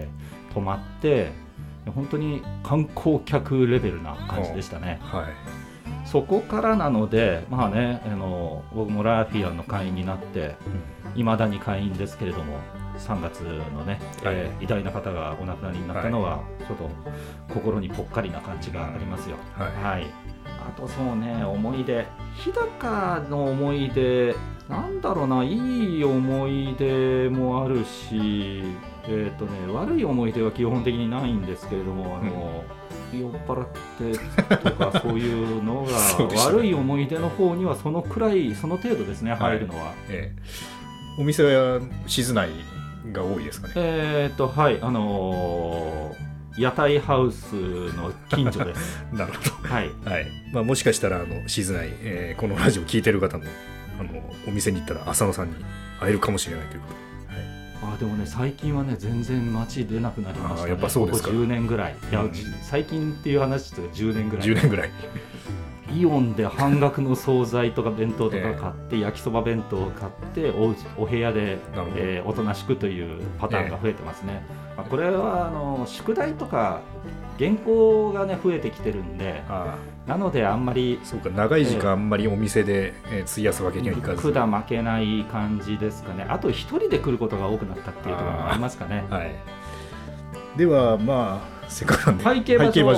泊まって、本当に観光客レベルな感じでしたね。そこからなので、僕もラーフィアンの会員になっていまだに会員ですけれども、3月のね、偉大な方がお亡くなりになったのは、ちょっと心にぽっかりな感じがありますよ。あとそうね、思い出、日高の思い出、なんだろうな、いい思い出もあるし、悪い思い出は基本的にないんですけれども、酔っ払ってとかそういうのが悪い思い出の方にはそのくらい、その程度ですね、入るのは。 お店は静内が多いですかね。 屋台ハウスの近所です。 なるほど。もしかしたら静内、このラジオ聞いてる方のお店に行ったら浅野さんに会えるかもしれないということで。 でもね、最近はね全然街出なくなりましたね。 やっぱそうですか。 ここ10年ぐらい。いや、最近っていう話ですが10年ぐらい。 10年ぐらい。 イオンで半額の惣菜とか弁当とか買って、焼きそば弁当を買ってお部屋で、おとなしくというパターンが増えてますね。これは宿題とか原稿がね増えてきてるんで、なのであんまりそうか、長い時間あんまりお店で費やすわけにはいかず、 管負けない感じですかね。あと一人で来ることが多くなったっていうところもありますかね。 ではせっかくなんで背景馬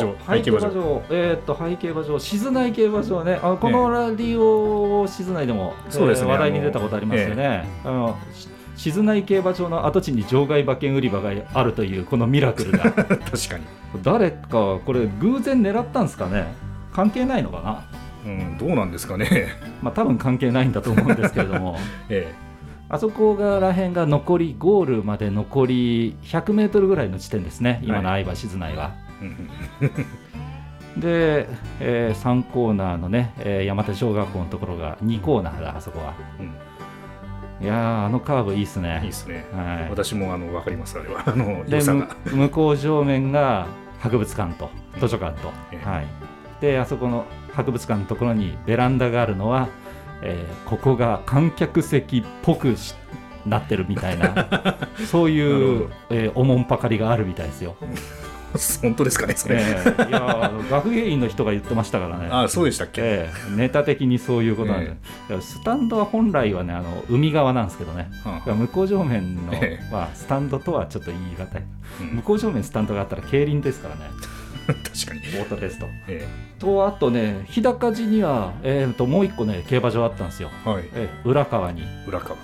場静内競馬場ね、このラディオ静内でも、話題に出たことありますよね。静内競馬場の跡地に場外馬券売り場があるというこのミラクルが確かに誰かこれ偶然狙ったんですかね。関係ないのかな。 どうなんですかね。 多分関係ないんだと思うんですけれども、あそこら辺がゴールまで残り100メートルぐらいの地点ですね、今の相場静内は。で、3コーナーのね、山手小学校のところが2コーナーだ、あそこは。いやカーブいいっすね。 いいっすね。私も分かります、あれは。 で向こう上面が博物館と図書館と、であそこの博物館のところにベランダがあるのは、ここが観客席っぽくなってるみたいなそういう、おもんぱかりがあるみたいですよ。 本当ですかねそれ、 いや学芸員の人が言ってましたからね。 あ、そうでしたっけ、 ネタ的にそういうことなんで、スタンドは本来はね海側なんですけどね、向こう正面の、スタンドとはちょっと言い難い、向こう正面スタンドがあったら競輪ですからね確かにオートレースと、あとね日高寺には、もう一個ね競馬場あったんですよ、浦川に。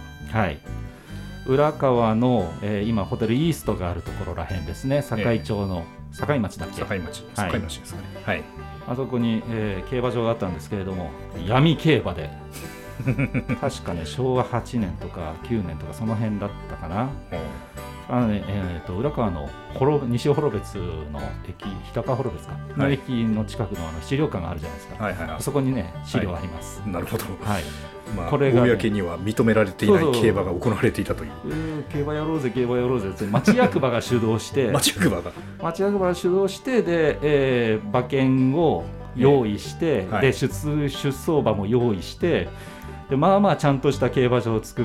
浦川の、今ホテルイーストがあるところらへんですね、堺町の堺町だっけ、 堺町ですかね、はい、 あそこに、競馬場があったんですけれども、闇競馬で確かね昭和8年とか9年とかその辺だったかな。浦川の西幌別の駅、日高幌別かの駅の近くの資料館があるじゃないですか、そこにね資料あります、 なるほど、 これが、 公には認められていない競馬が行われていたという、 競馬やろうぜって町役場が主導して町役場が主導してで、馬券を用意して、で出走馬も用意して、でまあちゃんとした競馬場を作って、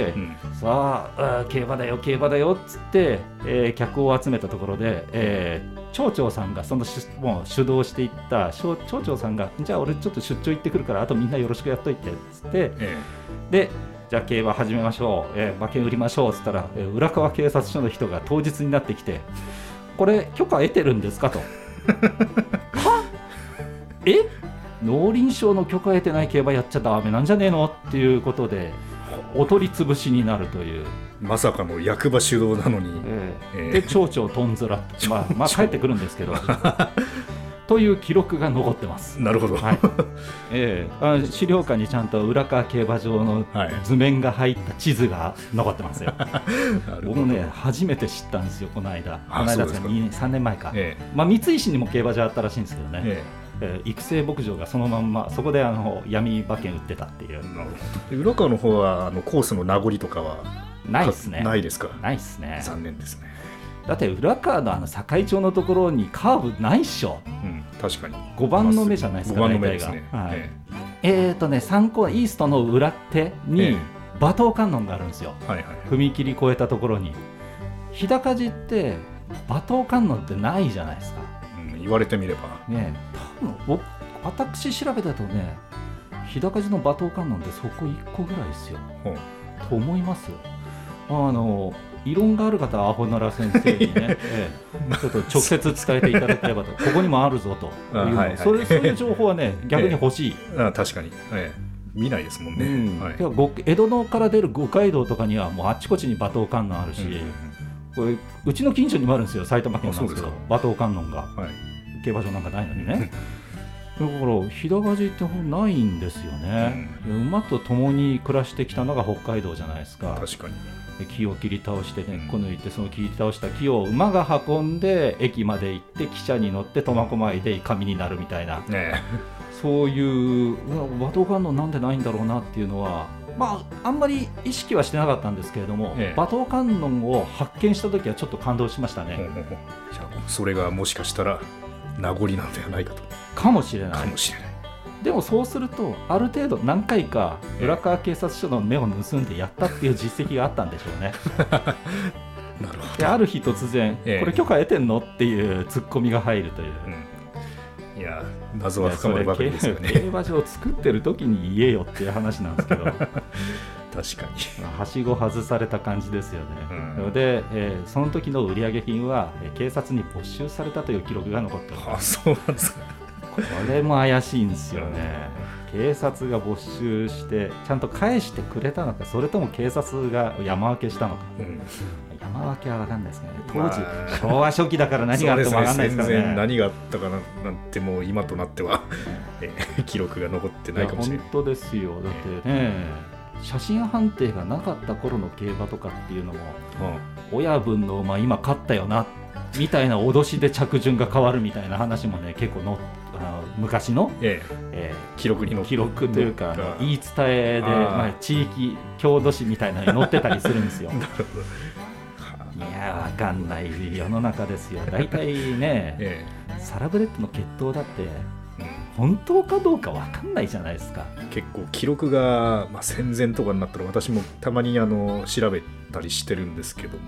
さあ競馬だよっつって、客を集めたところで、町長さんがもう主導していった町長さんが、じゃあ俺ちょっと出張行ってくるからあとみんなよろしくやっといてっつって、でじゃあ競馬始めましょう、馬券売りましょうっつったら、浦川警察署の人が当日になってきて、これ許可得てるんですかとは農林省の許可得てない競馬やっちゃダメなんじゃねえのっていうことでお取り潰しになるという、 まさかの役場主導なのに、 で町長とんずら帰ってくるんですけどという記録が残ってます。 なるほど、 資料館にちゃんと浦川競馬場の図面が入った地図が残ってますよ僕ね初めて知ったんですよ、この間3年前か、三石にも競馬場あったらしいんですけどね、育成牧場がそのまんまそこで闇馬券売ってたっていう。 浦川の方はコースの名残とかはないですね。 ないですか。 ないですね。 残念ですね。 だって浦川の堺町のところにカーブないっしょ、 確かに 5番の目じゃないですか、 5番の目ですね、 3コーナーイーストの裏手に馬頭観音があるんですよ、踏切越えたところに。日高寺って馬頭観音ってないじゃないですか、 言われてみればね。多分私調べたとね、日高寺の馬頭観音ってそこ1個ぐらいですよ、と思いますよ。異論がある方はアホなら先生にね、ちょっと直接伝えていただければと、ここにもあるぞというそういう情報はね逆に欲しい、 確かに、見ないですもんね、 江戸のから出る五街道とかにはもうあっちこっちに馬頭観音あるし、これうちの近所にもあるんですよ、埼玉県なんですけど、馬頭観音が、競馬場なんかないのにねだから日高寺ってないんですよね、馬と共に暮らしてきたのが北海道じゃないですか。 確かに。 木を切り倒して根っこ抜いて、その切り倒した木を馬が運んで駅まで行って汽車に乗って苫小牧で紙になるみたいな、そういう馬頭観音なんでないんだろうなっていうのは、あんまり意識はしてなかったんですけれども、馬頭観音を発見した時はちょっと感動しましたね。 じゃあそれがもしかしたら名残なんではないかと。 かもしれない。でもそうするとある程度何回か浦川警察署の目を盗んでやったっていう実績があったんでしょうねなるほど。 である日突然、これ許可得てんのっていうツッコミが入るという、 いや謎は深まるばかりですよね。 競馬場を作ってる時に言えよっていう話なんですけど確かにはしご外された感じですよね、で、その時の売上金は警察に没収されたという記録が残っています。 そうなんですか。 これも怪しいんですよね、警察が没収してちゃんと返してくれたのか、それとも警察が山分けしたのか、山分けは分かんないですね、当時、昭和初期だから何があっても分かんないですからね。 全然何があったかなんてもう今となっては記録が残ってないかもしれない。 本当ですよ。だってね、写真判定がなかった頃の競馬とかっていうのも、親分の馬今勝ったよなみたいな脅しで着順が変わるみたいな話もね結構昔の、記録というか言い伝えで、地域郷土史みたいなのに載ってたりするんですよ。いや分かんない世の中ですよ。大体ね、サラブレッドの血統だって本当かどうか分かんないじゃないですか。 結構記録が、戦前とかになったら私もたまに調べたりしてるんですけども、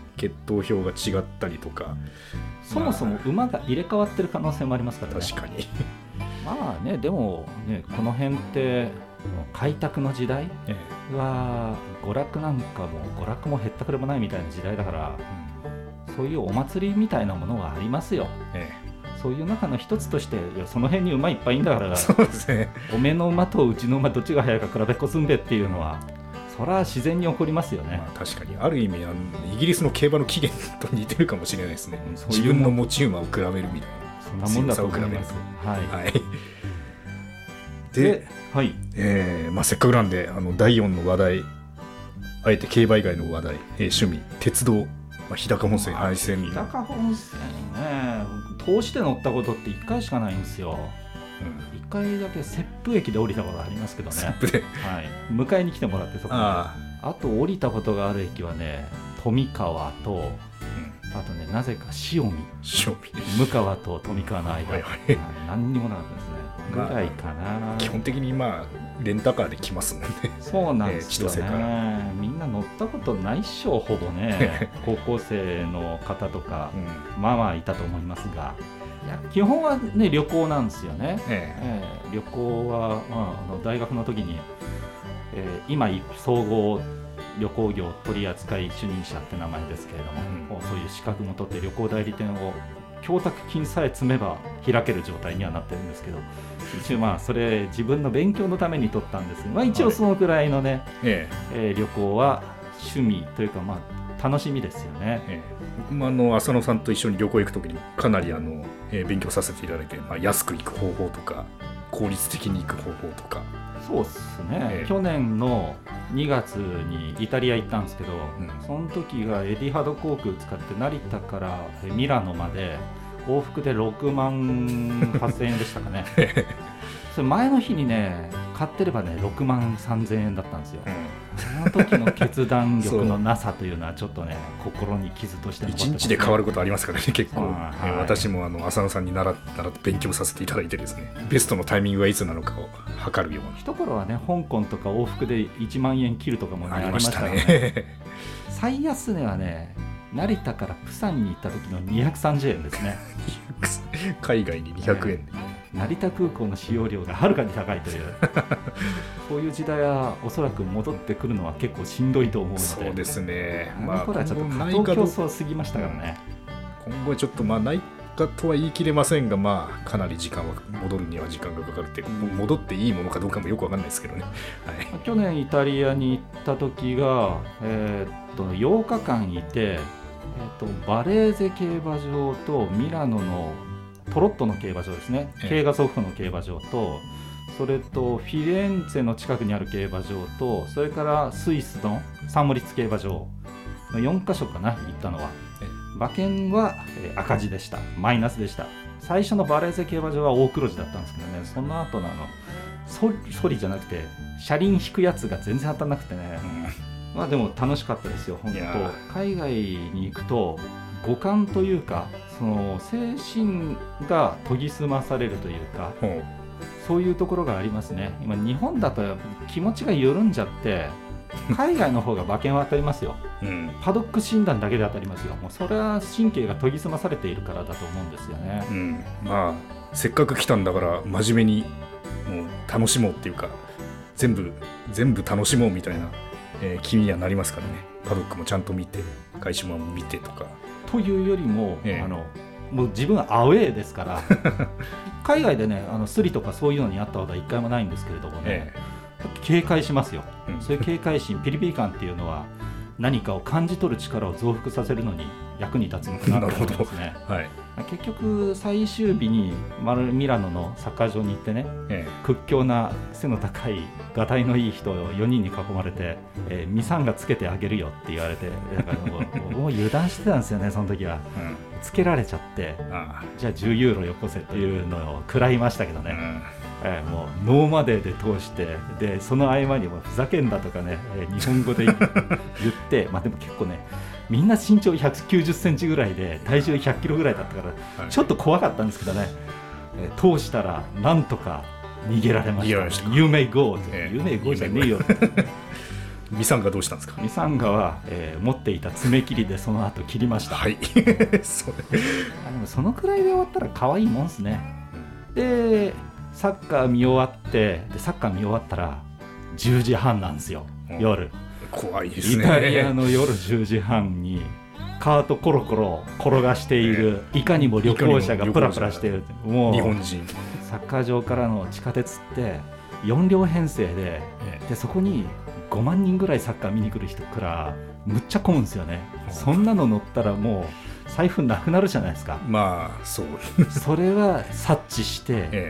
血統表が違ったりとか、 そもそも馬が入れ替わってる可能性もありますからね。 確かにまあね、でもね、この辺って開拓の時代は娯楽なんかも娯楽もへったくれもないみたいな時代だから、そういうお祭りみたいなものはありますよ。そういう中の一つとして、いやその辺に馬いっぱいいんだから、 そうですね、 おめの馬とうちの馬どっちが速いか比べっこすんべっていうのはそれは自然に起こりますよね。 確かにある意味イギリスの競馬の起源と似てるかもしれないですね。自分の持ち馬を比べるみたいな、 そんなもんだと思います。 はい、で、はい、せっかくなんで第4の話題、あえて競馬以外の話題、趣味鉄道、日高本線廃線。 日高本線ね、通して乗ったことって1回しかないんですよ。1回だけ切符駅で降りたことがありますけどね。 切符で、 はい、迎えに来てもらって、そこであと降りたことがある駅はね、富川と、あとね、なぜか塩見向川と富川の間、何にもなかったですね、ぐらいかな。 基本的にレンタカーで来ますもんね。 そうなんですよね、みんな乗ったことないっしょ、ほぼね高校生の方とか、まあいたと思いますが、いや基本はね旅行なんですよね。旅行は、大学の時に、今総合旅行業取扱主任者って名前ですけれども、そういう資格も取って旅行代理店を供託金さえ積めば開ける状態にはなってるんですけど、一応それ自分の勉強のために取ったんですが、一応そのくらいのね、旅行は趣味というか楽しみですよね。 僕も浅野さんと一緒に旅行行くときにかなり勉強させていただいて、安く行く方法とか効率的に行く方法とか。 そうですね、去年の2月にイタリア行ったんですけど、その時がエディハド航空使って成田からミラノまで往復で6万8000円でしたかねそれ前の日にね買ってればね6万3000円だったんですよ。その時の決断力のなさというのはちょっとね心に傷として残ってますね。 1日で変わることありますからね、結構。私も浅野さんに習って勉強させていただいてですね、ベストのタイミングはいつなのかを測るような。 一頃はね香港とか往復で1万円切るとかも、ね、ありましたね最安値はね成田からプサンに行った時の230円ですね海外に200円、 成田空港の使用料がはるかに高いというそういう時代はおそらく戻ってくるのは結構しんどいと思うので。 そうですね、 これはちょっと過当競争すぎましたからね。 今後はちょっとないかとは言い切れませんが、かなり時間は戻るには時間がかかるって、戻っていいものかどうかもよくわかんないですけどね、 去年イタリアに行った時が、8日間いて、バレーゼ競馬場とミラノのトロットの競馬場ですね、競馬ソフトの競馬場と、それとフィレンツェの近くにある競馬場と、それからスイスのサンモリッツ競馬場の4カ所かな、行ったのは。馬券は赤字でした、マイナスでした。最初のバレーゼ競馬場は大黒字だったんですけどね、その後のソリじゃなくて車輪引くやつが全然当たらなくてね、でも楽しかったですよ本当。海外に行くと五感というか、その精神が研ぎ澄まされるというか、そういうところがありますね。今日本だと気持ちが緩んじゃって海外の方が馬券は当たりますよ、パドック診断だけで当たりますよ。もうそれは神経が研ぎ澄まされているからだと思うんですよね、 せっかく来たんだから真面目にもう楽しもうっていうか、全部楽しもうみたいな、気にはなりますからね。パドックもちゃんと見て、開始も見てとかというよりも、もう自分はアウェーですから海外でねスリとかそういうのにあったことは一回もないんですけれどもね、警戒しますよ、そういう警戒心、ピリピリ感っていうのは何かを感じ取る力を増幅させるのに役に立つのかなと思いますね。結局最終日にミラノのサッカー場に行ってね、屈強な背の高いがたいのいい人4人に囲まれて、ミサンがつけてあげるよって言われて、だからもう油断してたんですよねその時は、つけられちゃって、じゃあ10ユーロよこせっていうのを食らいましたけどね、もうノーマネーで通して、でその合間にもふざけんだとかね、日本語で言ってでも結構ねみんな身長190センチぐらいで体重100キロぐらいだったから、ちょっと怖かったんですけどね、通したらなんとか逃げられました。You may go って、You may go じゃねえよってミサンガどうしたんですか？ ミサンガは、持っていた爪切りでその後切りました。 はいそでもそのくらいで終わったら可愛いもんですね。でサッカー見終わってサッカー見終わったら10時半なんですよ、夜。 怖いですね。 イタリアの夜10時半にカートコロコロ転がしている、いかにも旅行者がプラプラしている。もう日本人サッカー場からの地下鉄って4両編成で、でそこに5万人ぐらいサッカー見に来る人からむっちゃ混むんですよね。そんなの乗ったらもう財布なくなるじゃないですか。 まあそうそれは察知して、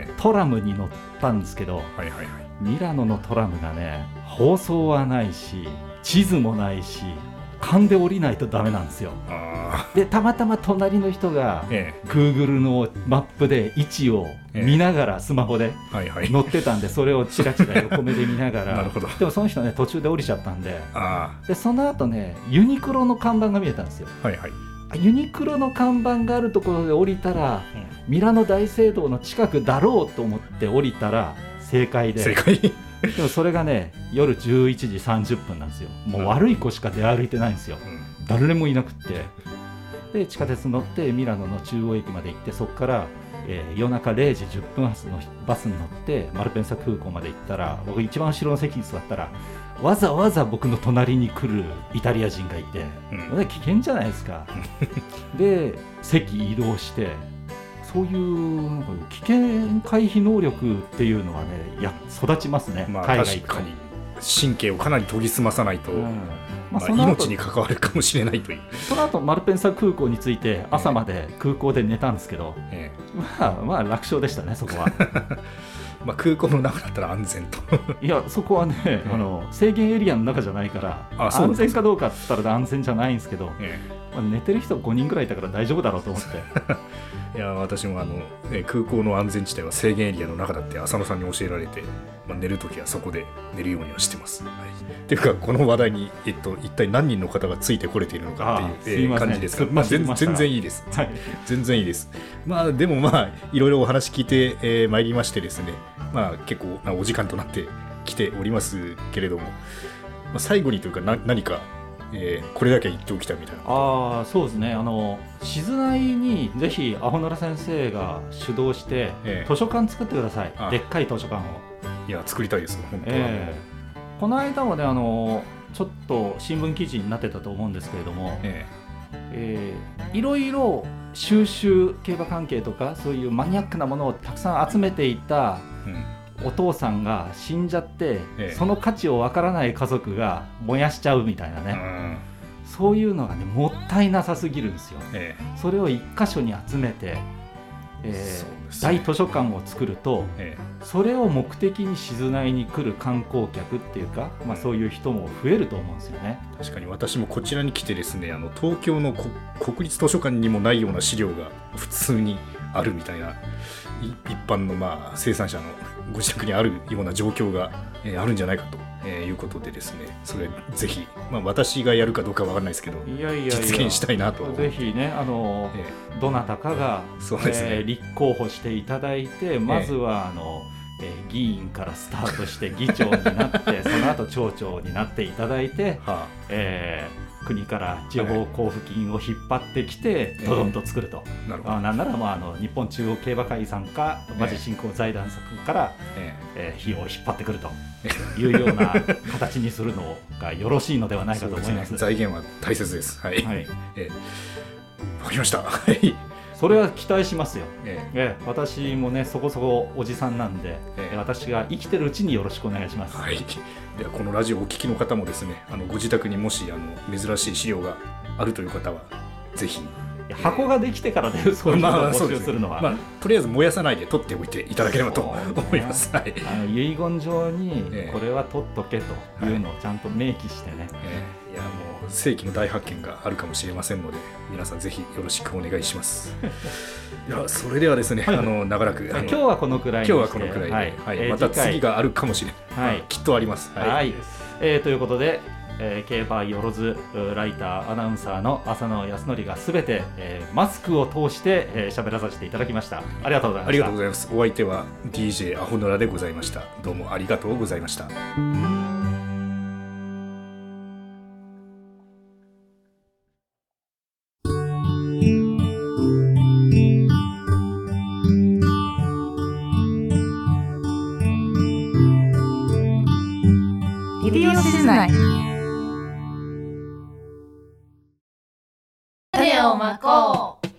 トラムに乗ったんですけど、ミラノのトラムがね、放送はないし地図もないし勘で降りないとダメなんですよ。でたまたま隣の人が Google のマップで位置を見ながらスマホで乗ってたんで、それをチラチラ横目で見ながらでもその人ね途中で降りちゃったんで、でその後ねユニクロの看板が見えたんですよ。ユニクロの看板があるところで降りたら、ミラノ大聖堂の近くだろうと思って降りたら正解で、でもそれがね夜11時30分なんですよ。もう悪い子しか出歩いてないんですよ、誰もいなくって。で地下鉄乗ってミラノの中央駅まで行って、そこから、夜中0時10分発のバスに乗ってマルペンサ空港まで行ったら、僕一番後ろの席に座ったらわざわざ僕の隣に来るイタリア人がいて、危険じゃないですかで席移動して、そういうなんか危険回避能力っていうのはね育ちますね、海外確かに神経をかなり研ぎ澄まさないと、命に関わるかもしれないという。 その後マルペンサ空港に着いて朝まで空港で寝たんですけど、まあ楽勝でしたねそこは空港の中だったら安全といやそこはね、制限エリアの中じゃないから安全かどうかって言ったら安全じゃないんですけど、寝てる人5人ぐらいいたから大丈夫だろうと思っていや私も空港の安全地帯は制限エリアの中だって浅野さんに教えられて、寝るときはそこで寝るようにはしてます。っていうかこの話題に、一体何人の方がついてこれているのかっていう感じですが、全然いいです、全然いいです。でもいろいろお話聞いてまいりましてですね、結構なお時間となってきておりますけれども、最後にというか何かこれだけ言っておきたいみたいな。 そうですね、静内にぜひアホノラ先生が主導して、図書館作ってください。でっかい図書館を。 いや作りたいです本当は。 この間もねちょっと新聞記事になってたと思うんですけれども、いろいろ収集競馬関係とかそういうマニアックなものをたくさん集めていた、お父さんが死んじゃって、その価値をわからない家族が燃やしちゃうみたいなね、そういうのがねもったいなさすぎるんですよ。それを一箇所に集めて、大図書館を作ると、それを目的に静内に来る観光客っていうか、そういう人も増えると思うんですよね。 確かに私もこちらに来てですね、東京の国立図書館にもないような資料が普通にあるみたいな、一般の生産者のご自宅にあるような状況があるんじゃないかということでですね、それぜひ、私がやるかどうかわからないですけど、実現したいなと。 ぜひねどなたかが、立候補していただいて、まずは議員からスタートして議長になってその後町長になっていただいて、国から地方交付金を引っ張ってきてドドンと作ると、なんなら日本中央競馬会さんか馬事振興財団さんから、費用を引っ張ってくるというような形にするのがよろしいのではないかと思います。 財源は大切です。わかりました。 それは期待しますよ。私もねそこそこおじさんなんで、私が生きてるうちによろしくお願いします。 ではこのラジオをお聞きの方もですね、ご自宅にもし珍しい資料があるという方はぜひ。 箱ができてからでそういうのを募集するのは、 とりあえず燃やさないで取っておいていただければと思います。 遺言状にこれは取っとけというのをちゃんと明記してね、 いやもう世紀の大発見があるかもしれませんので、皆さんぜひよろしくお願いしますいやそれではですね、長らく今日はこのくらいにして、 今日はこのくらいで、また次があるかもしれない、きっとあります。 ということで、競馬よろずライターアナウンサーの浅野康則がすべて、マスクを通して喋らさせていただきました。ありがとうございました。 ありがとうございます。お相手は DJ アホノラでございました。どうもありがとうございました。 種をまこう。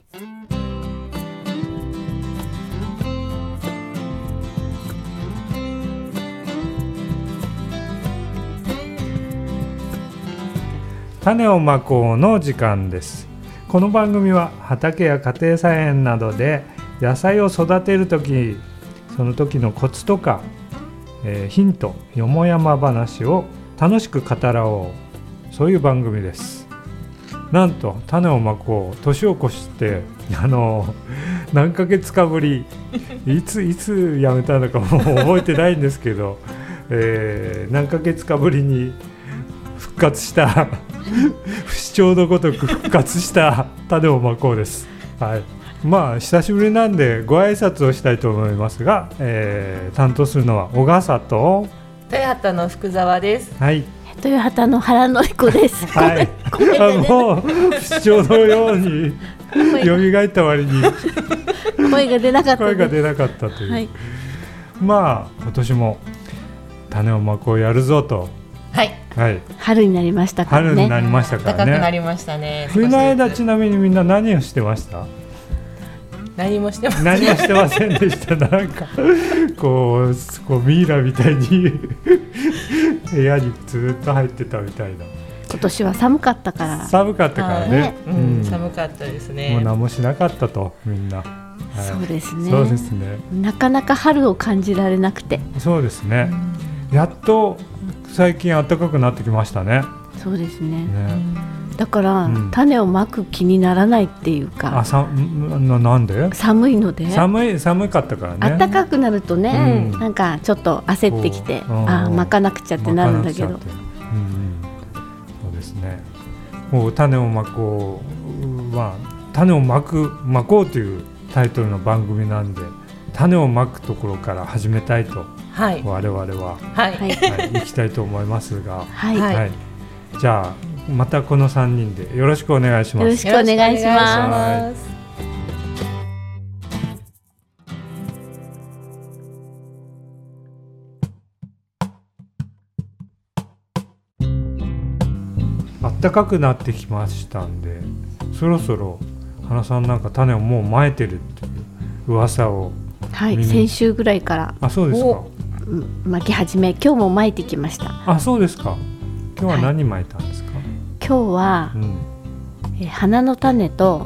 種をまこうの時間です。この番組は畑や家庭菜園などで野菜を育てるとき、その時のコツとか、ヒント、よもやま話を楽しく語らおう、そういう番組です。なんと種をまこう、年を越して何ヶ月かぶり、いつやめたのかもう覚えてないんですけど、何ヶ月かぶりに復活した不死鳥のごとく復活した種をまこうです。はい、まあ久しぶりなんでご挨拶をしたいと思いますが、担当するのは小笠と豊畑の福沢です。 はい、 豊畑の原の彦です。 はい、もう不死鳥のように蘇った割に声が出なかったという、はい、まあ今年も種をまこうやるぞと。はい、 春になりましたからね。 春になりましたからね。 暖かくなりましたね。 冬の間ちなみにみんな何をしてました？ 何もしてません。 何もしてませんでした。なんかこうミイラみたいに部屋にずっと入ってたみたいな。 今年は寒かったからね。 寒かったですね。 もう何もしなかったとみんな。はい、 そうですね。 そうですね。 なかなか春を感じられなくて。 そうですね。やっと最近暖かくなってきましたね。 そうですね。だから、種をまく気にならないっていうか。 なんで？ 寒いので。 寒かったからね。 暖かくなるとね、なんかちょっと焦ってきて、まかなくちゃってなるんだけど。そうですね。もう種をまこうは種をまこうというタイトルの番組なんで、種をまくところから始めたいと。はい、我々は、行きたいと思いますが、じゃあまたこの3人でよろしくお願いします。 よろしくお願いします。 暖かくなってきましたんで、そろそろ花さんなんか種をもうまいてるっていう噂を、 先週ぐらいから。 あ、そうですか。 巻き始め、今日も巻いてきました。 あ、そうですか。今日は何巻いたんですか？ 今日は、花の種と、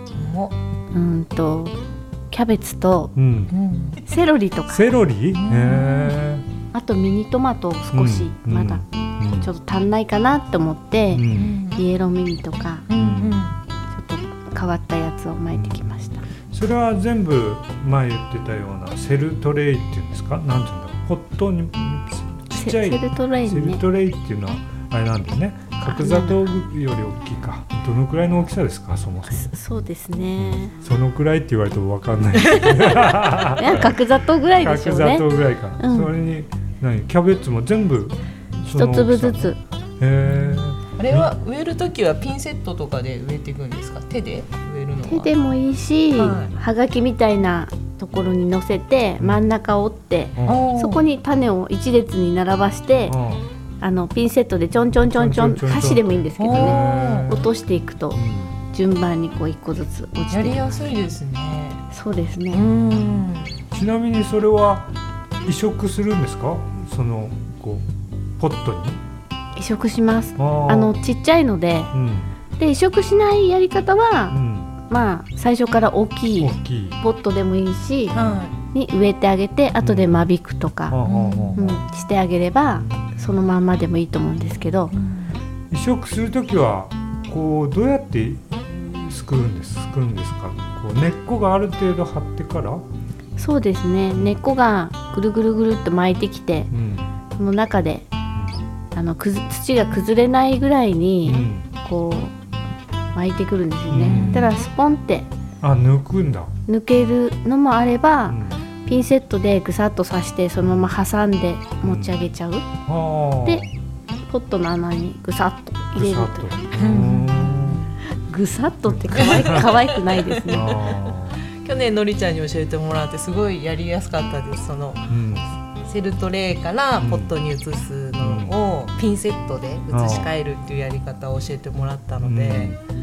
キャベツと、セロリとか。 セロリ？ あとミニトマトを少し、まだちょっと足んないかなと思って、イエローミニとか、ちょっと変わったやつを巻いてきました。 それは全部前言ってたようなセルトレイっていうんですか？なんていうんだろう、ポットにちっちゃいセルトレイね。 セルトレイっていうのはあれなんでね、角砂糖より大きいか。どのくらいの大きさですか、そもそも？ そうですね。 そのくらいって言われても分かんない。 角砂糖ぐらいでしょうね。 角砂糖ぐらいか。それにキャベツも全部一粒ずつ。 あれは植えるときはピンセットとかで植えていくんですか？手で植えるのは？ 手でもいいし、はがきみたいなところに乗せて真ん中を折って、そこに種を一列に並ばして、ピンセットでちょんちょんちょんちょん、箸でもいいんですけどね、落としていくと順番にこう一個ずつ落ちて。 やりやすいですね。 そうですね。 ちなみにそれは移植するんですか？そのこうポットに移植します。ちっちゃいので、で移植しないやり方は、まあ最初から大きいポットでもいいし、に植えてあげて、後で間引くとか、してあげればそのまんまでもいいと思うんですけど、 移植するときはこうどうやってすくうんですか？こう根っこがある程度張ってから？ そうですね。根っこがぐるぐるぐるっと巻いてきて、その中で土が崩れないぐらいにこう巻いてくるんですよね。だからスポンって抜くんだ。 抜けるのもあれば、ピンセットでぐさっと刺してそのまま挟んで持ち上げちゃう。でポットの穴にぐさっと入れると。ぐさっとって可愛くないですね。 去年のりちゃんに教えてもらってすごいやりやすかったです。その、セルトレーからポットに移すのをピンセットで移し替えるっていうやり方を教えてもらったので、今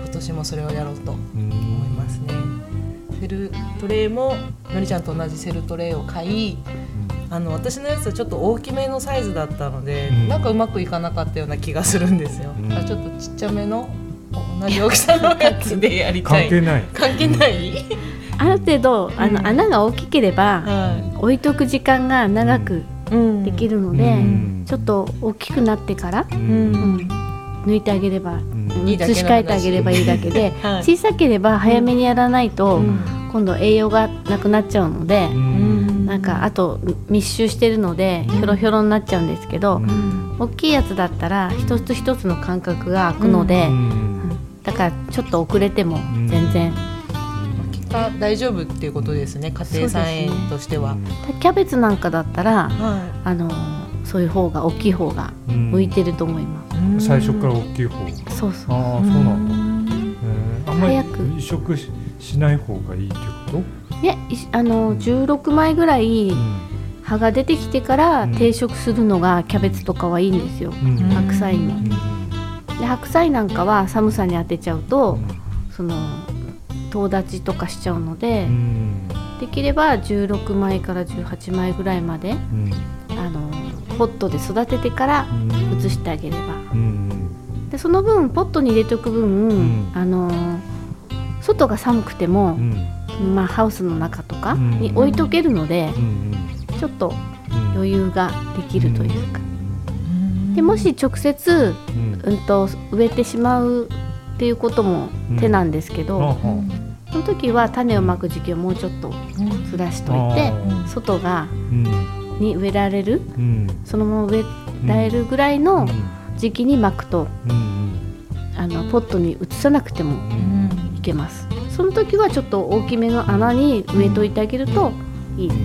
今年もそれをやろうと思いますね。セルトレイものりちゃんと同じセルトレイを買い、私のやつはちょっと大きめのサイズだったので、なんかうまくいかなかったような気がするんですよ。だからちょっとちっちゃめの同じ大きさのやつでやりたい。関係ない、 ある程度穴が大きければ、置いとく時間が長くできるので、ちょっと大きくなってから、抜いてあげれば、移し替えてあげればいいだけで、小さければ早めにやらないと、今度栄養がなくなっちゃうので、なんかあと密集してるのでひょろひょろになっちゃうんですけど、大きいやつだったら一つ一つの間隔が空くので、だからちょっと遅れても全然結果大丈夫っていうことですね、家庭菜園としては。 キャベツなんかだったら、そういう方が大きい方が向いてると思います。 最初から大きい方。 そうそう。 ああ、そうなんだ。あんまり移植しない方がいいってこと？ ね、16枚ぐらい葉が出てきてから定食するのがキャベツとかはいいんですよ、白菜も。で白菜なんかは寒さに当てちゃうと、とう立ちとかしちゃうので、できれば16枚から18枚ぐらいまで、ポットで育ててから移してあげれば、でその分ポットに入れておく分、外が寒くても、ハウスの中とかに置いとけるので、ちょっと余裕ができるというか、でもし直接、植えてしまうっていうことも手なんですけど、その時は種をまく時期をもうちょっとずらしといて、外がに植えられる、そのまま植えられるぐらいの時期にまくと、ポットに移さなくてもいけます。その時はちょっと大きめの穴に植えといてあげるといいです。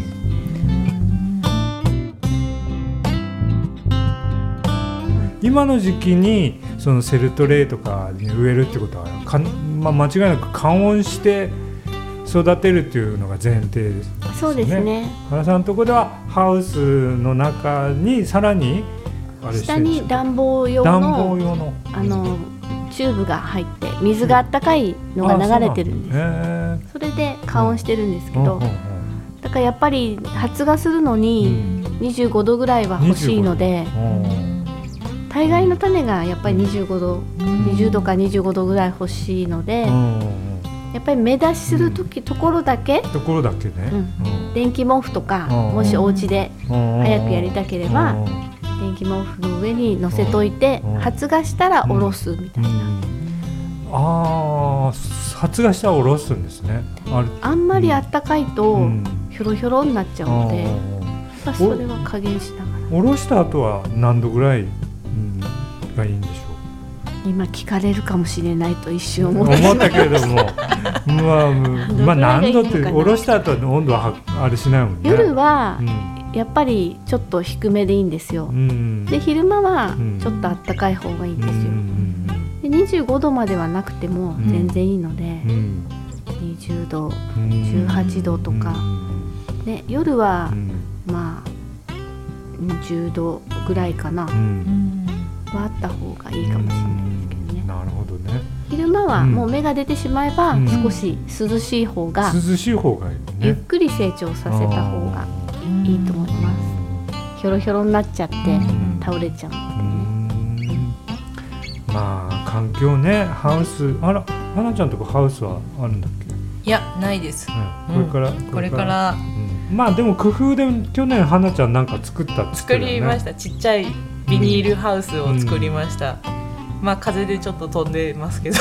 今の時期にそのセルトレイとかに植えるってことは間違いなく間温して育てるっていうのが前提ですね。 そうですね。 原さんのところではハウスの中にさらに下に暖房用のチューブが入って水があったかいのが流れてるんです。それで加温してるんですけど、だからやっぱり発芽するのに25度ぐらいは欲しいので、大概の種がやっぱり25度、20度か25度ぐらい欲しいので、やっぱり芽出しするところだけね、電気毛布とか、もしお家で早くやりたければ電気毛布の上に乗せといて、発芽したら下ろすみたいな。 発芽したら下ろすんですね。 あんまりあったかいとひょろひょろになっちゃうので、それは加減しながら。 下ろした後は何度ぐらいがいいんでしょう？今聞かれるかもしれないと一瞬思ったけれども何度って下ろした後は温度はあれしないもんね。 夜はやっぱりちょっと低めでいいんですよ。で昼間はちょっとあったかい方がいいんですよ。で25度まではなくても全然いいので、20度18度とか、ね、夜はまあ10度ぐらいかな、はあった方がいいかもしれないですけどね。 なるほどね。 昼間はもう芽が出てしまえば、少し涼しい方が、 いいね。 ゆっくり成長させた方がいいと思います。ひょろひょろになっちゃって倒れちゃうのでね。 まあ環境ね、ハウス、花ちゃんとこハウスはあるんだっけ？ いや、ないです。これから。 まあでも工夫で去年花ちゃんなんか作りました。ちっちゃいビニールハウスを作りました。まあ風でちょっと飛んでますけど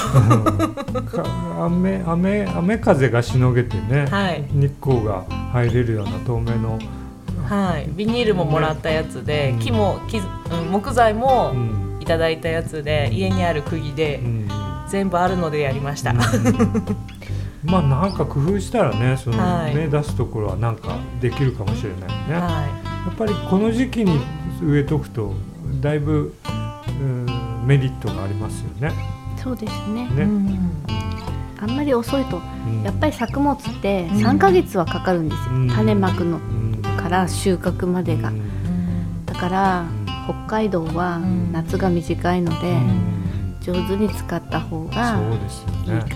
雨風がしのげてね、日光が入れるような透明の、 ビニールももらったやつで、木材もいただいたやつで、家にある釘で全部あるのでやりました。 まあなんか工夫したらね、その芽出すところはなんかできるかもしれないね。やっぱりこの時期に植えとくとだいぶメリットがありますよね。 そうですね。あんまり遅いと、やっぱり作物って3ヶ月はかかるんですよ。種まくのから収穫までが。だから北海道は夏が短いので、 上手に使った方がいいかなって。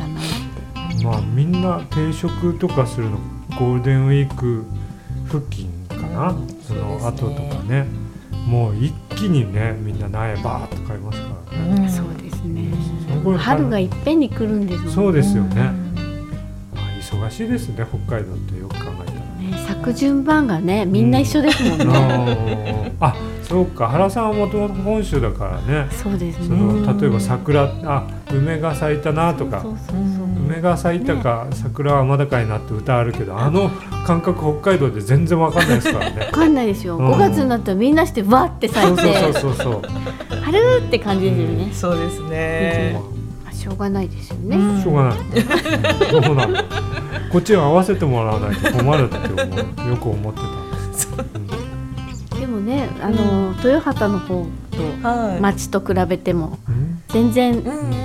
まあみんな定食とかするのゴールデンウィーク付近かな、その後とかね、もう一気にねみんな苗バーッと買いますからね。 そうですね。春がいっぺんに来るんですもんね。 そうですよね。忙しいですね、北海道ってよく考えたらね。咲く順番がねみんな一緒ですもんね。 あ、そうか、原さんはもともと本州だからね。 そうですね。 その例えば桜、梅が咲いたなとか、梅が咲いたか、桜はまだかいなって歌あるけど、あの感覚北海道で全然わかんないですからね。 わかんないですよ。5月になったらみんなしてわって咲いて、 そう春って感じですよね。 そうですね。 しょうがないですよね。 しょうがない。そうなの。こっちが合わせてもらわないと困るってよく思ってたんです。 でもね、豊畑の方と町と比べても全然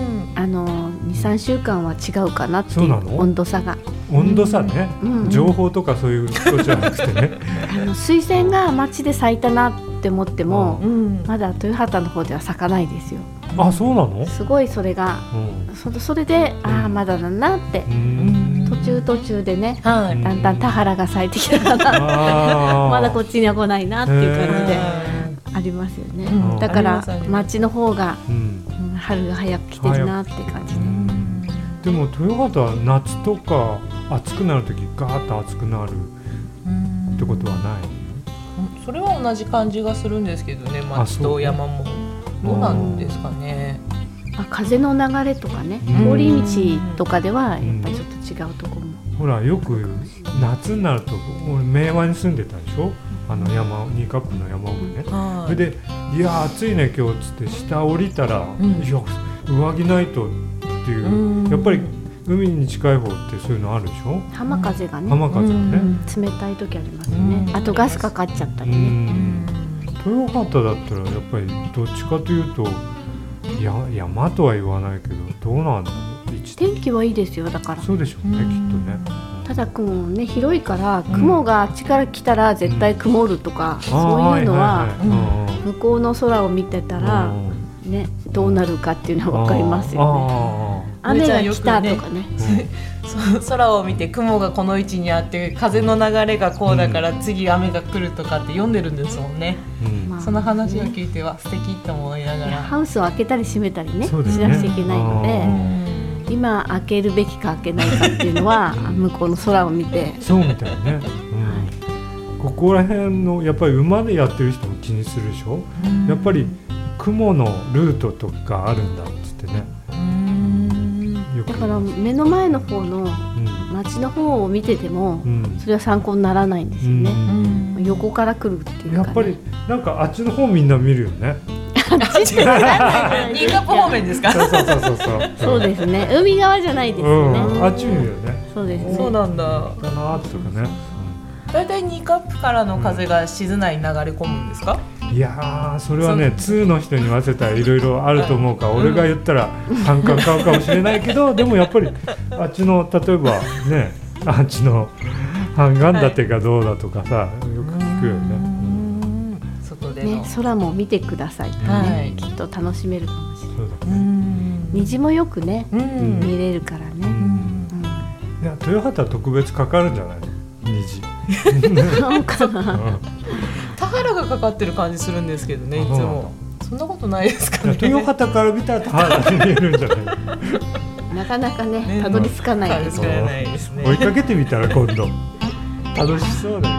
2,3週間は違うかなっていう温度差が。 温度差ね。情報とかそういうことじゃなくてね。 水仙が町で咲いたなって思っても、まだ豊畑の方では咲かないですよ。 あ、そうなの？ すごいそれが、それでまだだなって。途中でね、だんだん田原が咲いてきたからまだこっちには来ないなっていう感じでありますよね。だから町の方が春が早く来てるなって感じで。でも豊畑は夏とか暑くなるときガーッと暑くなるってことはない？ それは同じ感じがするんですけどね、町と山も。どうなんですかね。 風の流れとかね、通り道とかではやっぱりちょっと違うところも。 ほらよく夏になると、俺明和に住んでたでしょ、新カップの山奥ね。それでいや暑いね今日っつって下降りたら、いや上着ないとっていう、やっぱり海に近い方ってそういうのあるでしょ。 浜風がね、冷たい時ありますね。あとガスかかっちゃったりね。 豊畑だったらやっぱりどっちかというと山とは言わないけど、どうなんだろう。 天気はいいですよ。だからそうでしょうね、きっとね。 ただ雲ね、広いから雲があっちから来たら絶対曇るとか、そういうのは向こうの空を見てたらね、どうなるかっていうのは分かりますよね。雨が来たとかね、 空を見て雲がこの位置にあって風の流れがこうだから次雨が来るとかって読んでるんですもんね。その話を聞いては素敵と思いながら、 ハウスを開けたり閉めたりねしなくちゃいけないので、今開けるべきか開けないかっていうのは向こうの空を見て。 そうみたいね。ここら辺のやっぱり馬でやってる人も気にするでしょ。やっぱり雲のルートとかあるんだっつってね。 だから目の前の方の街の方を見ててもそれは参考にならないんですよね。横から来るっていうかね。 やっぱりなんかあっちの方みんな見るよね。 新カップ方面ですか？ そうですね。海側じゃないですよね。 あっち見るよね。 そうですね。 そうなんだ。 だなとかね。 だいたい2カップからの風が静内に流れ込むんですか？ いやそれはね、2の人に言わせたらいろいろあると思うから、俺が言ったら反感買うかもしれないけど、でもやっぱりあっちの例えばね、あっちの半岸立がどうだとかさ、よく聞くよね。 外での空も見てくださいってね、きっと楽しめるかもしれない。 そうだね。 虹もよくね見れるからね。 いや、豊畑は特別かかるんじゃないの？虹。 そうかな。 田原がかかってる感じするんですけどね、いつも。そんなことないですかね。 豊畑から見たら田原に見えるんじゃない？ なかなかね、たどり着かないですね。 追いかけてみたら今度楽しそうだよ。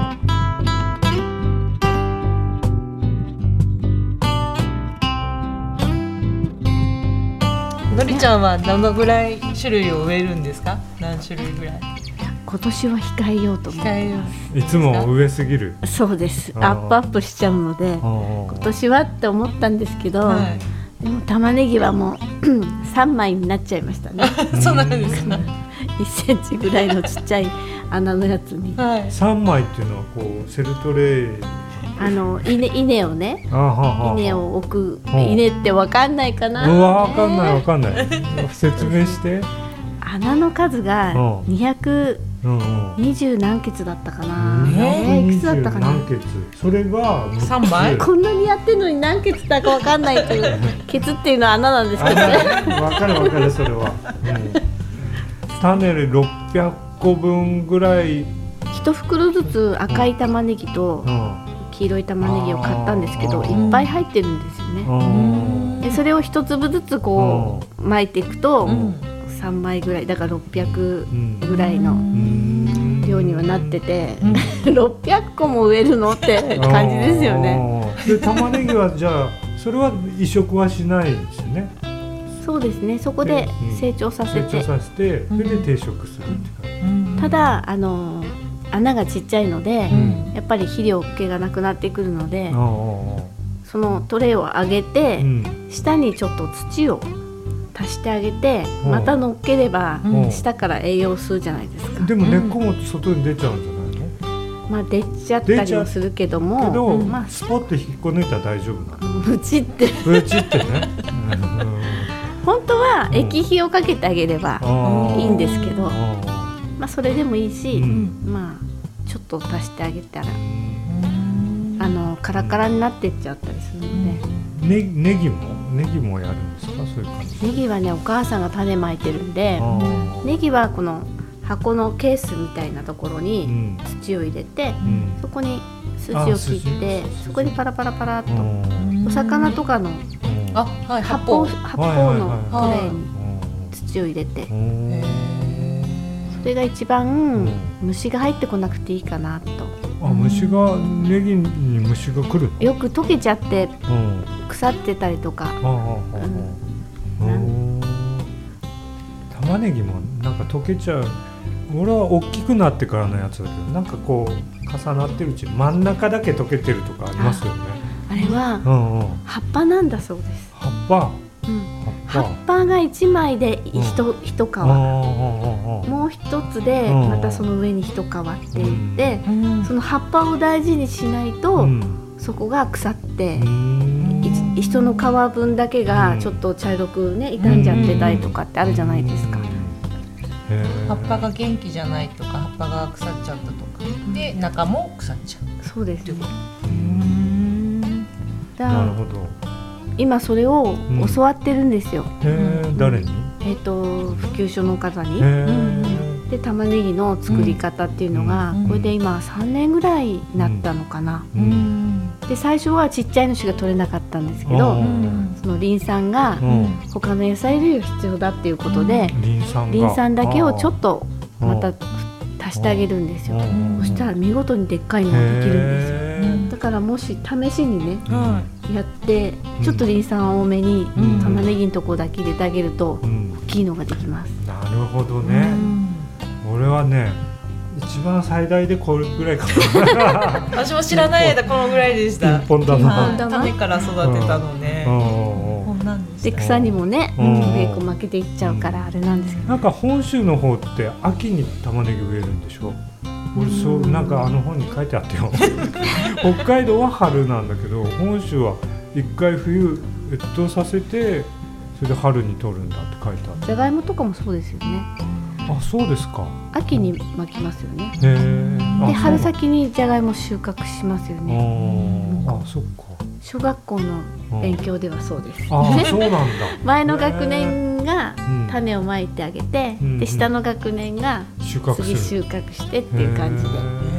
のりちゃんはどのぐらい種類を植えるんですか？何種類ぐらい？ 今年は控えようと思って。 いつも植えすぎる。 そうです。アップしちゃうので、今年はって思ったんですけど、でも玉ねぎはもう3枚になっちゃいましたね。 そうなんですか。 1センチぐらいのちっちゃい穴のやつに。 3枚っていうのはこうセルトレイ。 稲をね、稲を置く、稲ってわかんないかな。 わかんない。説明して。 穴の数が200 20何ケツだったかな。いくつだったかな。 何ケツ。それが 3枚。 こんなにやってるのに何ケツだかわかんないけど、ケツっていうのは穴なんですけどね。 わかるそれは。種類600個分ぐらい。 1袋ずつ赤い玉ねぎと黄色い玉ねぎを買ったんですけど、いっぱい入ってるんですよね。でそれを1粒ずつこう巻いていくと3枚ぐらいだから600ぐらいの量にはなってて、600個も植えるのって感じですよね。 で玉ねぎはじゃあそれは移植はしないんですよね。 そうですね。そこで成長させて、 それで定食するって感じ。 ただ穴がちっちゃいので、やっぱり肥料気がなくなってくるので、そのトレイを上げて、下にちょっと土を足してあげて、また乗っければ、下から栄養を吸うじゃないですか。 でも根っこも外に出ちゃうんじゃないの？ 出ちゃったりもするけども、 スポッと引っこ抜いたら大丈夫なの？ ブチってね。本当は液肥をかけてあげればいいんですけど、それでもいいし、ちょっと足してあげたらカラカラになってっちゃったりするので。 ネギもやるんですか？そういう感じ。 ネギはね、お母さんが種まいてるんで、ネギはこの箱のケースみたいなところに土を入れて、そこに筋を切って、そこにパラパラパラっとお魚とかの発泡のトレイに土を入れて、それが一番虫が入ってこなくていいかなと。 虫がネギに虫が来るの？ よく溶けちゃって腐ってたりとか。 玉ねぎもなんか溶けちゃう。俺は大きくなってからのやつだけど、なんかこう重なってるうちに真ん中だけ溶けてるとかありますよね。 あれは葉っぱなんだそうです。 葉っぱ。 葉っぱが1枚で一皮、もう一つでまたその上に一皮っていって、その葉っぱを大事にしないと、そこが腐って人の皮分だけがちょっと茶色くね傷んじゃってたりとかってあるじゃないですか。 葉っぱが元気じゃないとか、葉っぱが腐っちゃったとかで中も腐っちゃう。 そうですね。 なるほど。 今それを教わってるんですよ。 誰に？ 普及所の方に。で玉ねぎの作り方っていうのが、これで今3年ぐらいになったのかな。で最初はちっちゃいのしか取れなかったんですけど、そのリン酸が他の野菜類が必要だっていうことで、リン酸だけをちょっとまた足してあげるんですよ。そしたら見事にでっかいのができるんですよ。だからもし試しにね、やってちょっとリン酸多めに玉ねぎのところだけ入れてあげると大きいのができます。 なるほどね。俺はね、一番最大でこれぐらいかな。 私も知らない間このぐらいでした。 ピンポン玉。 種から育てたのね。 で草にもね、上こう負けていっちゃうからあれなんですけど。 なんか本州の方って秋に玉ねぎ植えるんでしょ。俺そうなんか本に書いてあったよ。北海道は春なんだけど、本州は一回冬越冬させて、それで春に取るんだって書いてある。 じゃがいもとかもそうですよね。 あ、そうですか。 秋に巻きますよね。で春先にじゃがいも収穫しますよね。 あ、そっか。 小学校の勉強ではそうです。 あ、そうなんだ。 前の学年が種をまいてあげて、で下の学年が次収穫してっていう感じで。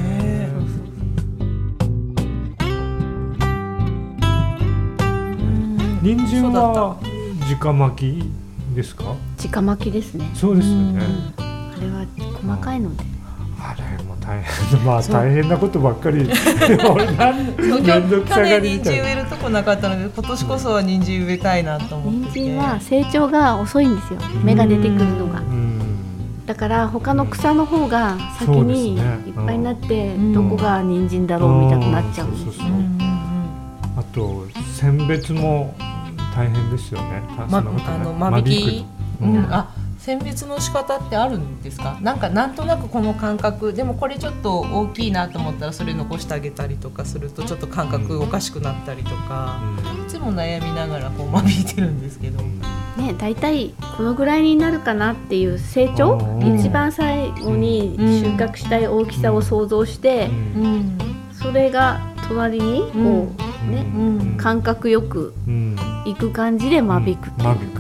人参は直巻きですか？ 直巻きですね。 そうですよね。 あれは細かいので。 あれも大変、まあ大変なことばっかり。俺面倒くさがりみたいな。 去年人参植えるとこなかったので、今年こそは人参植えたいなと思ってて。 人参は成長が遅いんですよ。芽が出てくるのが。だから他の草の方が先にいっぱいになって、どこが人参だろうみたくなっちゃうんですよ。 あと選別も大変ですよね。 間引き。選別の仕方ってあるんですか？なんとなくこの感覚でもこれちょっと大きいなと思ったらそれ残してあげたりとかするとちょっと感覚おかしくなったりとか、いつも悩みながらこう間引いてるんですけど。 ね、 ね、だいたいこのぐらいになるかなっていう成長、一番最後に収穫したい大きさを想像して、それが隣にこう、ね、感覚よくいく感じで間引くっていうか、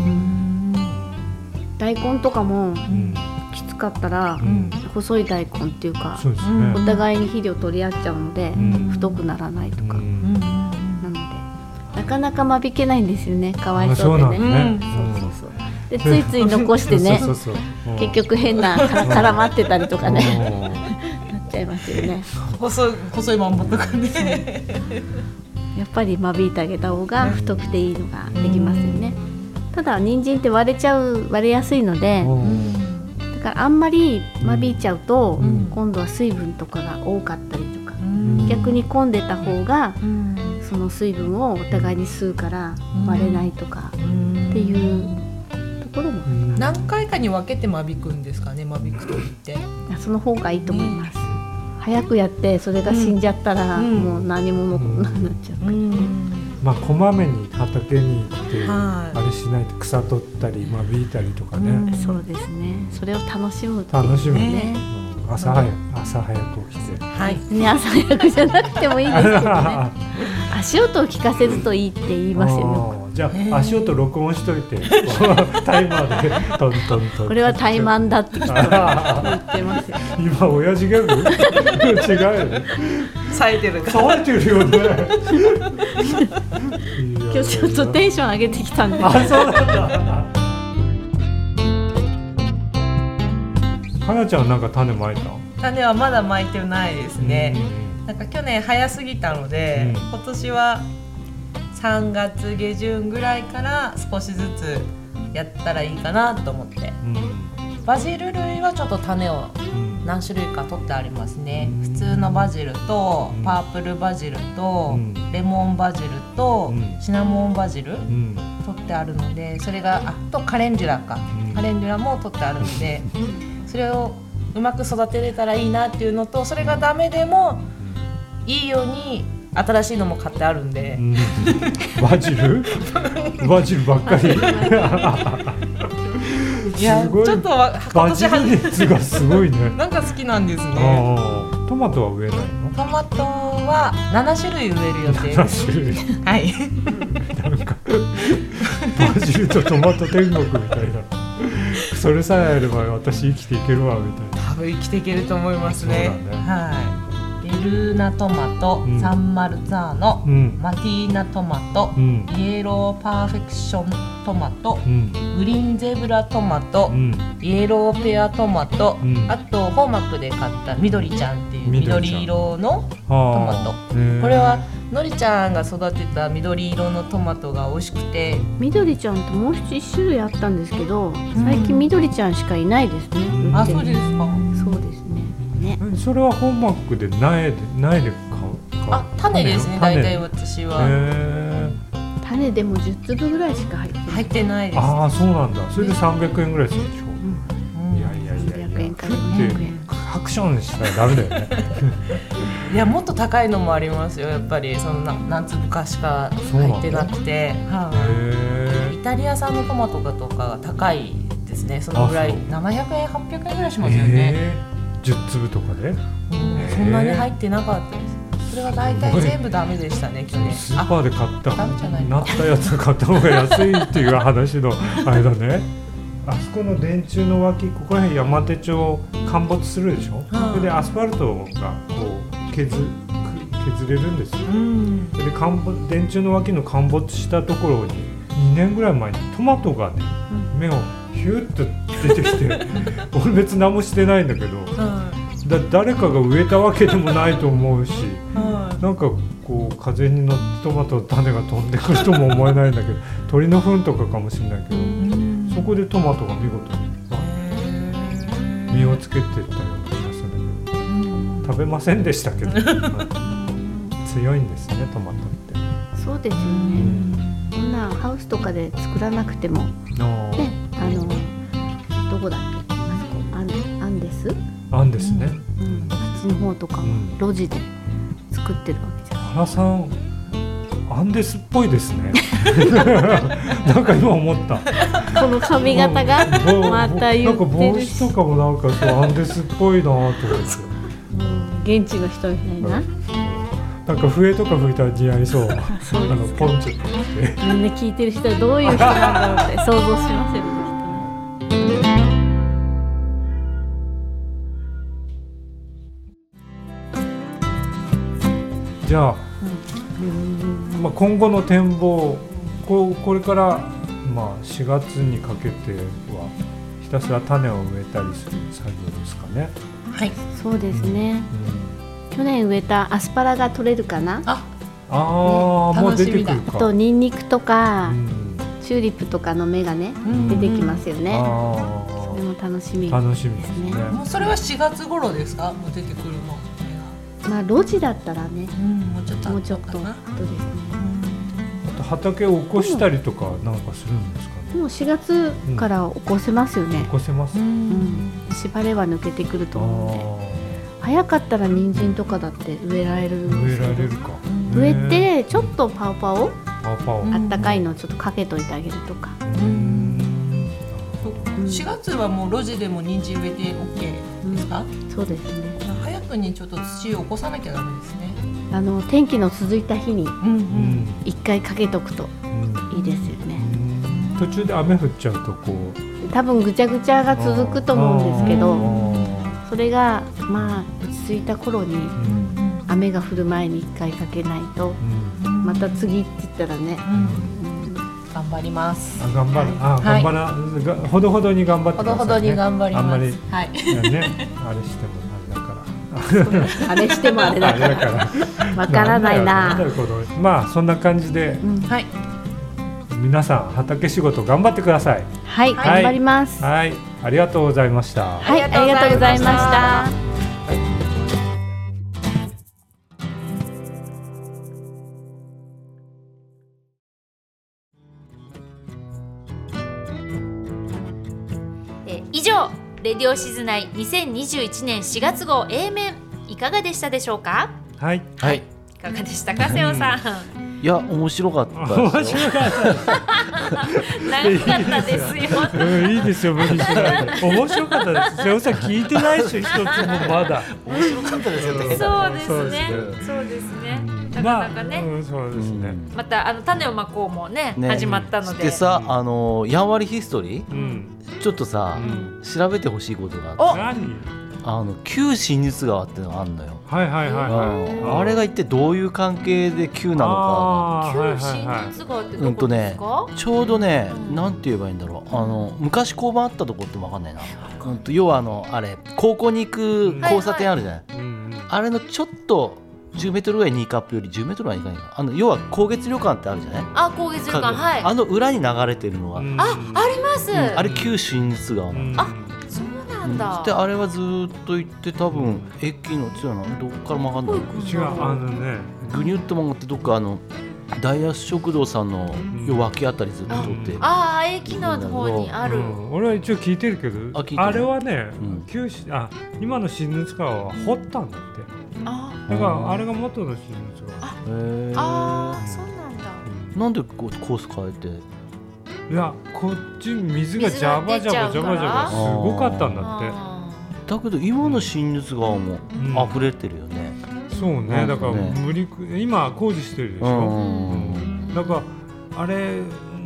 大根とかもきつかったら、細い大根っていうか、お互いに肥料取り合っちゃうので、太くならないとか、なのでなかなか間引けないんですよね、かわいそうでね。でついつい残してね結局変な絡まってたりとかねなっちゃいますよね。 細いまんまとかねやっぱり間引いてあげた方が太くていいのができますよね。ただ人参って割れやすいので、だからあんまり間引いちゃうと、今度は水分とかが多かったりとか、逆に混んでた方が、その水分をお互いに吸うから割れないとかっていうところも、 何回かに分けて間引くんですかね、間引くときって。 その方がいいと思います。早くやってそれが死んじゃったら、もう何も残らなくなっちゃうから、 まあこまめに畑に行ってあれしないと草取ったり間引いたりとかね、 そうですね、それを楽しむね、朝早く起きて、 朝早くじゃなくてもいいですけどね足音を聞かせるといいって言いますよね。 じゃあ足音録音しといてタイマーでトントントン、 これはタイマンだって言ってますよ今親父ギャグ違うよね、 冴えてるよね今日ちょっとテンション上げてきたんで。 あ、そうなんだ。かなちゃんなんか種まいた？ 種はまだまいてないですね。なんか去年早すぎたので、今年は3月下旬ぐらいから少しずつやったらいいかなと思って、バジル類はちょっと種を何種類か取ってありますね。普通のバジルとパープルバジルとレモンバジルとシナモンバジル取ってあるので、それがとカレンデュラか、カレンデュラも取ってあるので、それをうまく育てれたらいいなっていうのと、それがダメでもいいように新しいのも買ってあるんで、 バジルばっかりいや、ちょっとバジル熱がすごいねなんか好きなんですね。 トマトは植えないの？ トマトは7種類植える予定です。 7種類はいなんかバジルとトマト天国みたいなそれさえあれば私生きていけるわみたいな。 多分生きていけると思いますね。はい。ベルーナトマト、サンマルザーノ、マティーナトマト、イエローパーフェクショントマト、グリーンゼブラトマト、イエローペアトマト、あとホーマックで買った緑ちゃんっていう緑色のトマト。これはのりちゃんが育てた緑色のトマトが美味しくて、 緑ちゃんってもう1種類あったんですけど、最近緑ちゃんしかいないですね。 あ、そうですか。 そうですね。 それはホーマックで苗で買う？ あ、種ですね。大体私は。 種でも10粒ぐらいしか入ってないです。 ああ、そうなんだ。それで300円ぐらいするでしょ。いや 300円から400円。 ハクションしたらダメだよね。 いや、もっと高いのもありますよ。やっぱりその何粒かしか入ってなくて、イタリア産のトマトとかが高いですね。そのぐらい700円800円ぐらいしますよね。 10粒とかで、 そんなに入ってなかったです。それは大体全部ダメでしたね、去年。 スーパーで買ったなったやつ買った方が安いっていう話のあれだね。あそこの電柱の脇、ここら辺山手町陥没するでしょ。それでアスファルトがこう削れるんですよ。それで電柱の脇の陥没したところに2年ぐらい前にトマトがね、芽をヒュッと出てきて俺別に何もしてないんだけど、誰かが植えたわけでもないと思うし、なんかこう風に乗ってトマトの種が飛んでくるとも思えないんだけど鳥の糞とかかもしれないけど、そこでトマトが見事に実をつけてったような気がするんだけど、食べませんでしたけど強いんですね、トマトって。 そうですよね。こんなハウスとかで作らなくても、ね、どこだっけ、アンデスね、あっちの方とかも路地で作ってるわけじゃん。 アンデスっぽいですねなんか今思ったこの髪型がまた言ってるし、 なんか帽子とかもなんかそうアンデスっぽいなと思って、 現地の人みたいな、 なんか笛とか吹いたら似合いそうポンチョってみんな聞いてる人はどういう人なんだろうって想像しますよね。 じゃあ、今後の展望、これから、4月にかけてはひたすら種を植えたりする作業ですかね。 はい、そうですね、去年植えたアスパラが取れるかな。 もう出てくるか。 あとニンニクとか、チューリップとかの芽がね、出てきますよね。それも楽しみですね。 もうそれは4月頃ですか？もう出てくるの。 路地だったらね、 もうちょっと後ですね。 あと畑を起こしたりとかなんかするんですかね。 もう4月から起こせますよね。 起こせます。 縛れは抜けてくると思うので、早かったら人参とかだって植えられるんですけど、 植えられるか。 植えてちょっとパオパオあったかいのをちょっとかけといてあげるとか。 4月はもう路地でも人参植えて OK ですか？ そうですね。 早くにちょっと土を起こさなきゃダメですね。 天気の続いた日に一回かけとくといいですよね。 途中で雨降っちゃうとこう多分ぐちゃぐちゃが続くと思うんですけど、それが落ち着いた頃に雨が降る前に一回かけないと、また次って言ったらね、 頑張ります。 頑張る。頑張らほどほどに頑張ってくださいね。 ほどほどに頑張ります。 あんまりねあれしてもあれだから。 わからないな。 そんな感じで、皆さん畑仕事頑張ってください。 はい、頑張ります。 はい、ありがとうございました。 はい、ありがとうございました。 以上、レディオシズナイ2021年4月号 A 面いかがでしたでしょうか？ はい、 いかがでしたか、瀬尾さん。 いや、面白かったですよ。 長かったですよ。 いいですよ、無理しないで。面白かったです。瀬尾さん聞いてないし、一つもまだ。 面白かったですよね。 そうですね。そうですね。なかなかね。 そうですね。 また種をまこうもね始まったので。 でさ、やんわりヒストリー、ちょっとさ調べてほしいことがあって。旧新日川っていうのがあるのよ。あれが一体どういう関係で旧なのか。旧新日川ってどこですか？ ちょうどね、なんて言えばいいんだろう。昔交番あったとこって分かんないな。要はあれ高校に行く交差点あるじゃない。あれのちょっと10メートルぐらいニーカップより10メートルはいかないか。要は光月旅館ってあるじゃない。 光月旅館、はい。 裏に流れてるのが。 あります。 あれ旧新日川なの。であれはずっと行って多分駅のどっからも分かんない。 違うグニュッと曲がってどっか大安食堂さんの脇あたりずっと通って。 駅の方にある。 俺は一応聞いてるけど、あれはね、今の新日川は掘ったんだって。だからあれが元の新日川。そうなんだ。 なんでコース変えて？ いや、こっち水がジャバジャバすごかったんだって。 だけど今の新日川も溢れてるよね。 そうね、だから今工事してるでしょ。だからあれ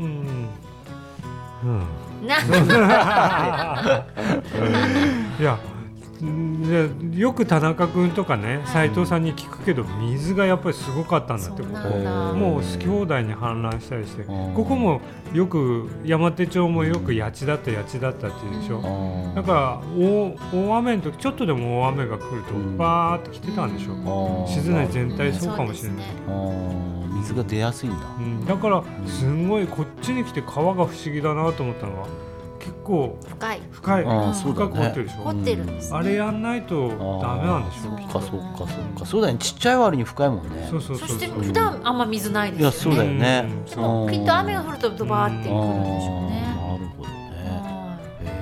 いやよく田中君とかね、斉藤さんに聞くけど、水がやっぱりすごかったんだって。ここもう好き放題に氾濫したりして、ここもよく山手町もよく八千だったっていうでしょ。だから大雨の時ちょっとでも大雨が来るとバーって来てたんでしょ。静内全体そうかもしれない。 水が出やすいんだ。 だからすごいこっちに来て川が不思議だなと思ったのは、結構深く掘ってるでしょ。 掘ってるんです。 あれやんないとダメなんでしょ。 そうだね。ちっちゃい割に深いもんね。 そして普段あんま水ないですよね。 そうだよね。 きっと雨が降るとドバーってくるんでしょうね。 なるほど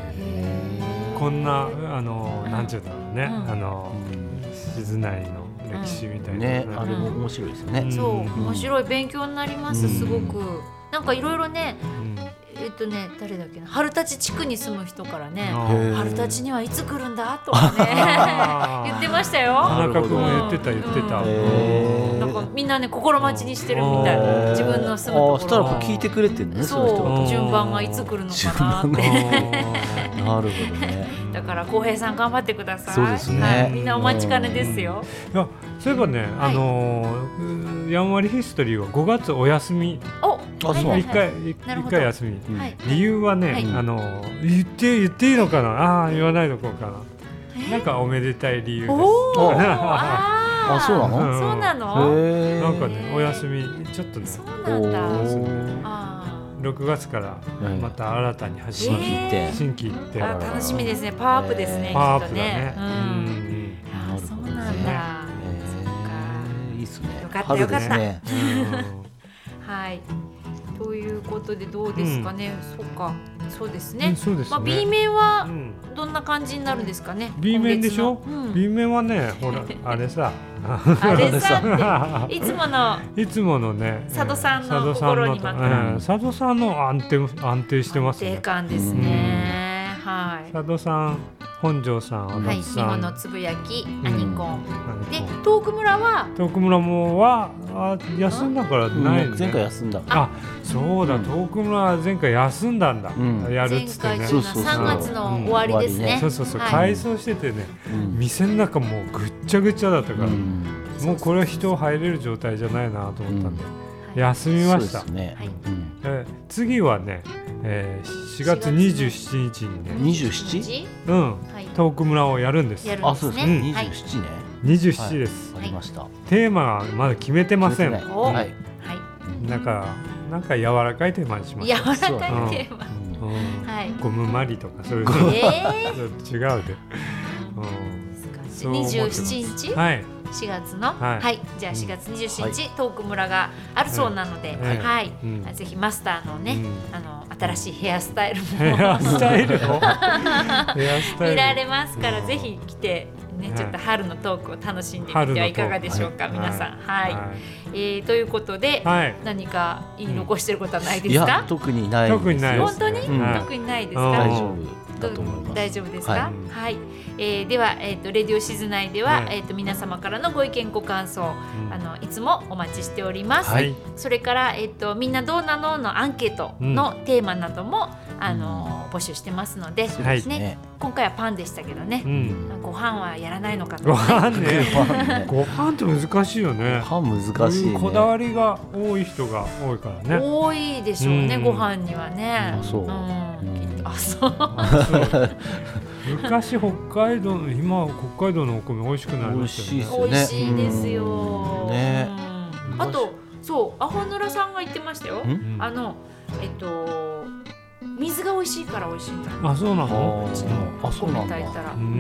ね。 こんななんていうんだろうね。静内の歴史みたいなね、あれも面白いですね。 そう面白い、勉強になります。すごくなんかいろいろね、誰だっけな、春立地区に住む人からね、春立ちにはいつ来るんだとかね言ってましたよ。 田中君も言ってた。 なんかみんなね心待ちにしてるみたい。自分の住むところ。 そしたら聞いてくれてるね。 そう、順番がいつ来るのかなって。 なるほどね。 だから浩平さん頑張ってください。 そうですね。 みんなお待ちかねですよ。 いや、そういえばね、やんわりヒストリーは5月お休み。一回休み。理由はね、言っていいのかな、言わないのかな。なんかおめでたい理由です。 あ、そうなの？ そうなの？ なんかね、お休みちょっとね。 そうなんだ。 6月からまた新たに始まって新規行って。 楽しみですね。パワーアップですね。 パワーアップだね。 そうなんだ。 いいっすね。 よかったよかった。はい。ということでどうですかね。そうか、そうですね。まあ B 面はどんな感じになるんですかね。 B 面でしょ。B 面はね、ほらあれさ、 あれさっていつものね、 佐渡さんの心に枕。 佐渡さんの安定してますね。 安定感ですね。はい。 佐渡さん、本庄さん、 はい、日本のつぶやき、アニコン。で、東久村もは休んだからない。 前回休んだ。 あ、そうだ、東久村は前回休んだんだ。やるっつってね。 3月の終わりですね。 そう、改装しててね、店の中もうぐっちゃぐちゃだったから、もうこれは人入れる状態じゃないなと思ったんで休みました。次はね、4月27日にね。 27？ 東久村をやるんです。 あ、そうですね。27ね。 27です。 ありました。 テーマはまだ決めてません。 はい。 なんか柔らかいテーマにしました。 柔らかいテーマ。 はい。ゴムまりとかそういうの。違うで。 27日？ はい。 4月の、じゃあ4月27日、東久村があるそうなので、ぜひマスターのね、新しいヘアスタイルも見られますから、ぜひ来てね、ちょっと春のトークを楽しんでみてはいかがでしょうか、皆さん。はい。ということで、何か言い残してることはないですか？ いや、特にないです。 本当に特にないですか？ 大丈夫だと思います。 大丈夫ですか？はい。では、レディオ静内では、皆様からのご意見ご感想、いつもお待ちしております。それから、みんなどうなののアンケートのテーマなども、募集してますので、ね、今回はパンでしたけどね、ご飯はやらないのかな。 ご飯ね、ご飯って難しいよね。 ご飯難しいね。 こだわりが多い人が多いからね。 多いでしょうね、ご飯にはね。 そう。 昔北海道、今北海道のお米美味しくなりましたよね。 美味しいですよ。ね。あと、そう、アホヌラさんが言ってましたよ。水が美味しいから美味しいんだ。 あ、そうなの？ あ、そうなんだ。 全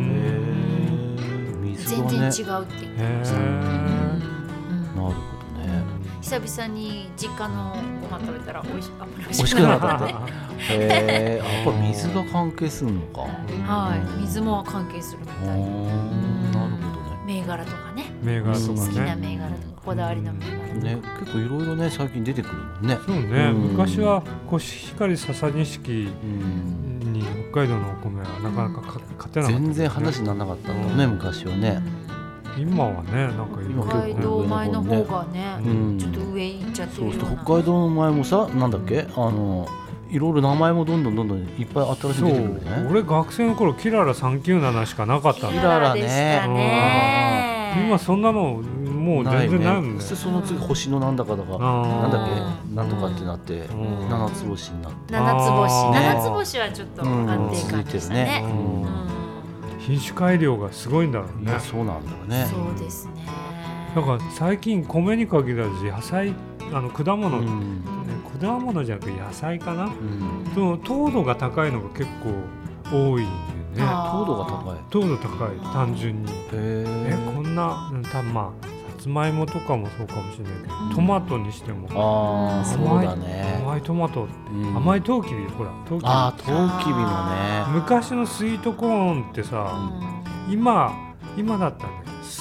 然違うって言ってました。なるほどね。 久々に実家のご飯食べたら美味しくなかった。やっぱ水が関係するのか。 はい、水も関係するみたい。なるほどね。銘柄とかね。好きな銘柄とかこだわりの銘柄。 ね、結構いろいろね最近出てくるもんね。 そうね。昔はコシヒカリ笹錦に北海道のお米はなかなか勝てなかった。 全然話にならなかったもんね、昔はね。 今はね、なんか北海道米の方がね、ちょっと上行っちゃってるような。 北海道の米もさ、なんだっけ、いろいろ名前もどんどんいっぱい新しい出てくるね。 俺学生の頃キララ397しかなかったの。 キララね。 今そんなのもう全然ないもんね。 その次星のなんだかだか、なんだっけ、なんとかってなって七つ星になって。 七つ星はちょっと安定感でしたね。 品種改良がすごいんだろうね。 そうなんだろうね。 そうですね。 なんか最近米に限らず野菜、果物、果物じゃなくて野菜かな。その糖度が高いのが結構多いんだよね。 糖度が高い。 糖度高い、単純に。こんな、まあさつまいもとかもそうかもしれないけど、トマトにしても。 そうだね。 甘いトマト、甘いトウキビ、ほら。 トウキビもね。 昔のスイートコーンってさ、今だったらね、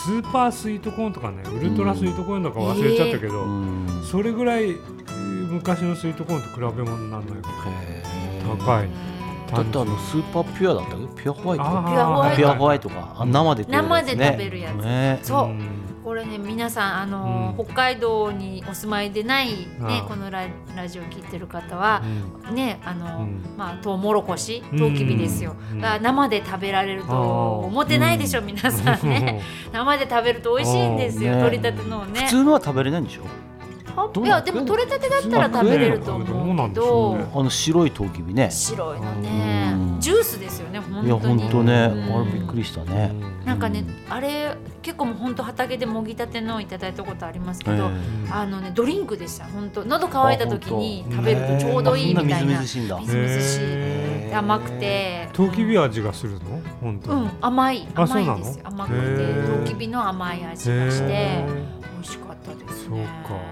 スーパースイートコーンとかね、ウルトラスイートコーンとか忘れちゃったけど、それぐらい昔のスイートコーンと比べ物にならないから高い。 だってスーパーピュアだったけど、ピュアホワイト、ピュアホワイトか、生で食べるやつね。 生で食べるやつ、そうこれね、皆さん北海道にお住まいでないね、このラジオ聞いてる方はね、まあトウモロコシ、トウキビですよ、生で食べられると思ってないでしょ、皆さんね。生で食べると美味しいんですよ、取りたてのね。 普通のは食べれないんでしょ。 いやでも取れたてだったら食べれると思うけど、 白いトウキビね、 白いのね、ジュースですよね、本当に。 いや本当ね、あれびっくりしたね。 なんかね、あれ結構もう本当畑でもぎたてのいただいたことありますけど、ね、ドリンクでした。本当喉乾いた時に食べるとちょうどいいみたいな。 みずみずしいんだ。 みずみずしい、甘くてトウキビ味がするの？本当。 甘いですよ。甘くてトウキビの甘い味がして美味しかったですね。 そうか。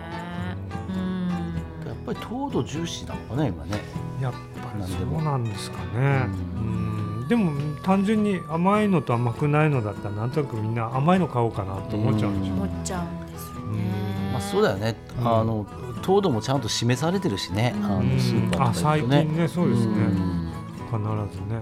やっぱり糖度重視なのかね、今ね。 やっぱりそうなんですかね。でも単純に甘いのと甘くないのだったらなんとなくみんな甘いの買おうかなと思っちゃうんでしょ。 思っちゃうんですよね。 まあそうだよね。糖度もちゃんと示されてるしね。スーパーとか最近ね、そうですね。必ずね。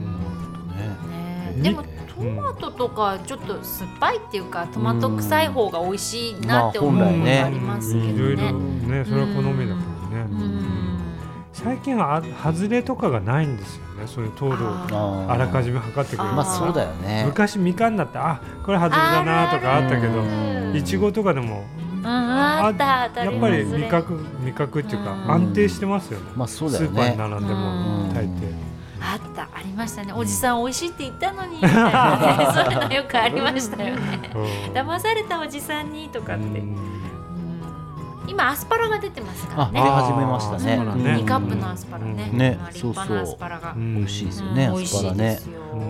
でもトマトとかちょっと酸っぱいっていうか、トマト臭い方が美味しいなって思うのがありますけどね。いろいろね、それは好みだからね。最近は外れとかがないんですよね。そういう糖度をあらかじめ測ってくれる。 まあそうだよね。 昔みかんだってこれ外れだなとかあったけど、いちごとかでもやっぱり味覚っていうか安定してますよね。 まあそうだよね。 スーパーに並んでも大抵。 ありましたね。おじさん美味しいって言ったのにみたいなね、そういうのよくありましたよね。騙されたおじさんにとかって。今アスパラが出てますからね。 出始めましたね。 2カップのアスパラね。 ね、 立派なアスパラが美味しいですよね。アスパラね。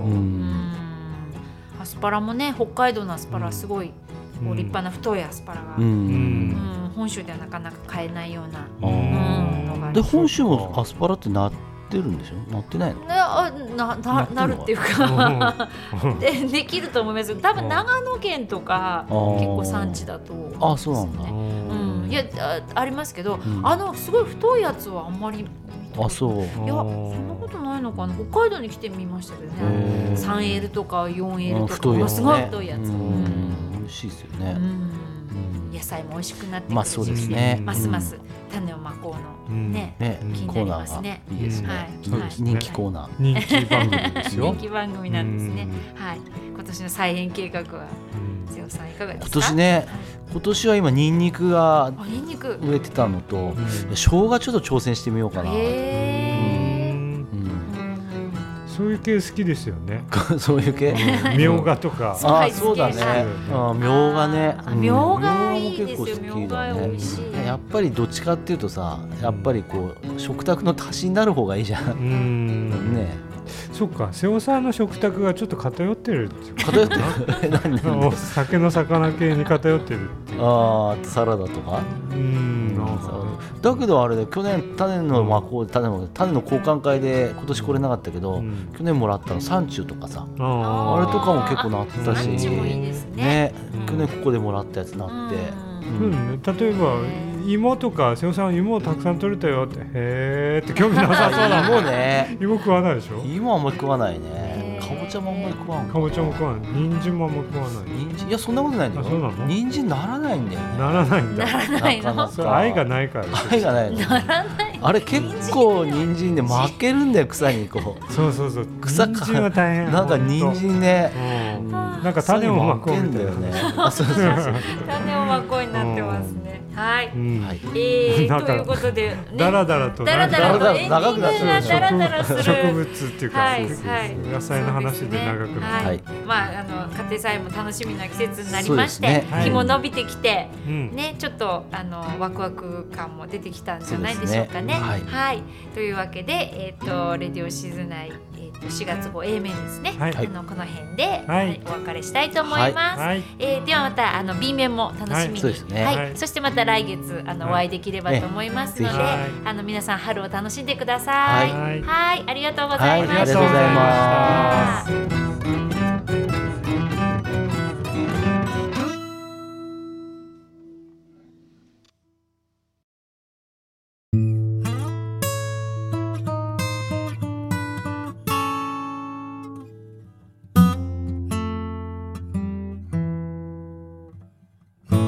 アスパラもね、北海道のアスパラすごい立派な太いアスパラが本州ではなかなか買えないようなのが。 で本州もアスパラってなってるんでしょ？なってないの？ なるっていうかできると思いますけど、多分長野県とか結構産地だと思うんですね。 あ、そうなんだ。 いやありますけど、すごい太いやつはあんまり見たことない。いやそんなことないのかな。北海道に来てみましたけどね。3L とか 4L とかすごい太いやつ。 美味しいですよね。 野菜も美味しくなってくるし、ますます種をまこうのね気になりますね。 いいですね。人気コーナー、人気番組ですよ。 人気番組なんですね。はい。今年の菜園計画は瀬尾さんいかがですか？ 今年ね、今年は今ニンニクが植えてたのと生姜ちょっと挑戦してみようかな。 そういう系好きですよね。 そういう系？ みょうがとか。 そうだね。みょうがね。 みょうがいいですよ。みょうが美味しい。 やっぱりどっちかっていうとさ、やっぱりこう食卓の足しになる方がいいじゃん。ね。 そっか、瀬尾さんの食卓がちょっと偏ってるっていう。 偏ってる？ お酒の魚系に偏ってるっていう。 サラダとか。だけどあれで去年種の交換会で今年来れなかったけど、去年もらったのサンチュとかさ、あれとかも結構なったし、ね、去年ここでもらったやつなって。 例えば芋とか、瀬尾さん芋をたくさん取れたよって、へーって興味なさそうだもんね。芋食わないでしょ？ 芋あんまり食わないね。かぼちゃもあんまり食わん。 かぼちゃも食わない。人参もあんまり食わない。 人参、いやそんなことないんだよ。 そうなの？ 人参ならないんだよね。 ならないんだ。 ならないの？ それ愛がないから。 愛がないの。 ならない。 あれ結構人参で負けるんだよ、草にこう。 そうそうそう。 草人参は大変。 なんか人参ね。 なんか種をまこうみたいなね。 種をまこうになってますね。はい。ということでだらだらと長くなってる植物っていうか野菜の話で長くなる。 まあ家庭菜園も楽しみな季節になりまして、日も伸びてきてね、ちょっとワクワク感も出てきたんじゃないでしょうかね。はい。というわけでレディオ静内4月号 A 面ですね。この辺でお別れしたいと思います。ではまたB 面も楽しみに。そしてまた来月お会いできればと思いますので、皆さん春を楽しんでください。はい、ありがとうございました。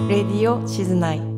レディオ静内。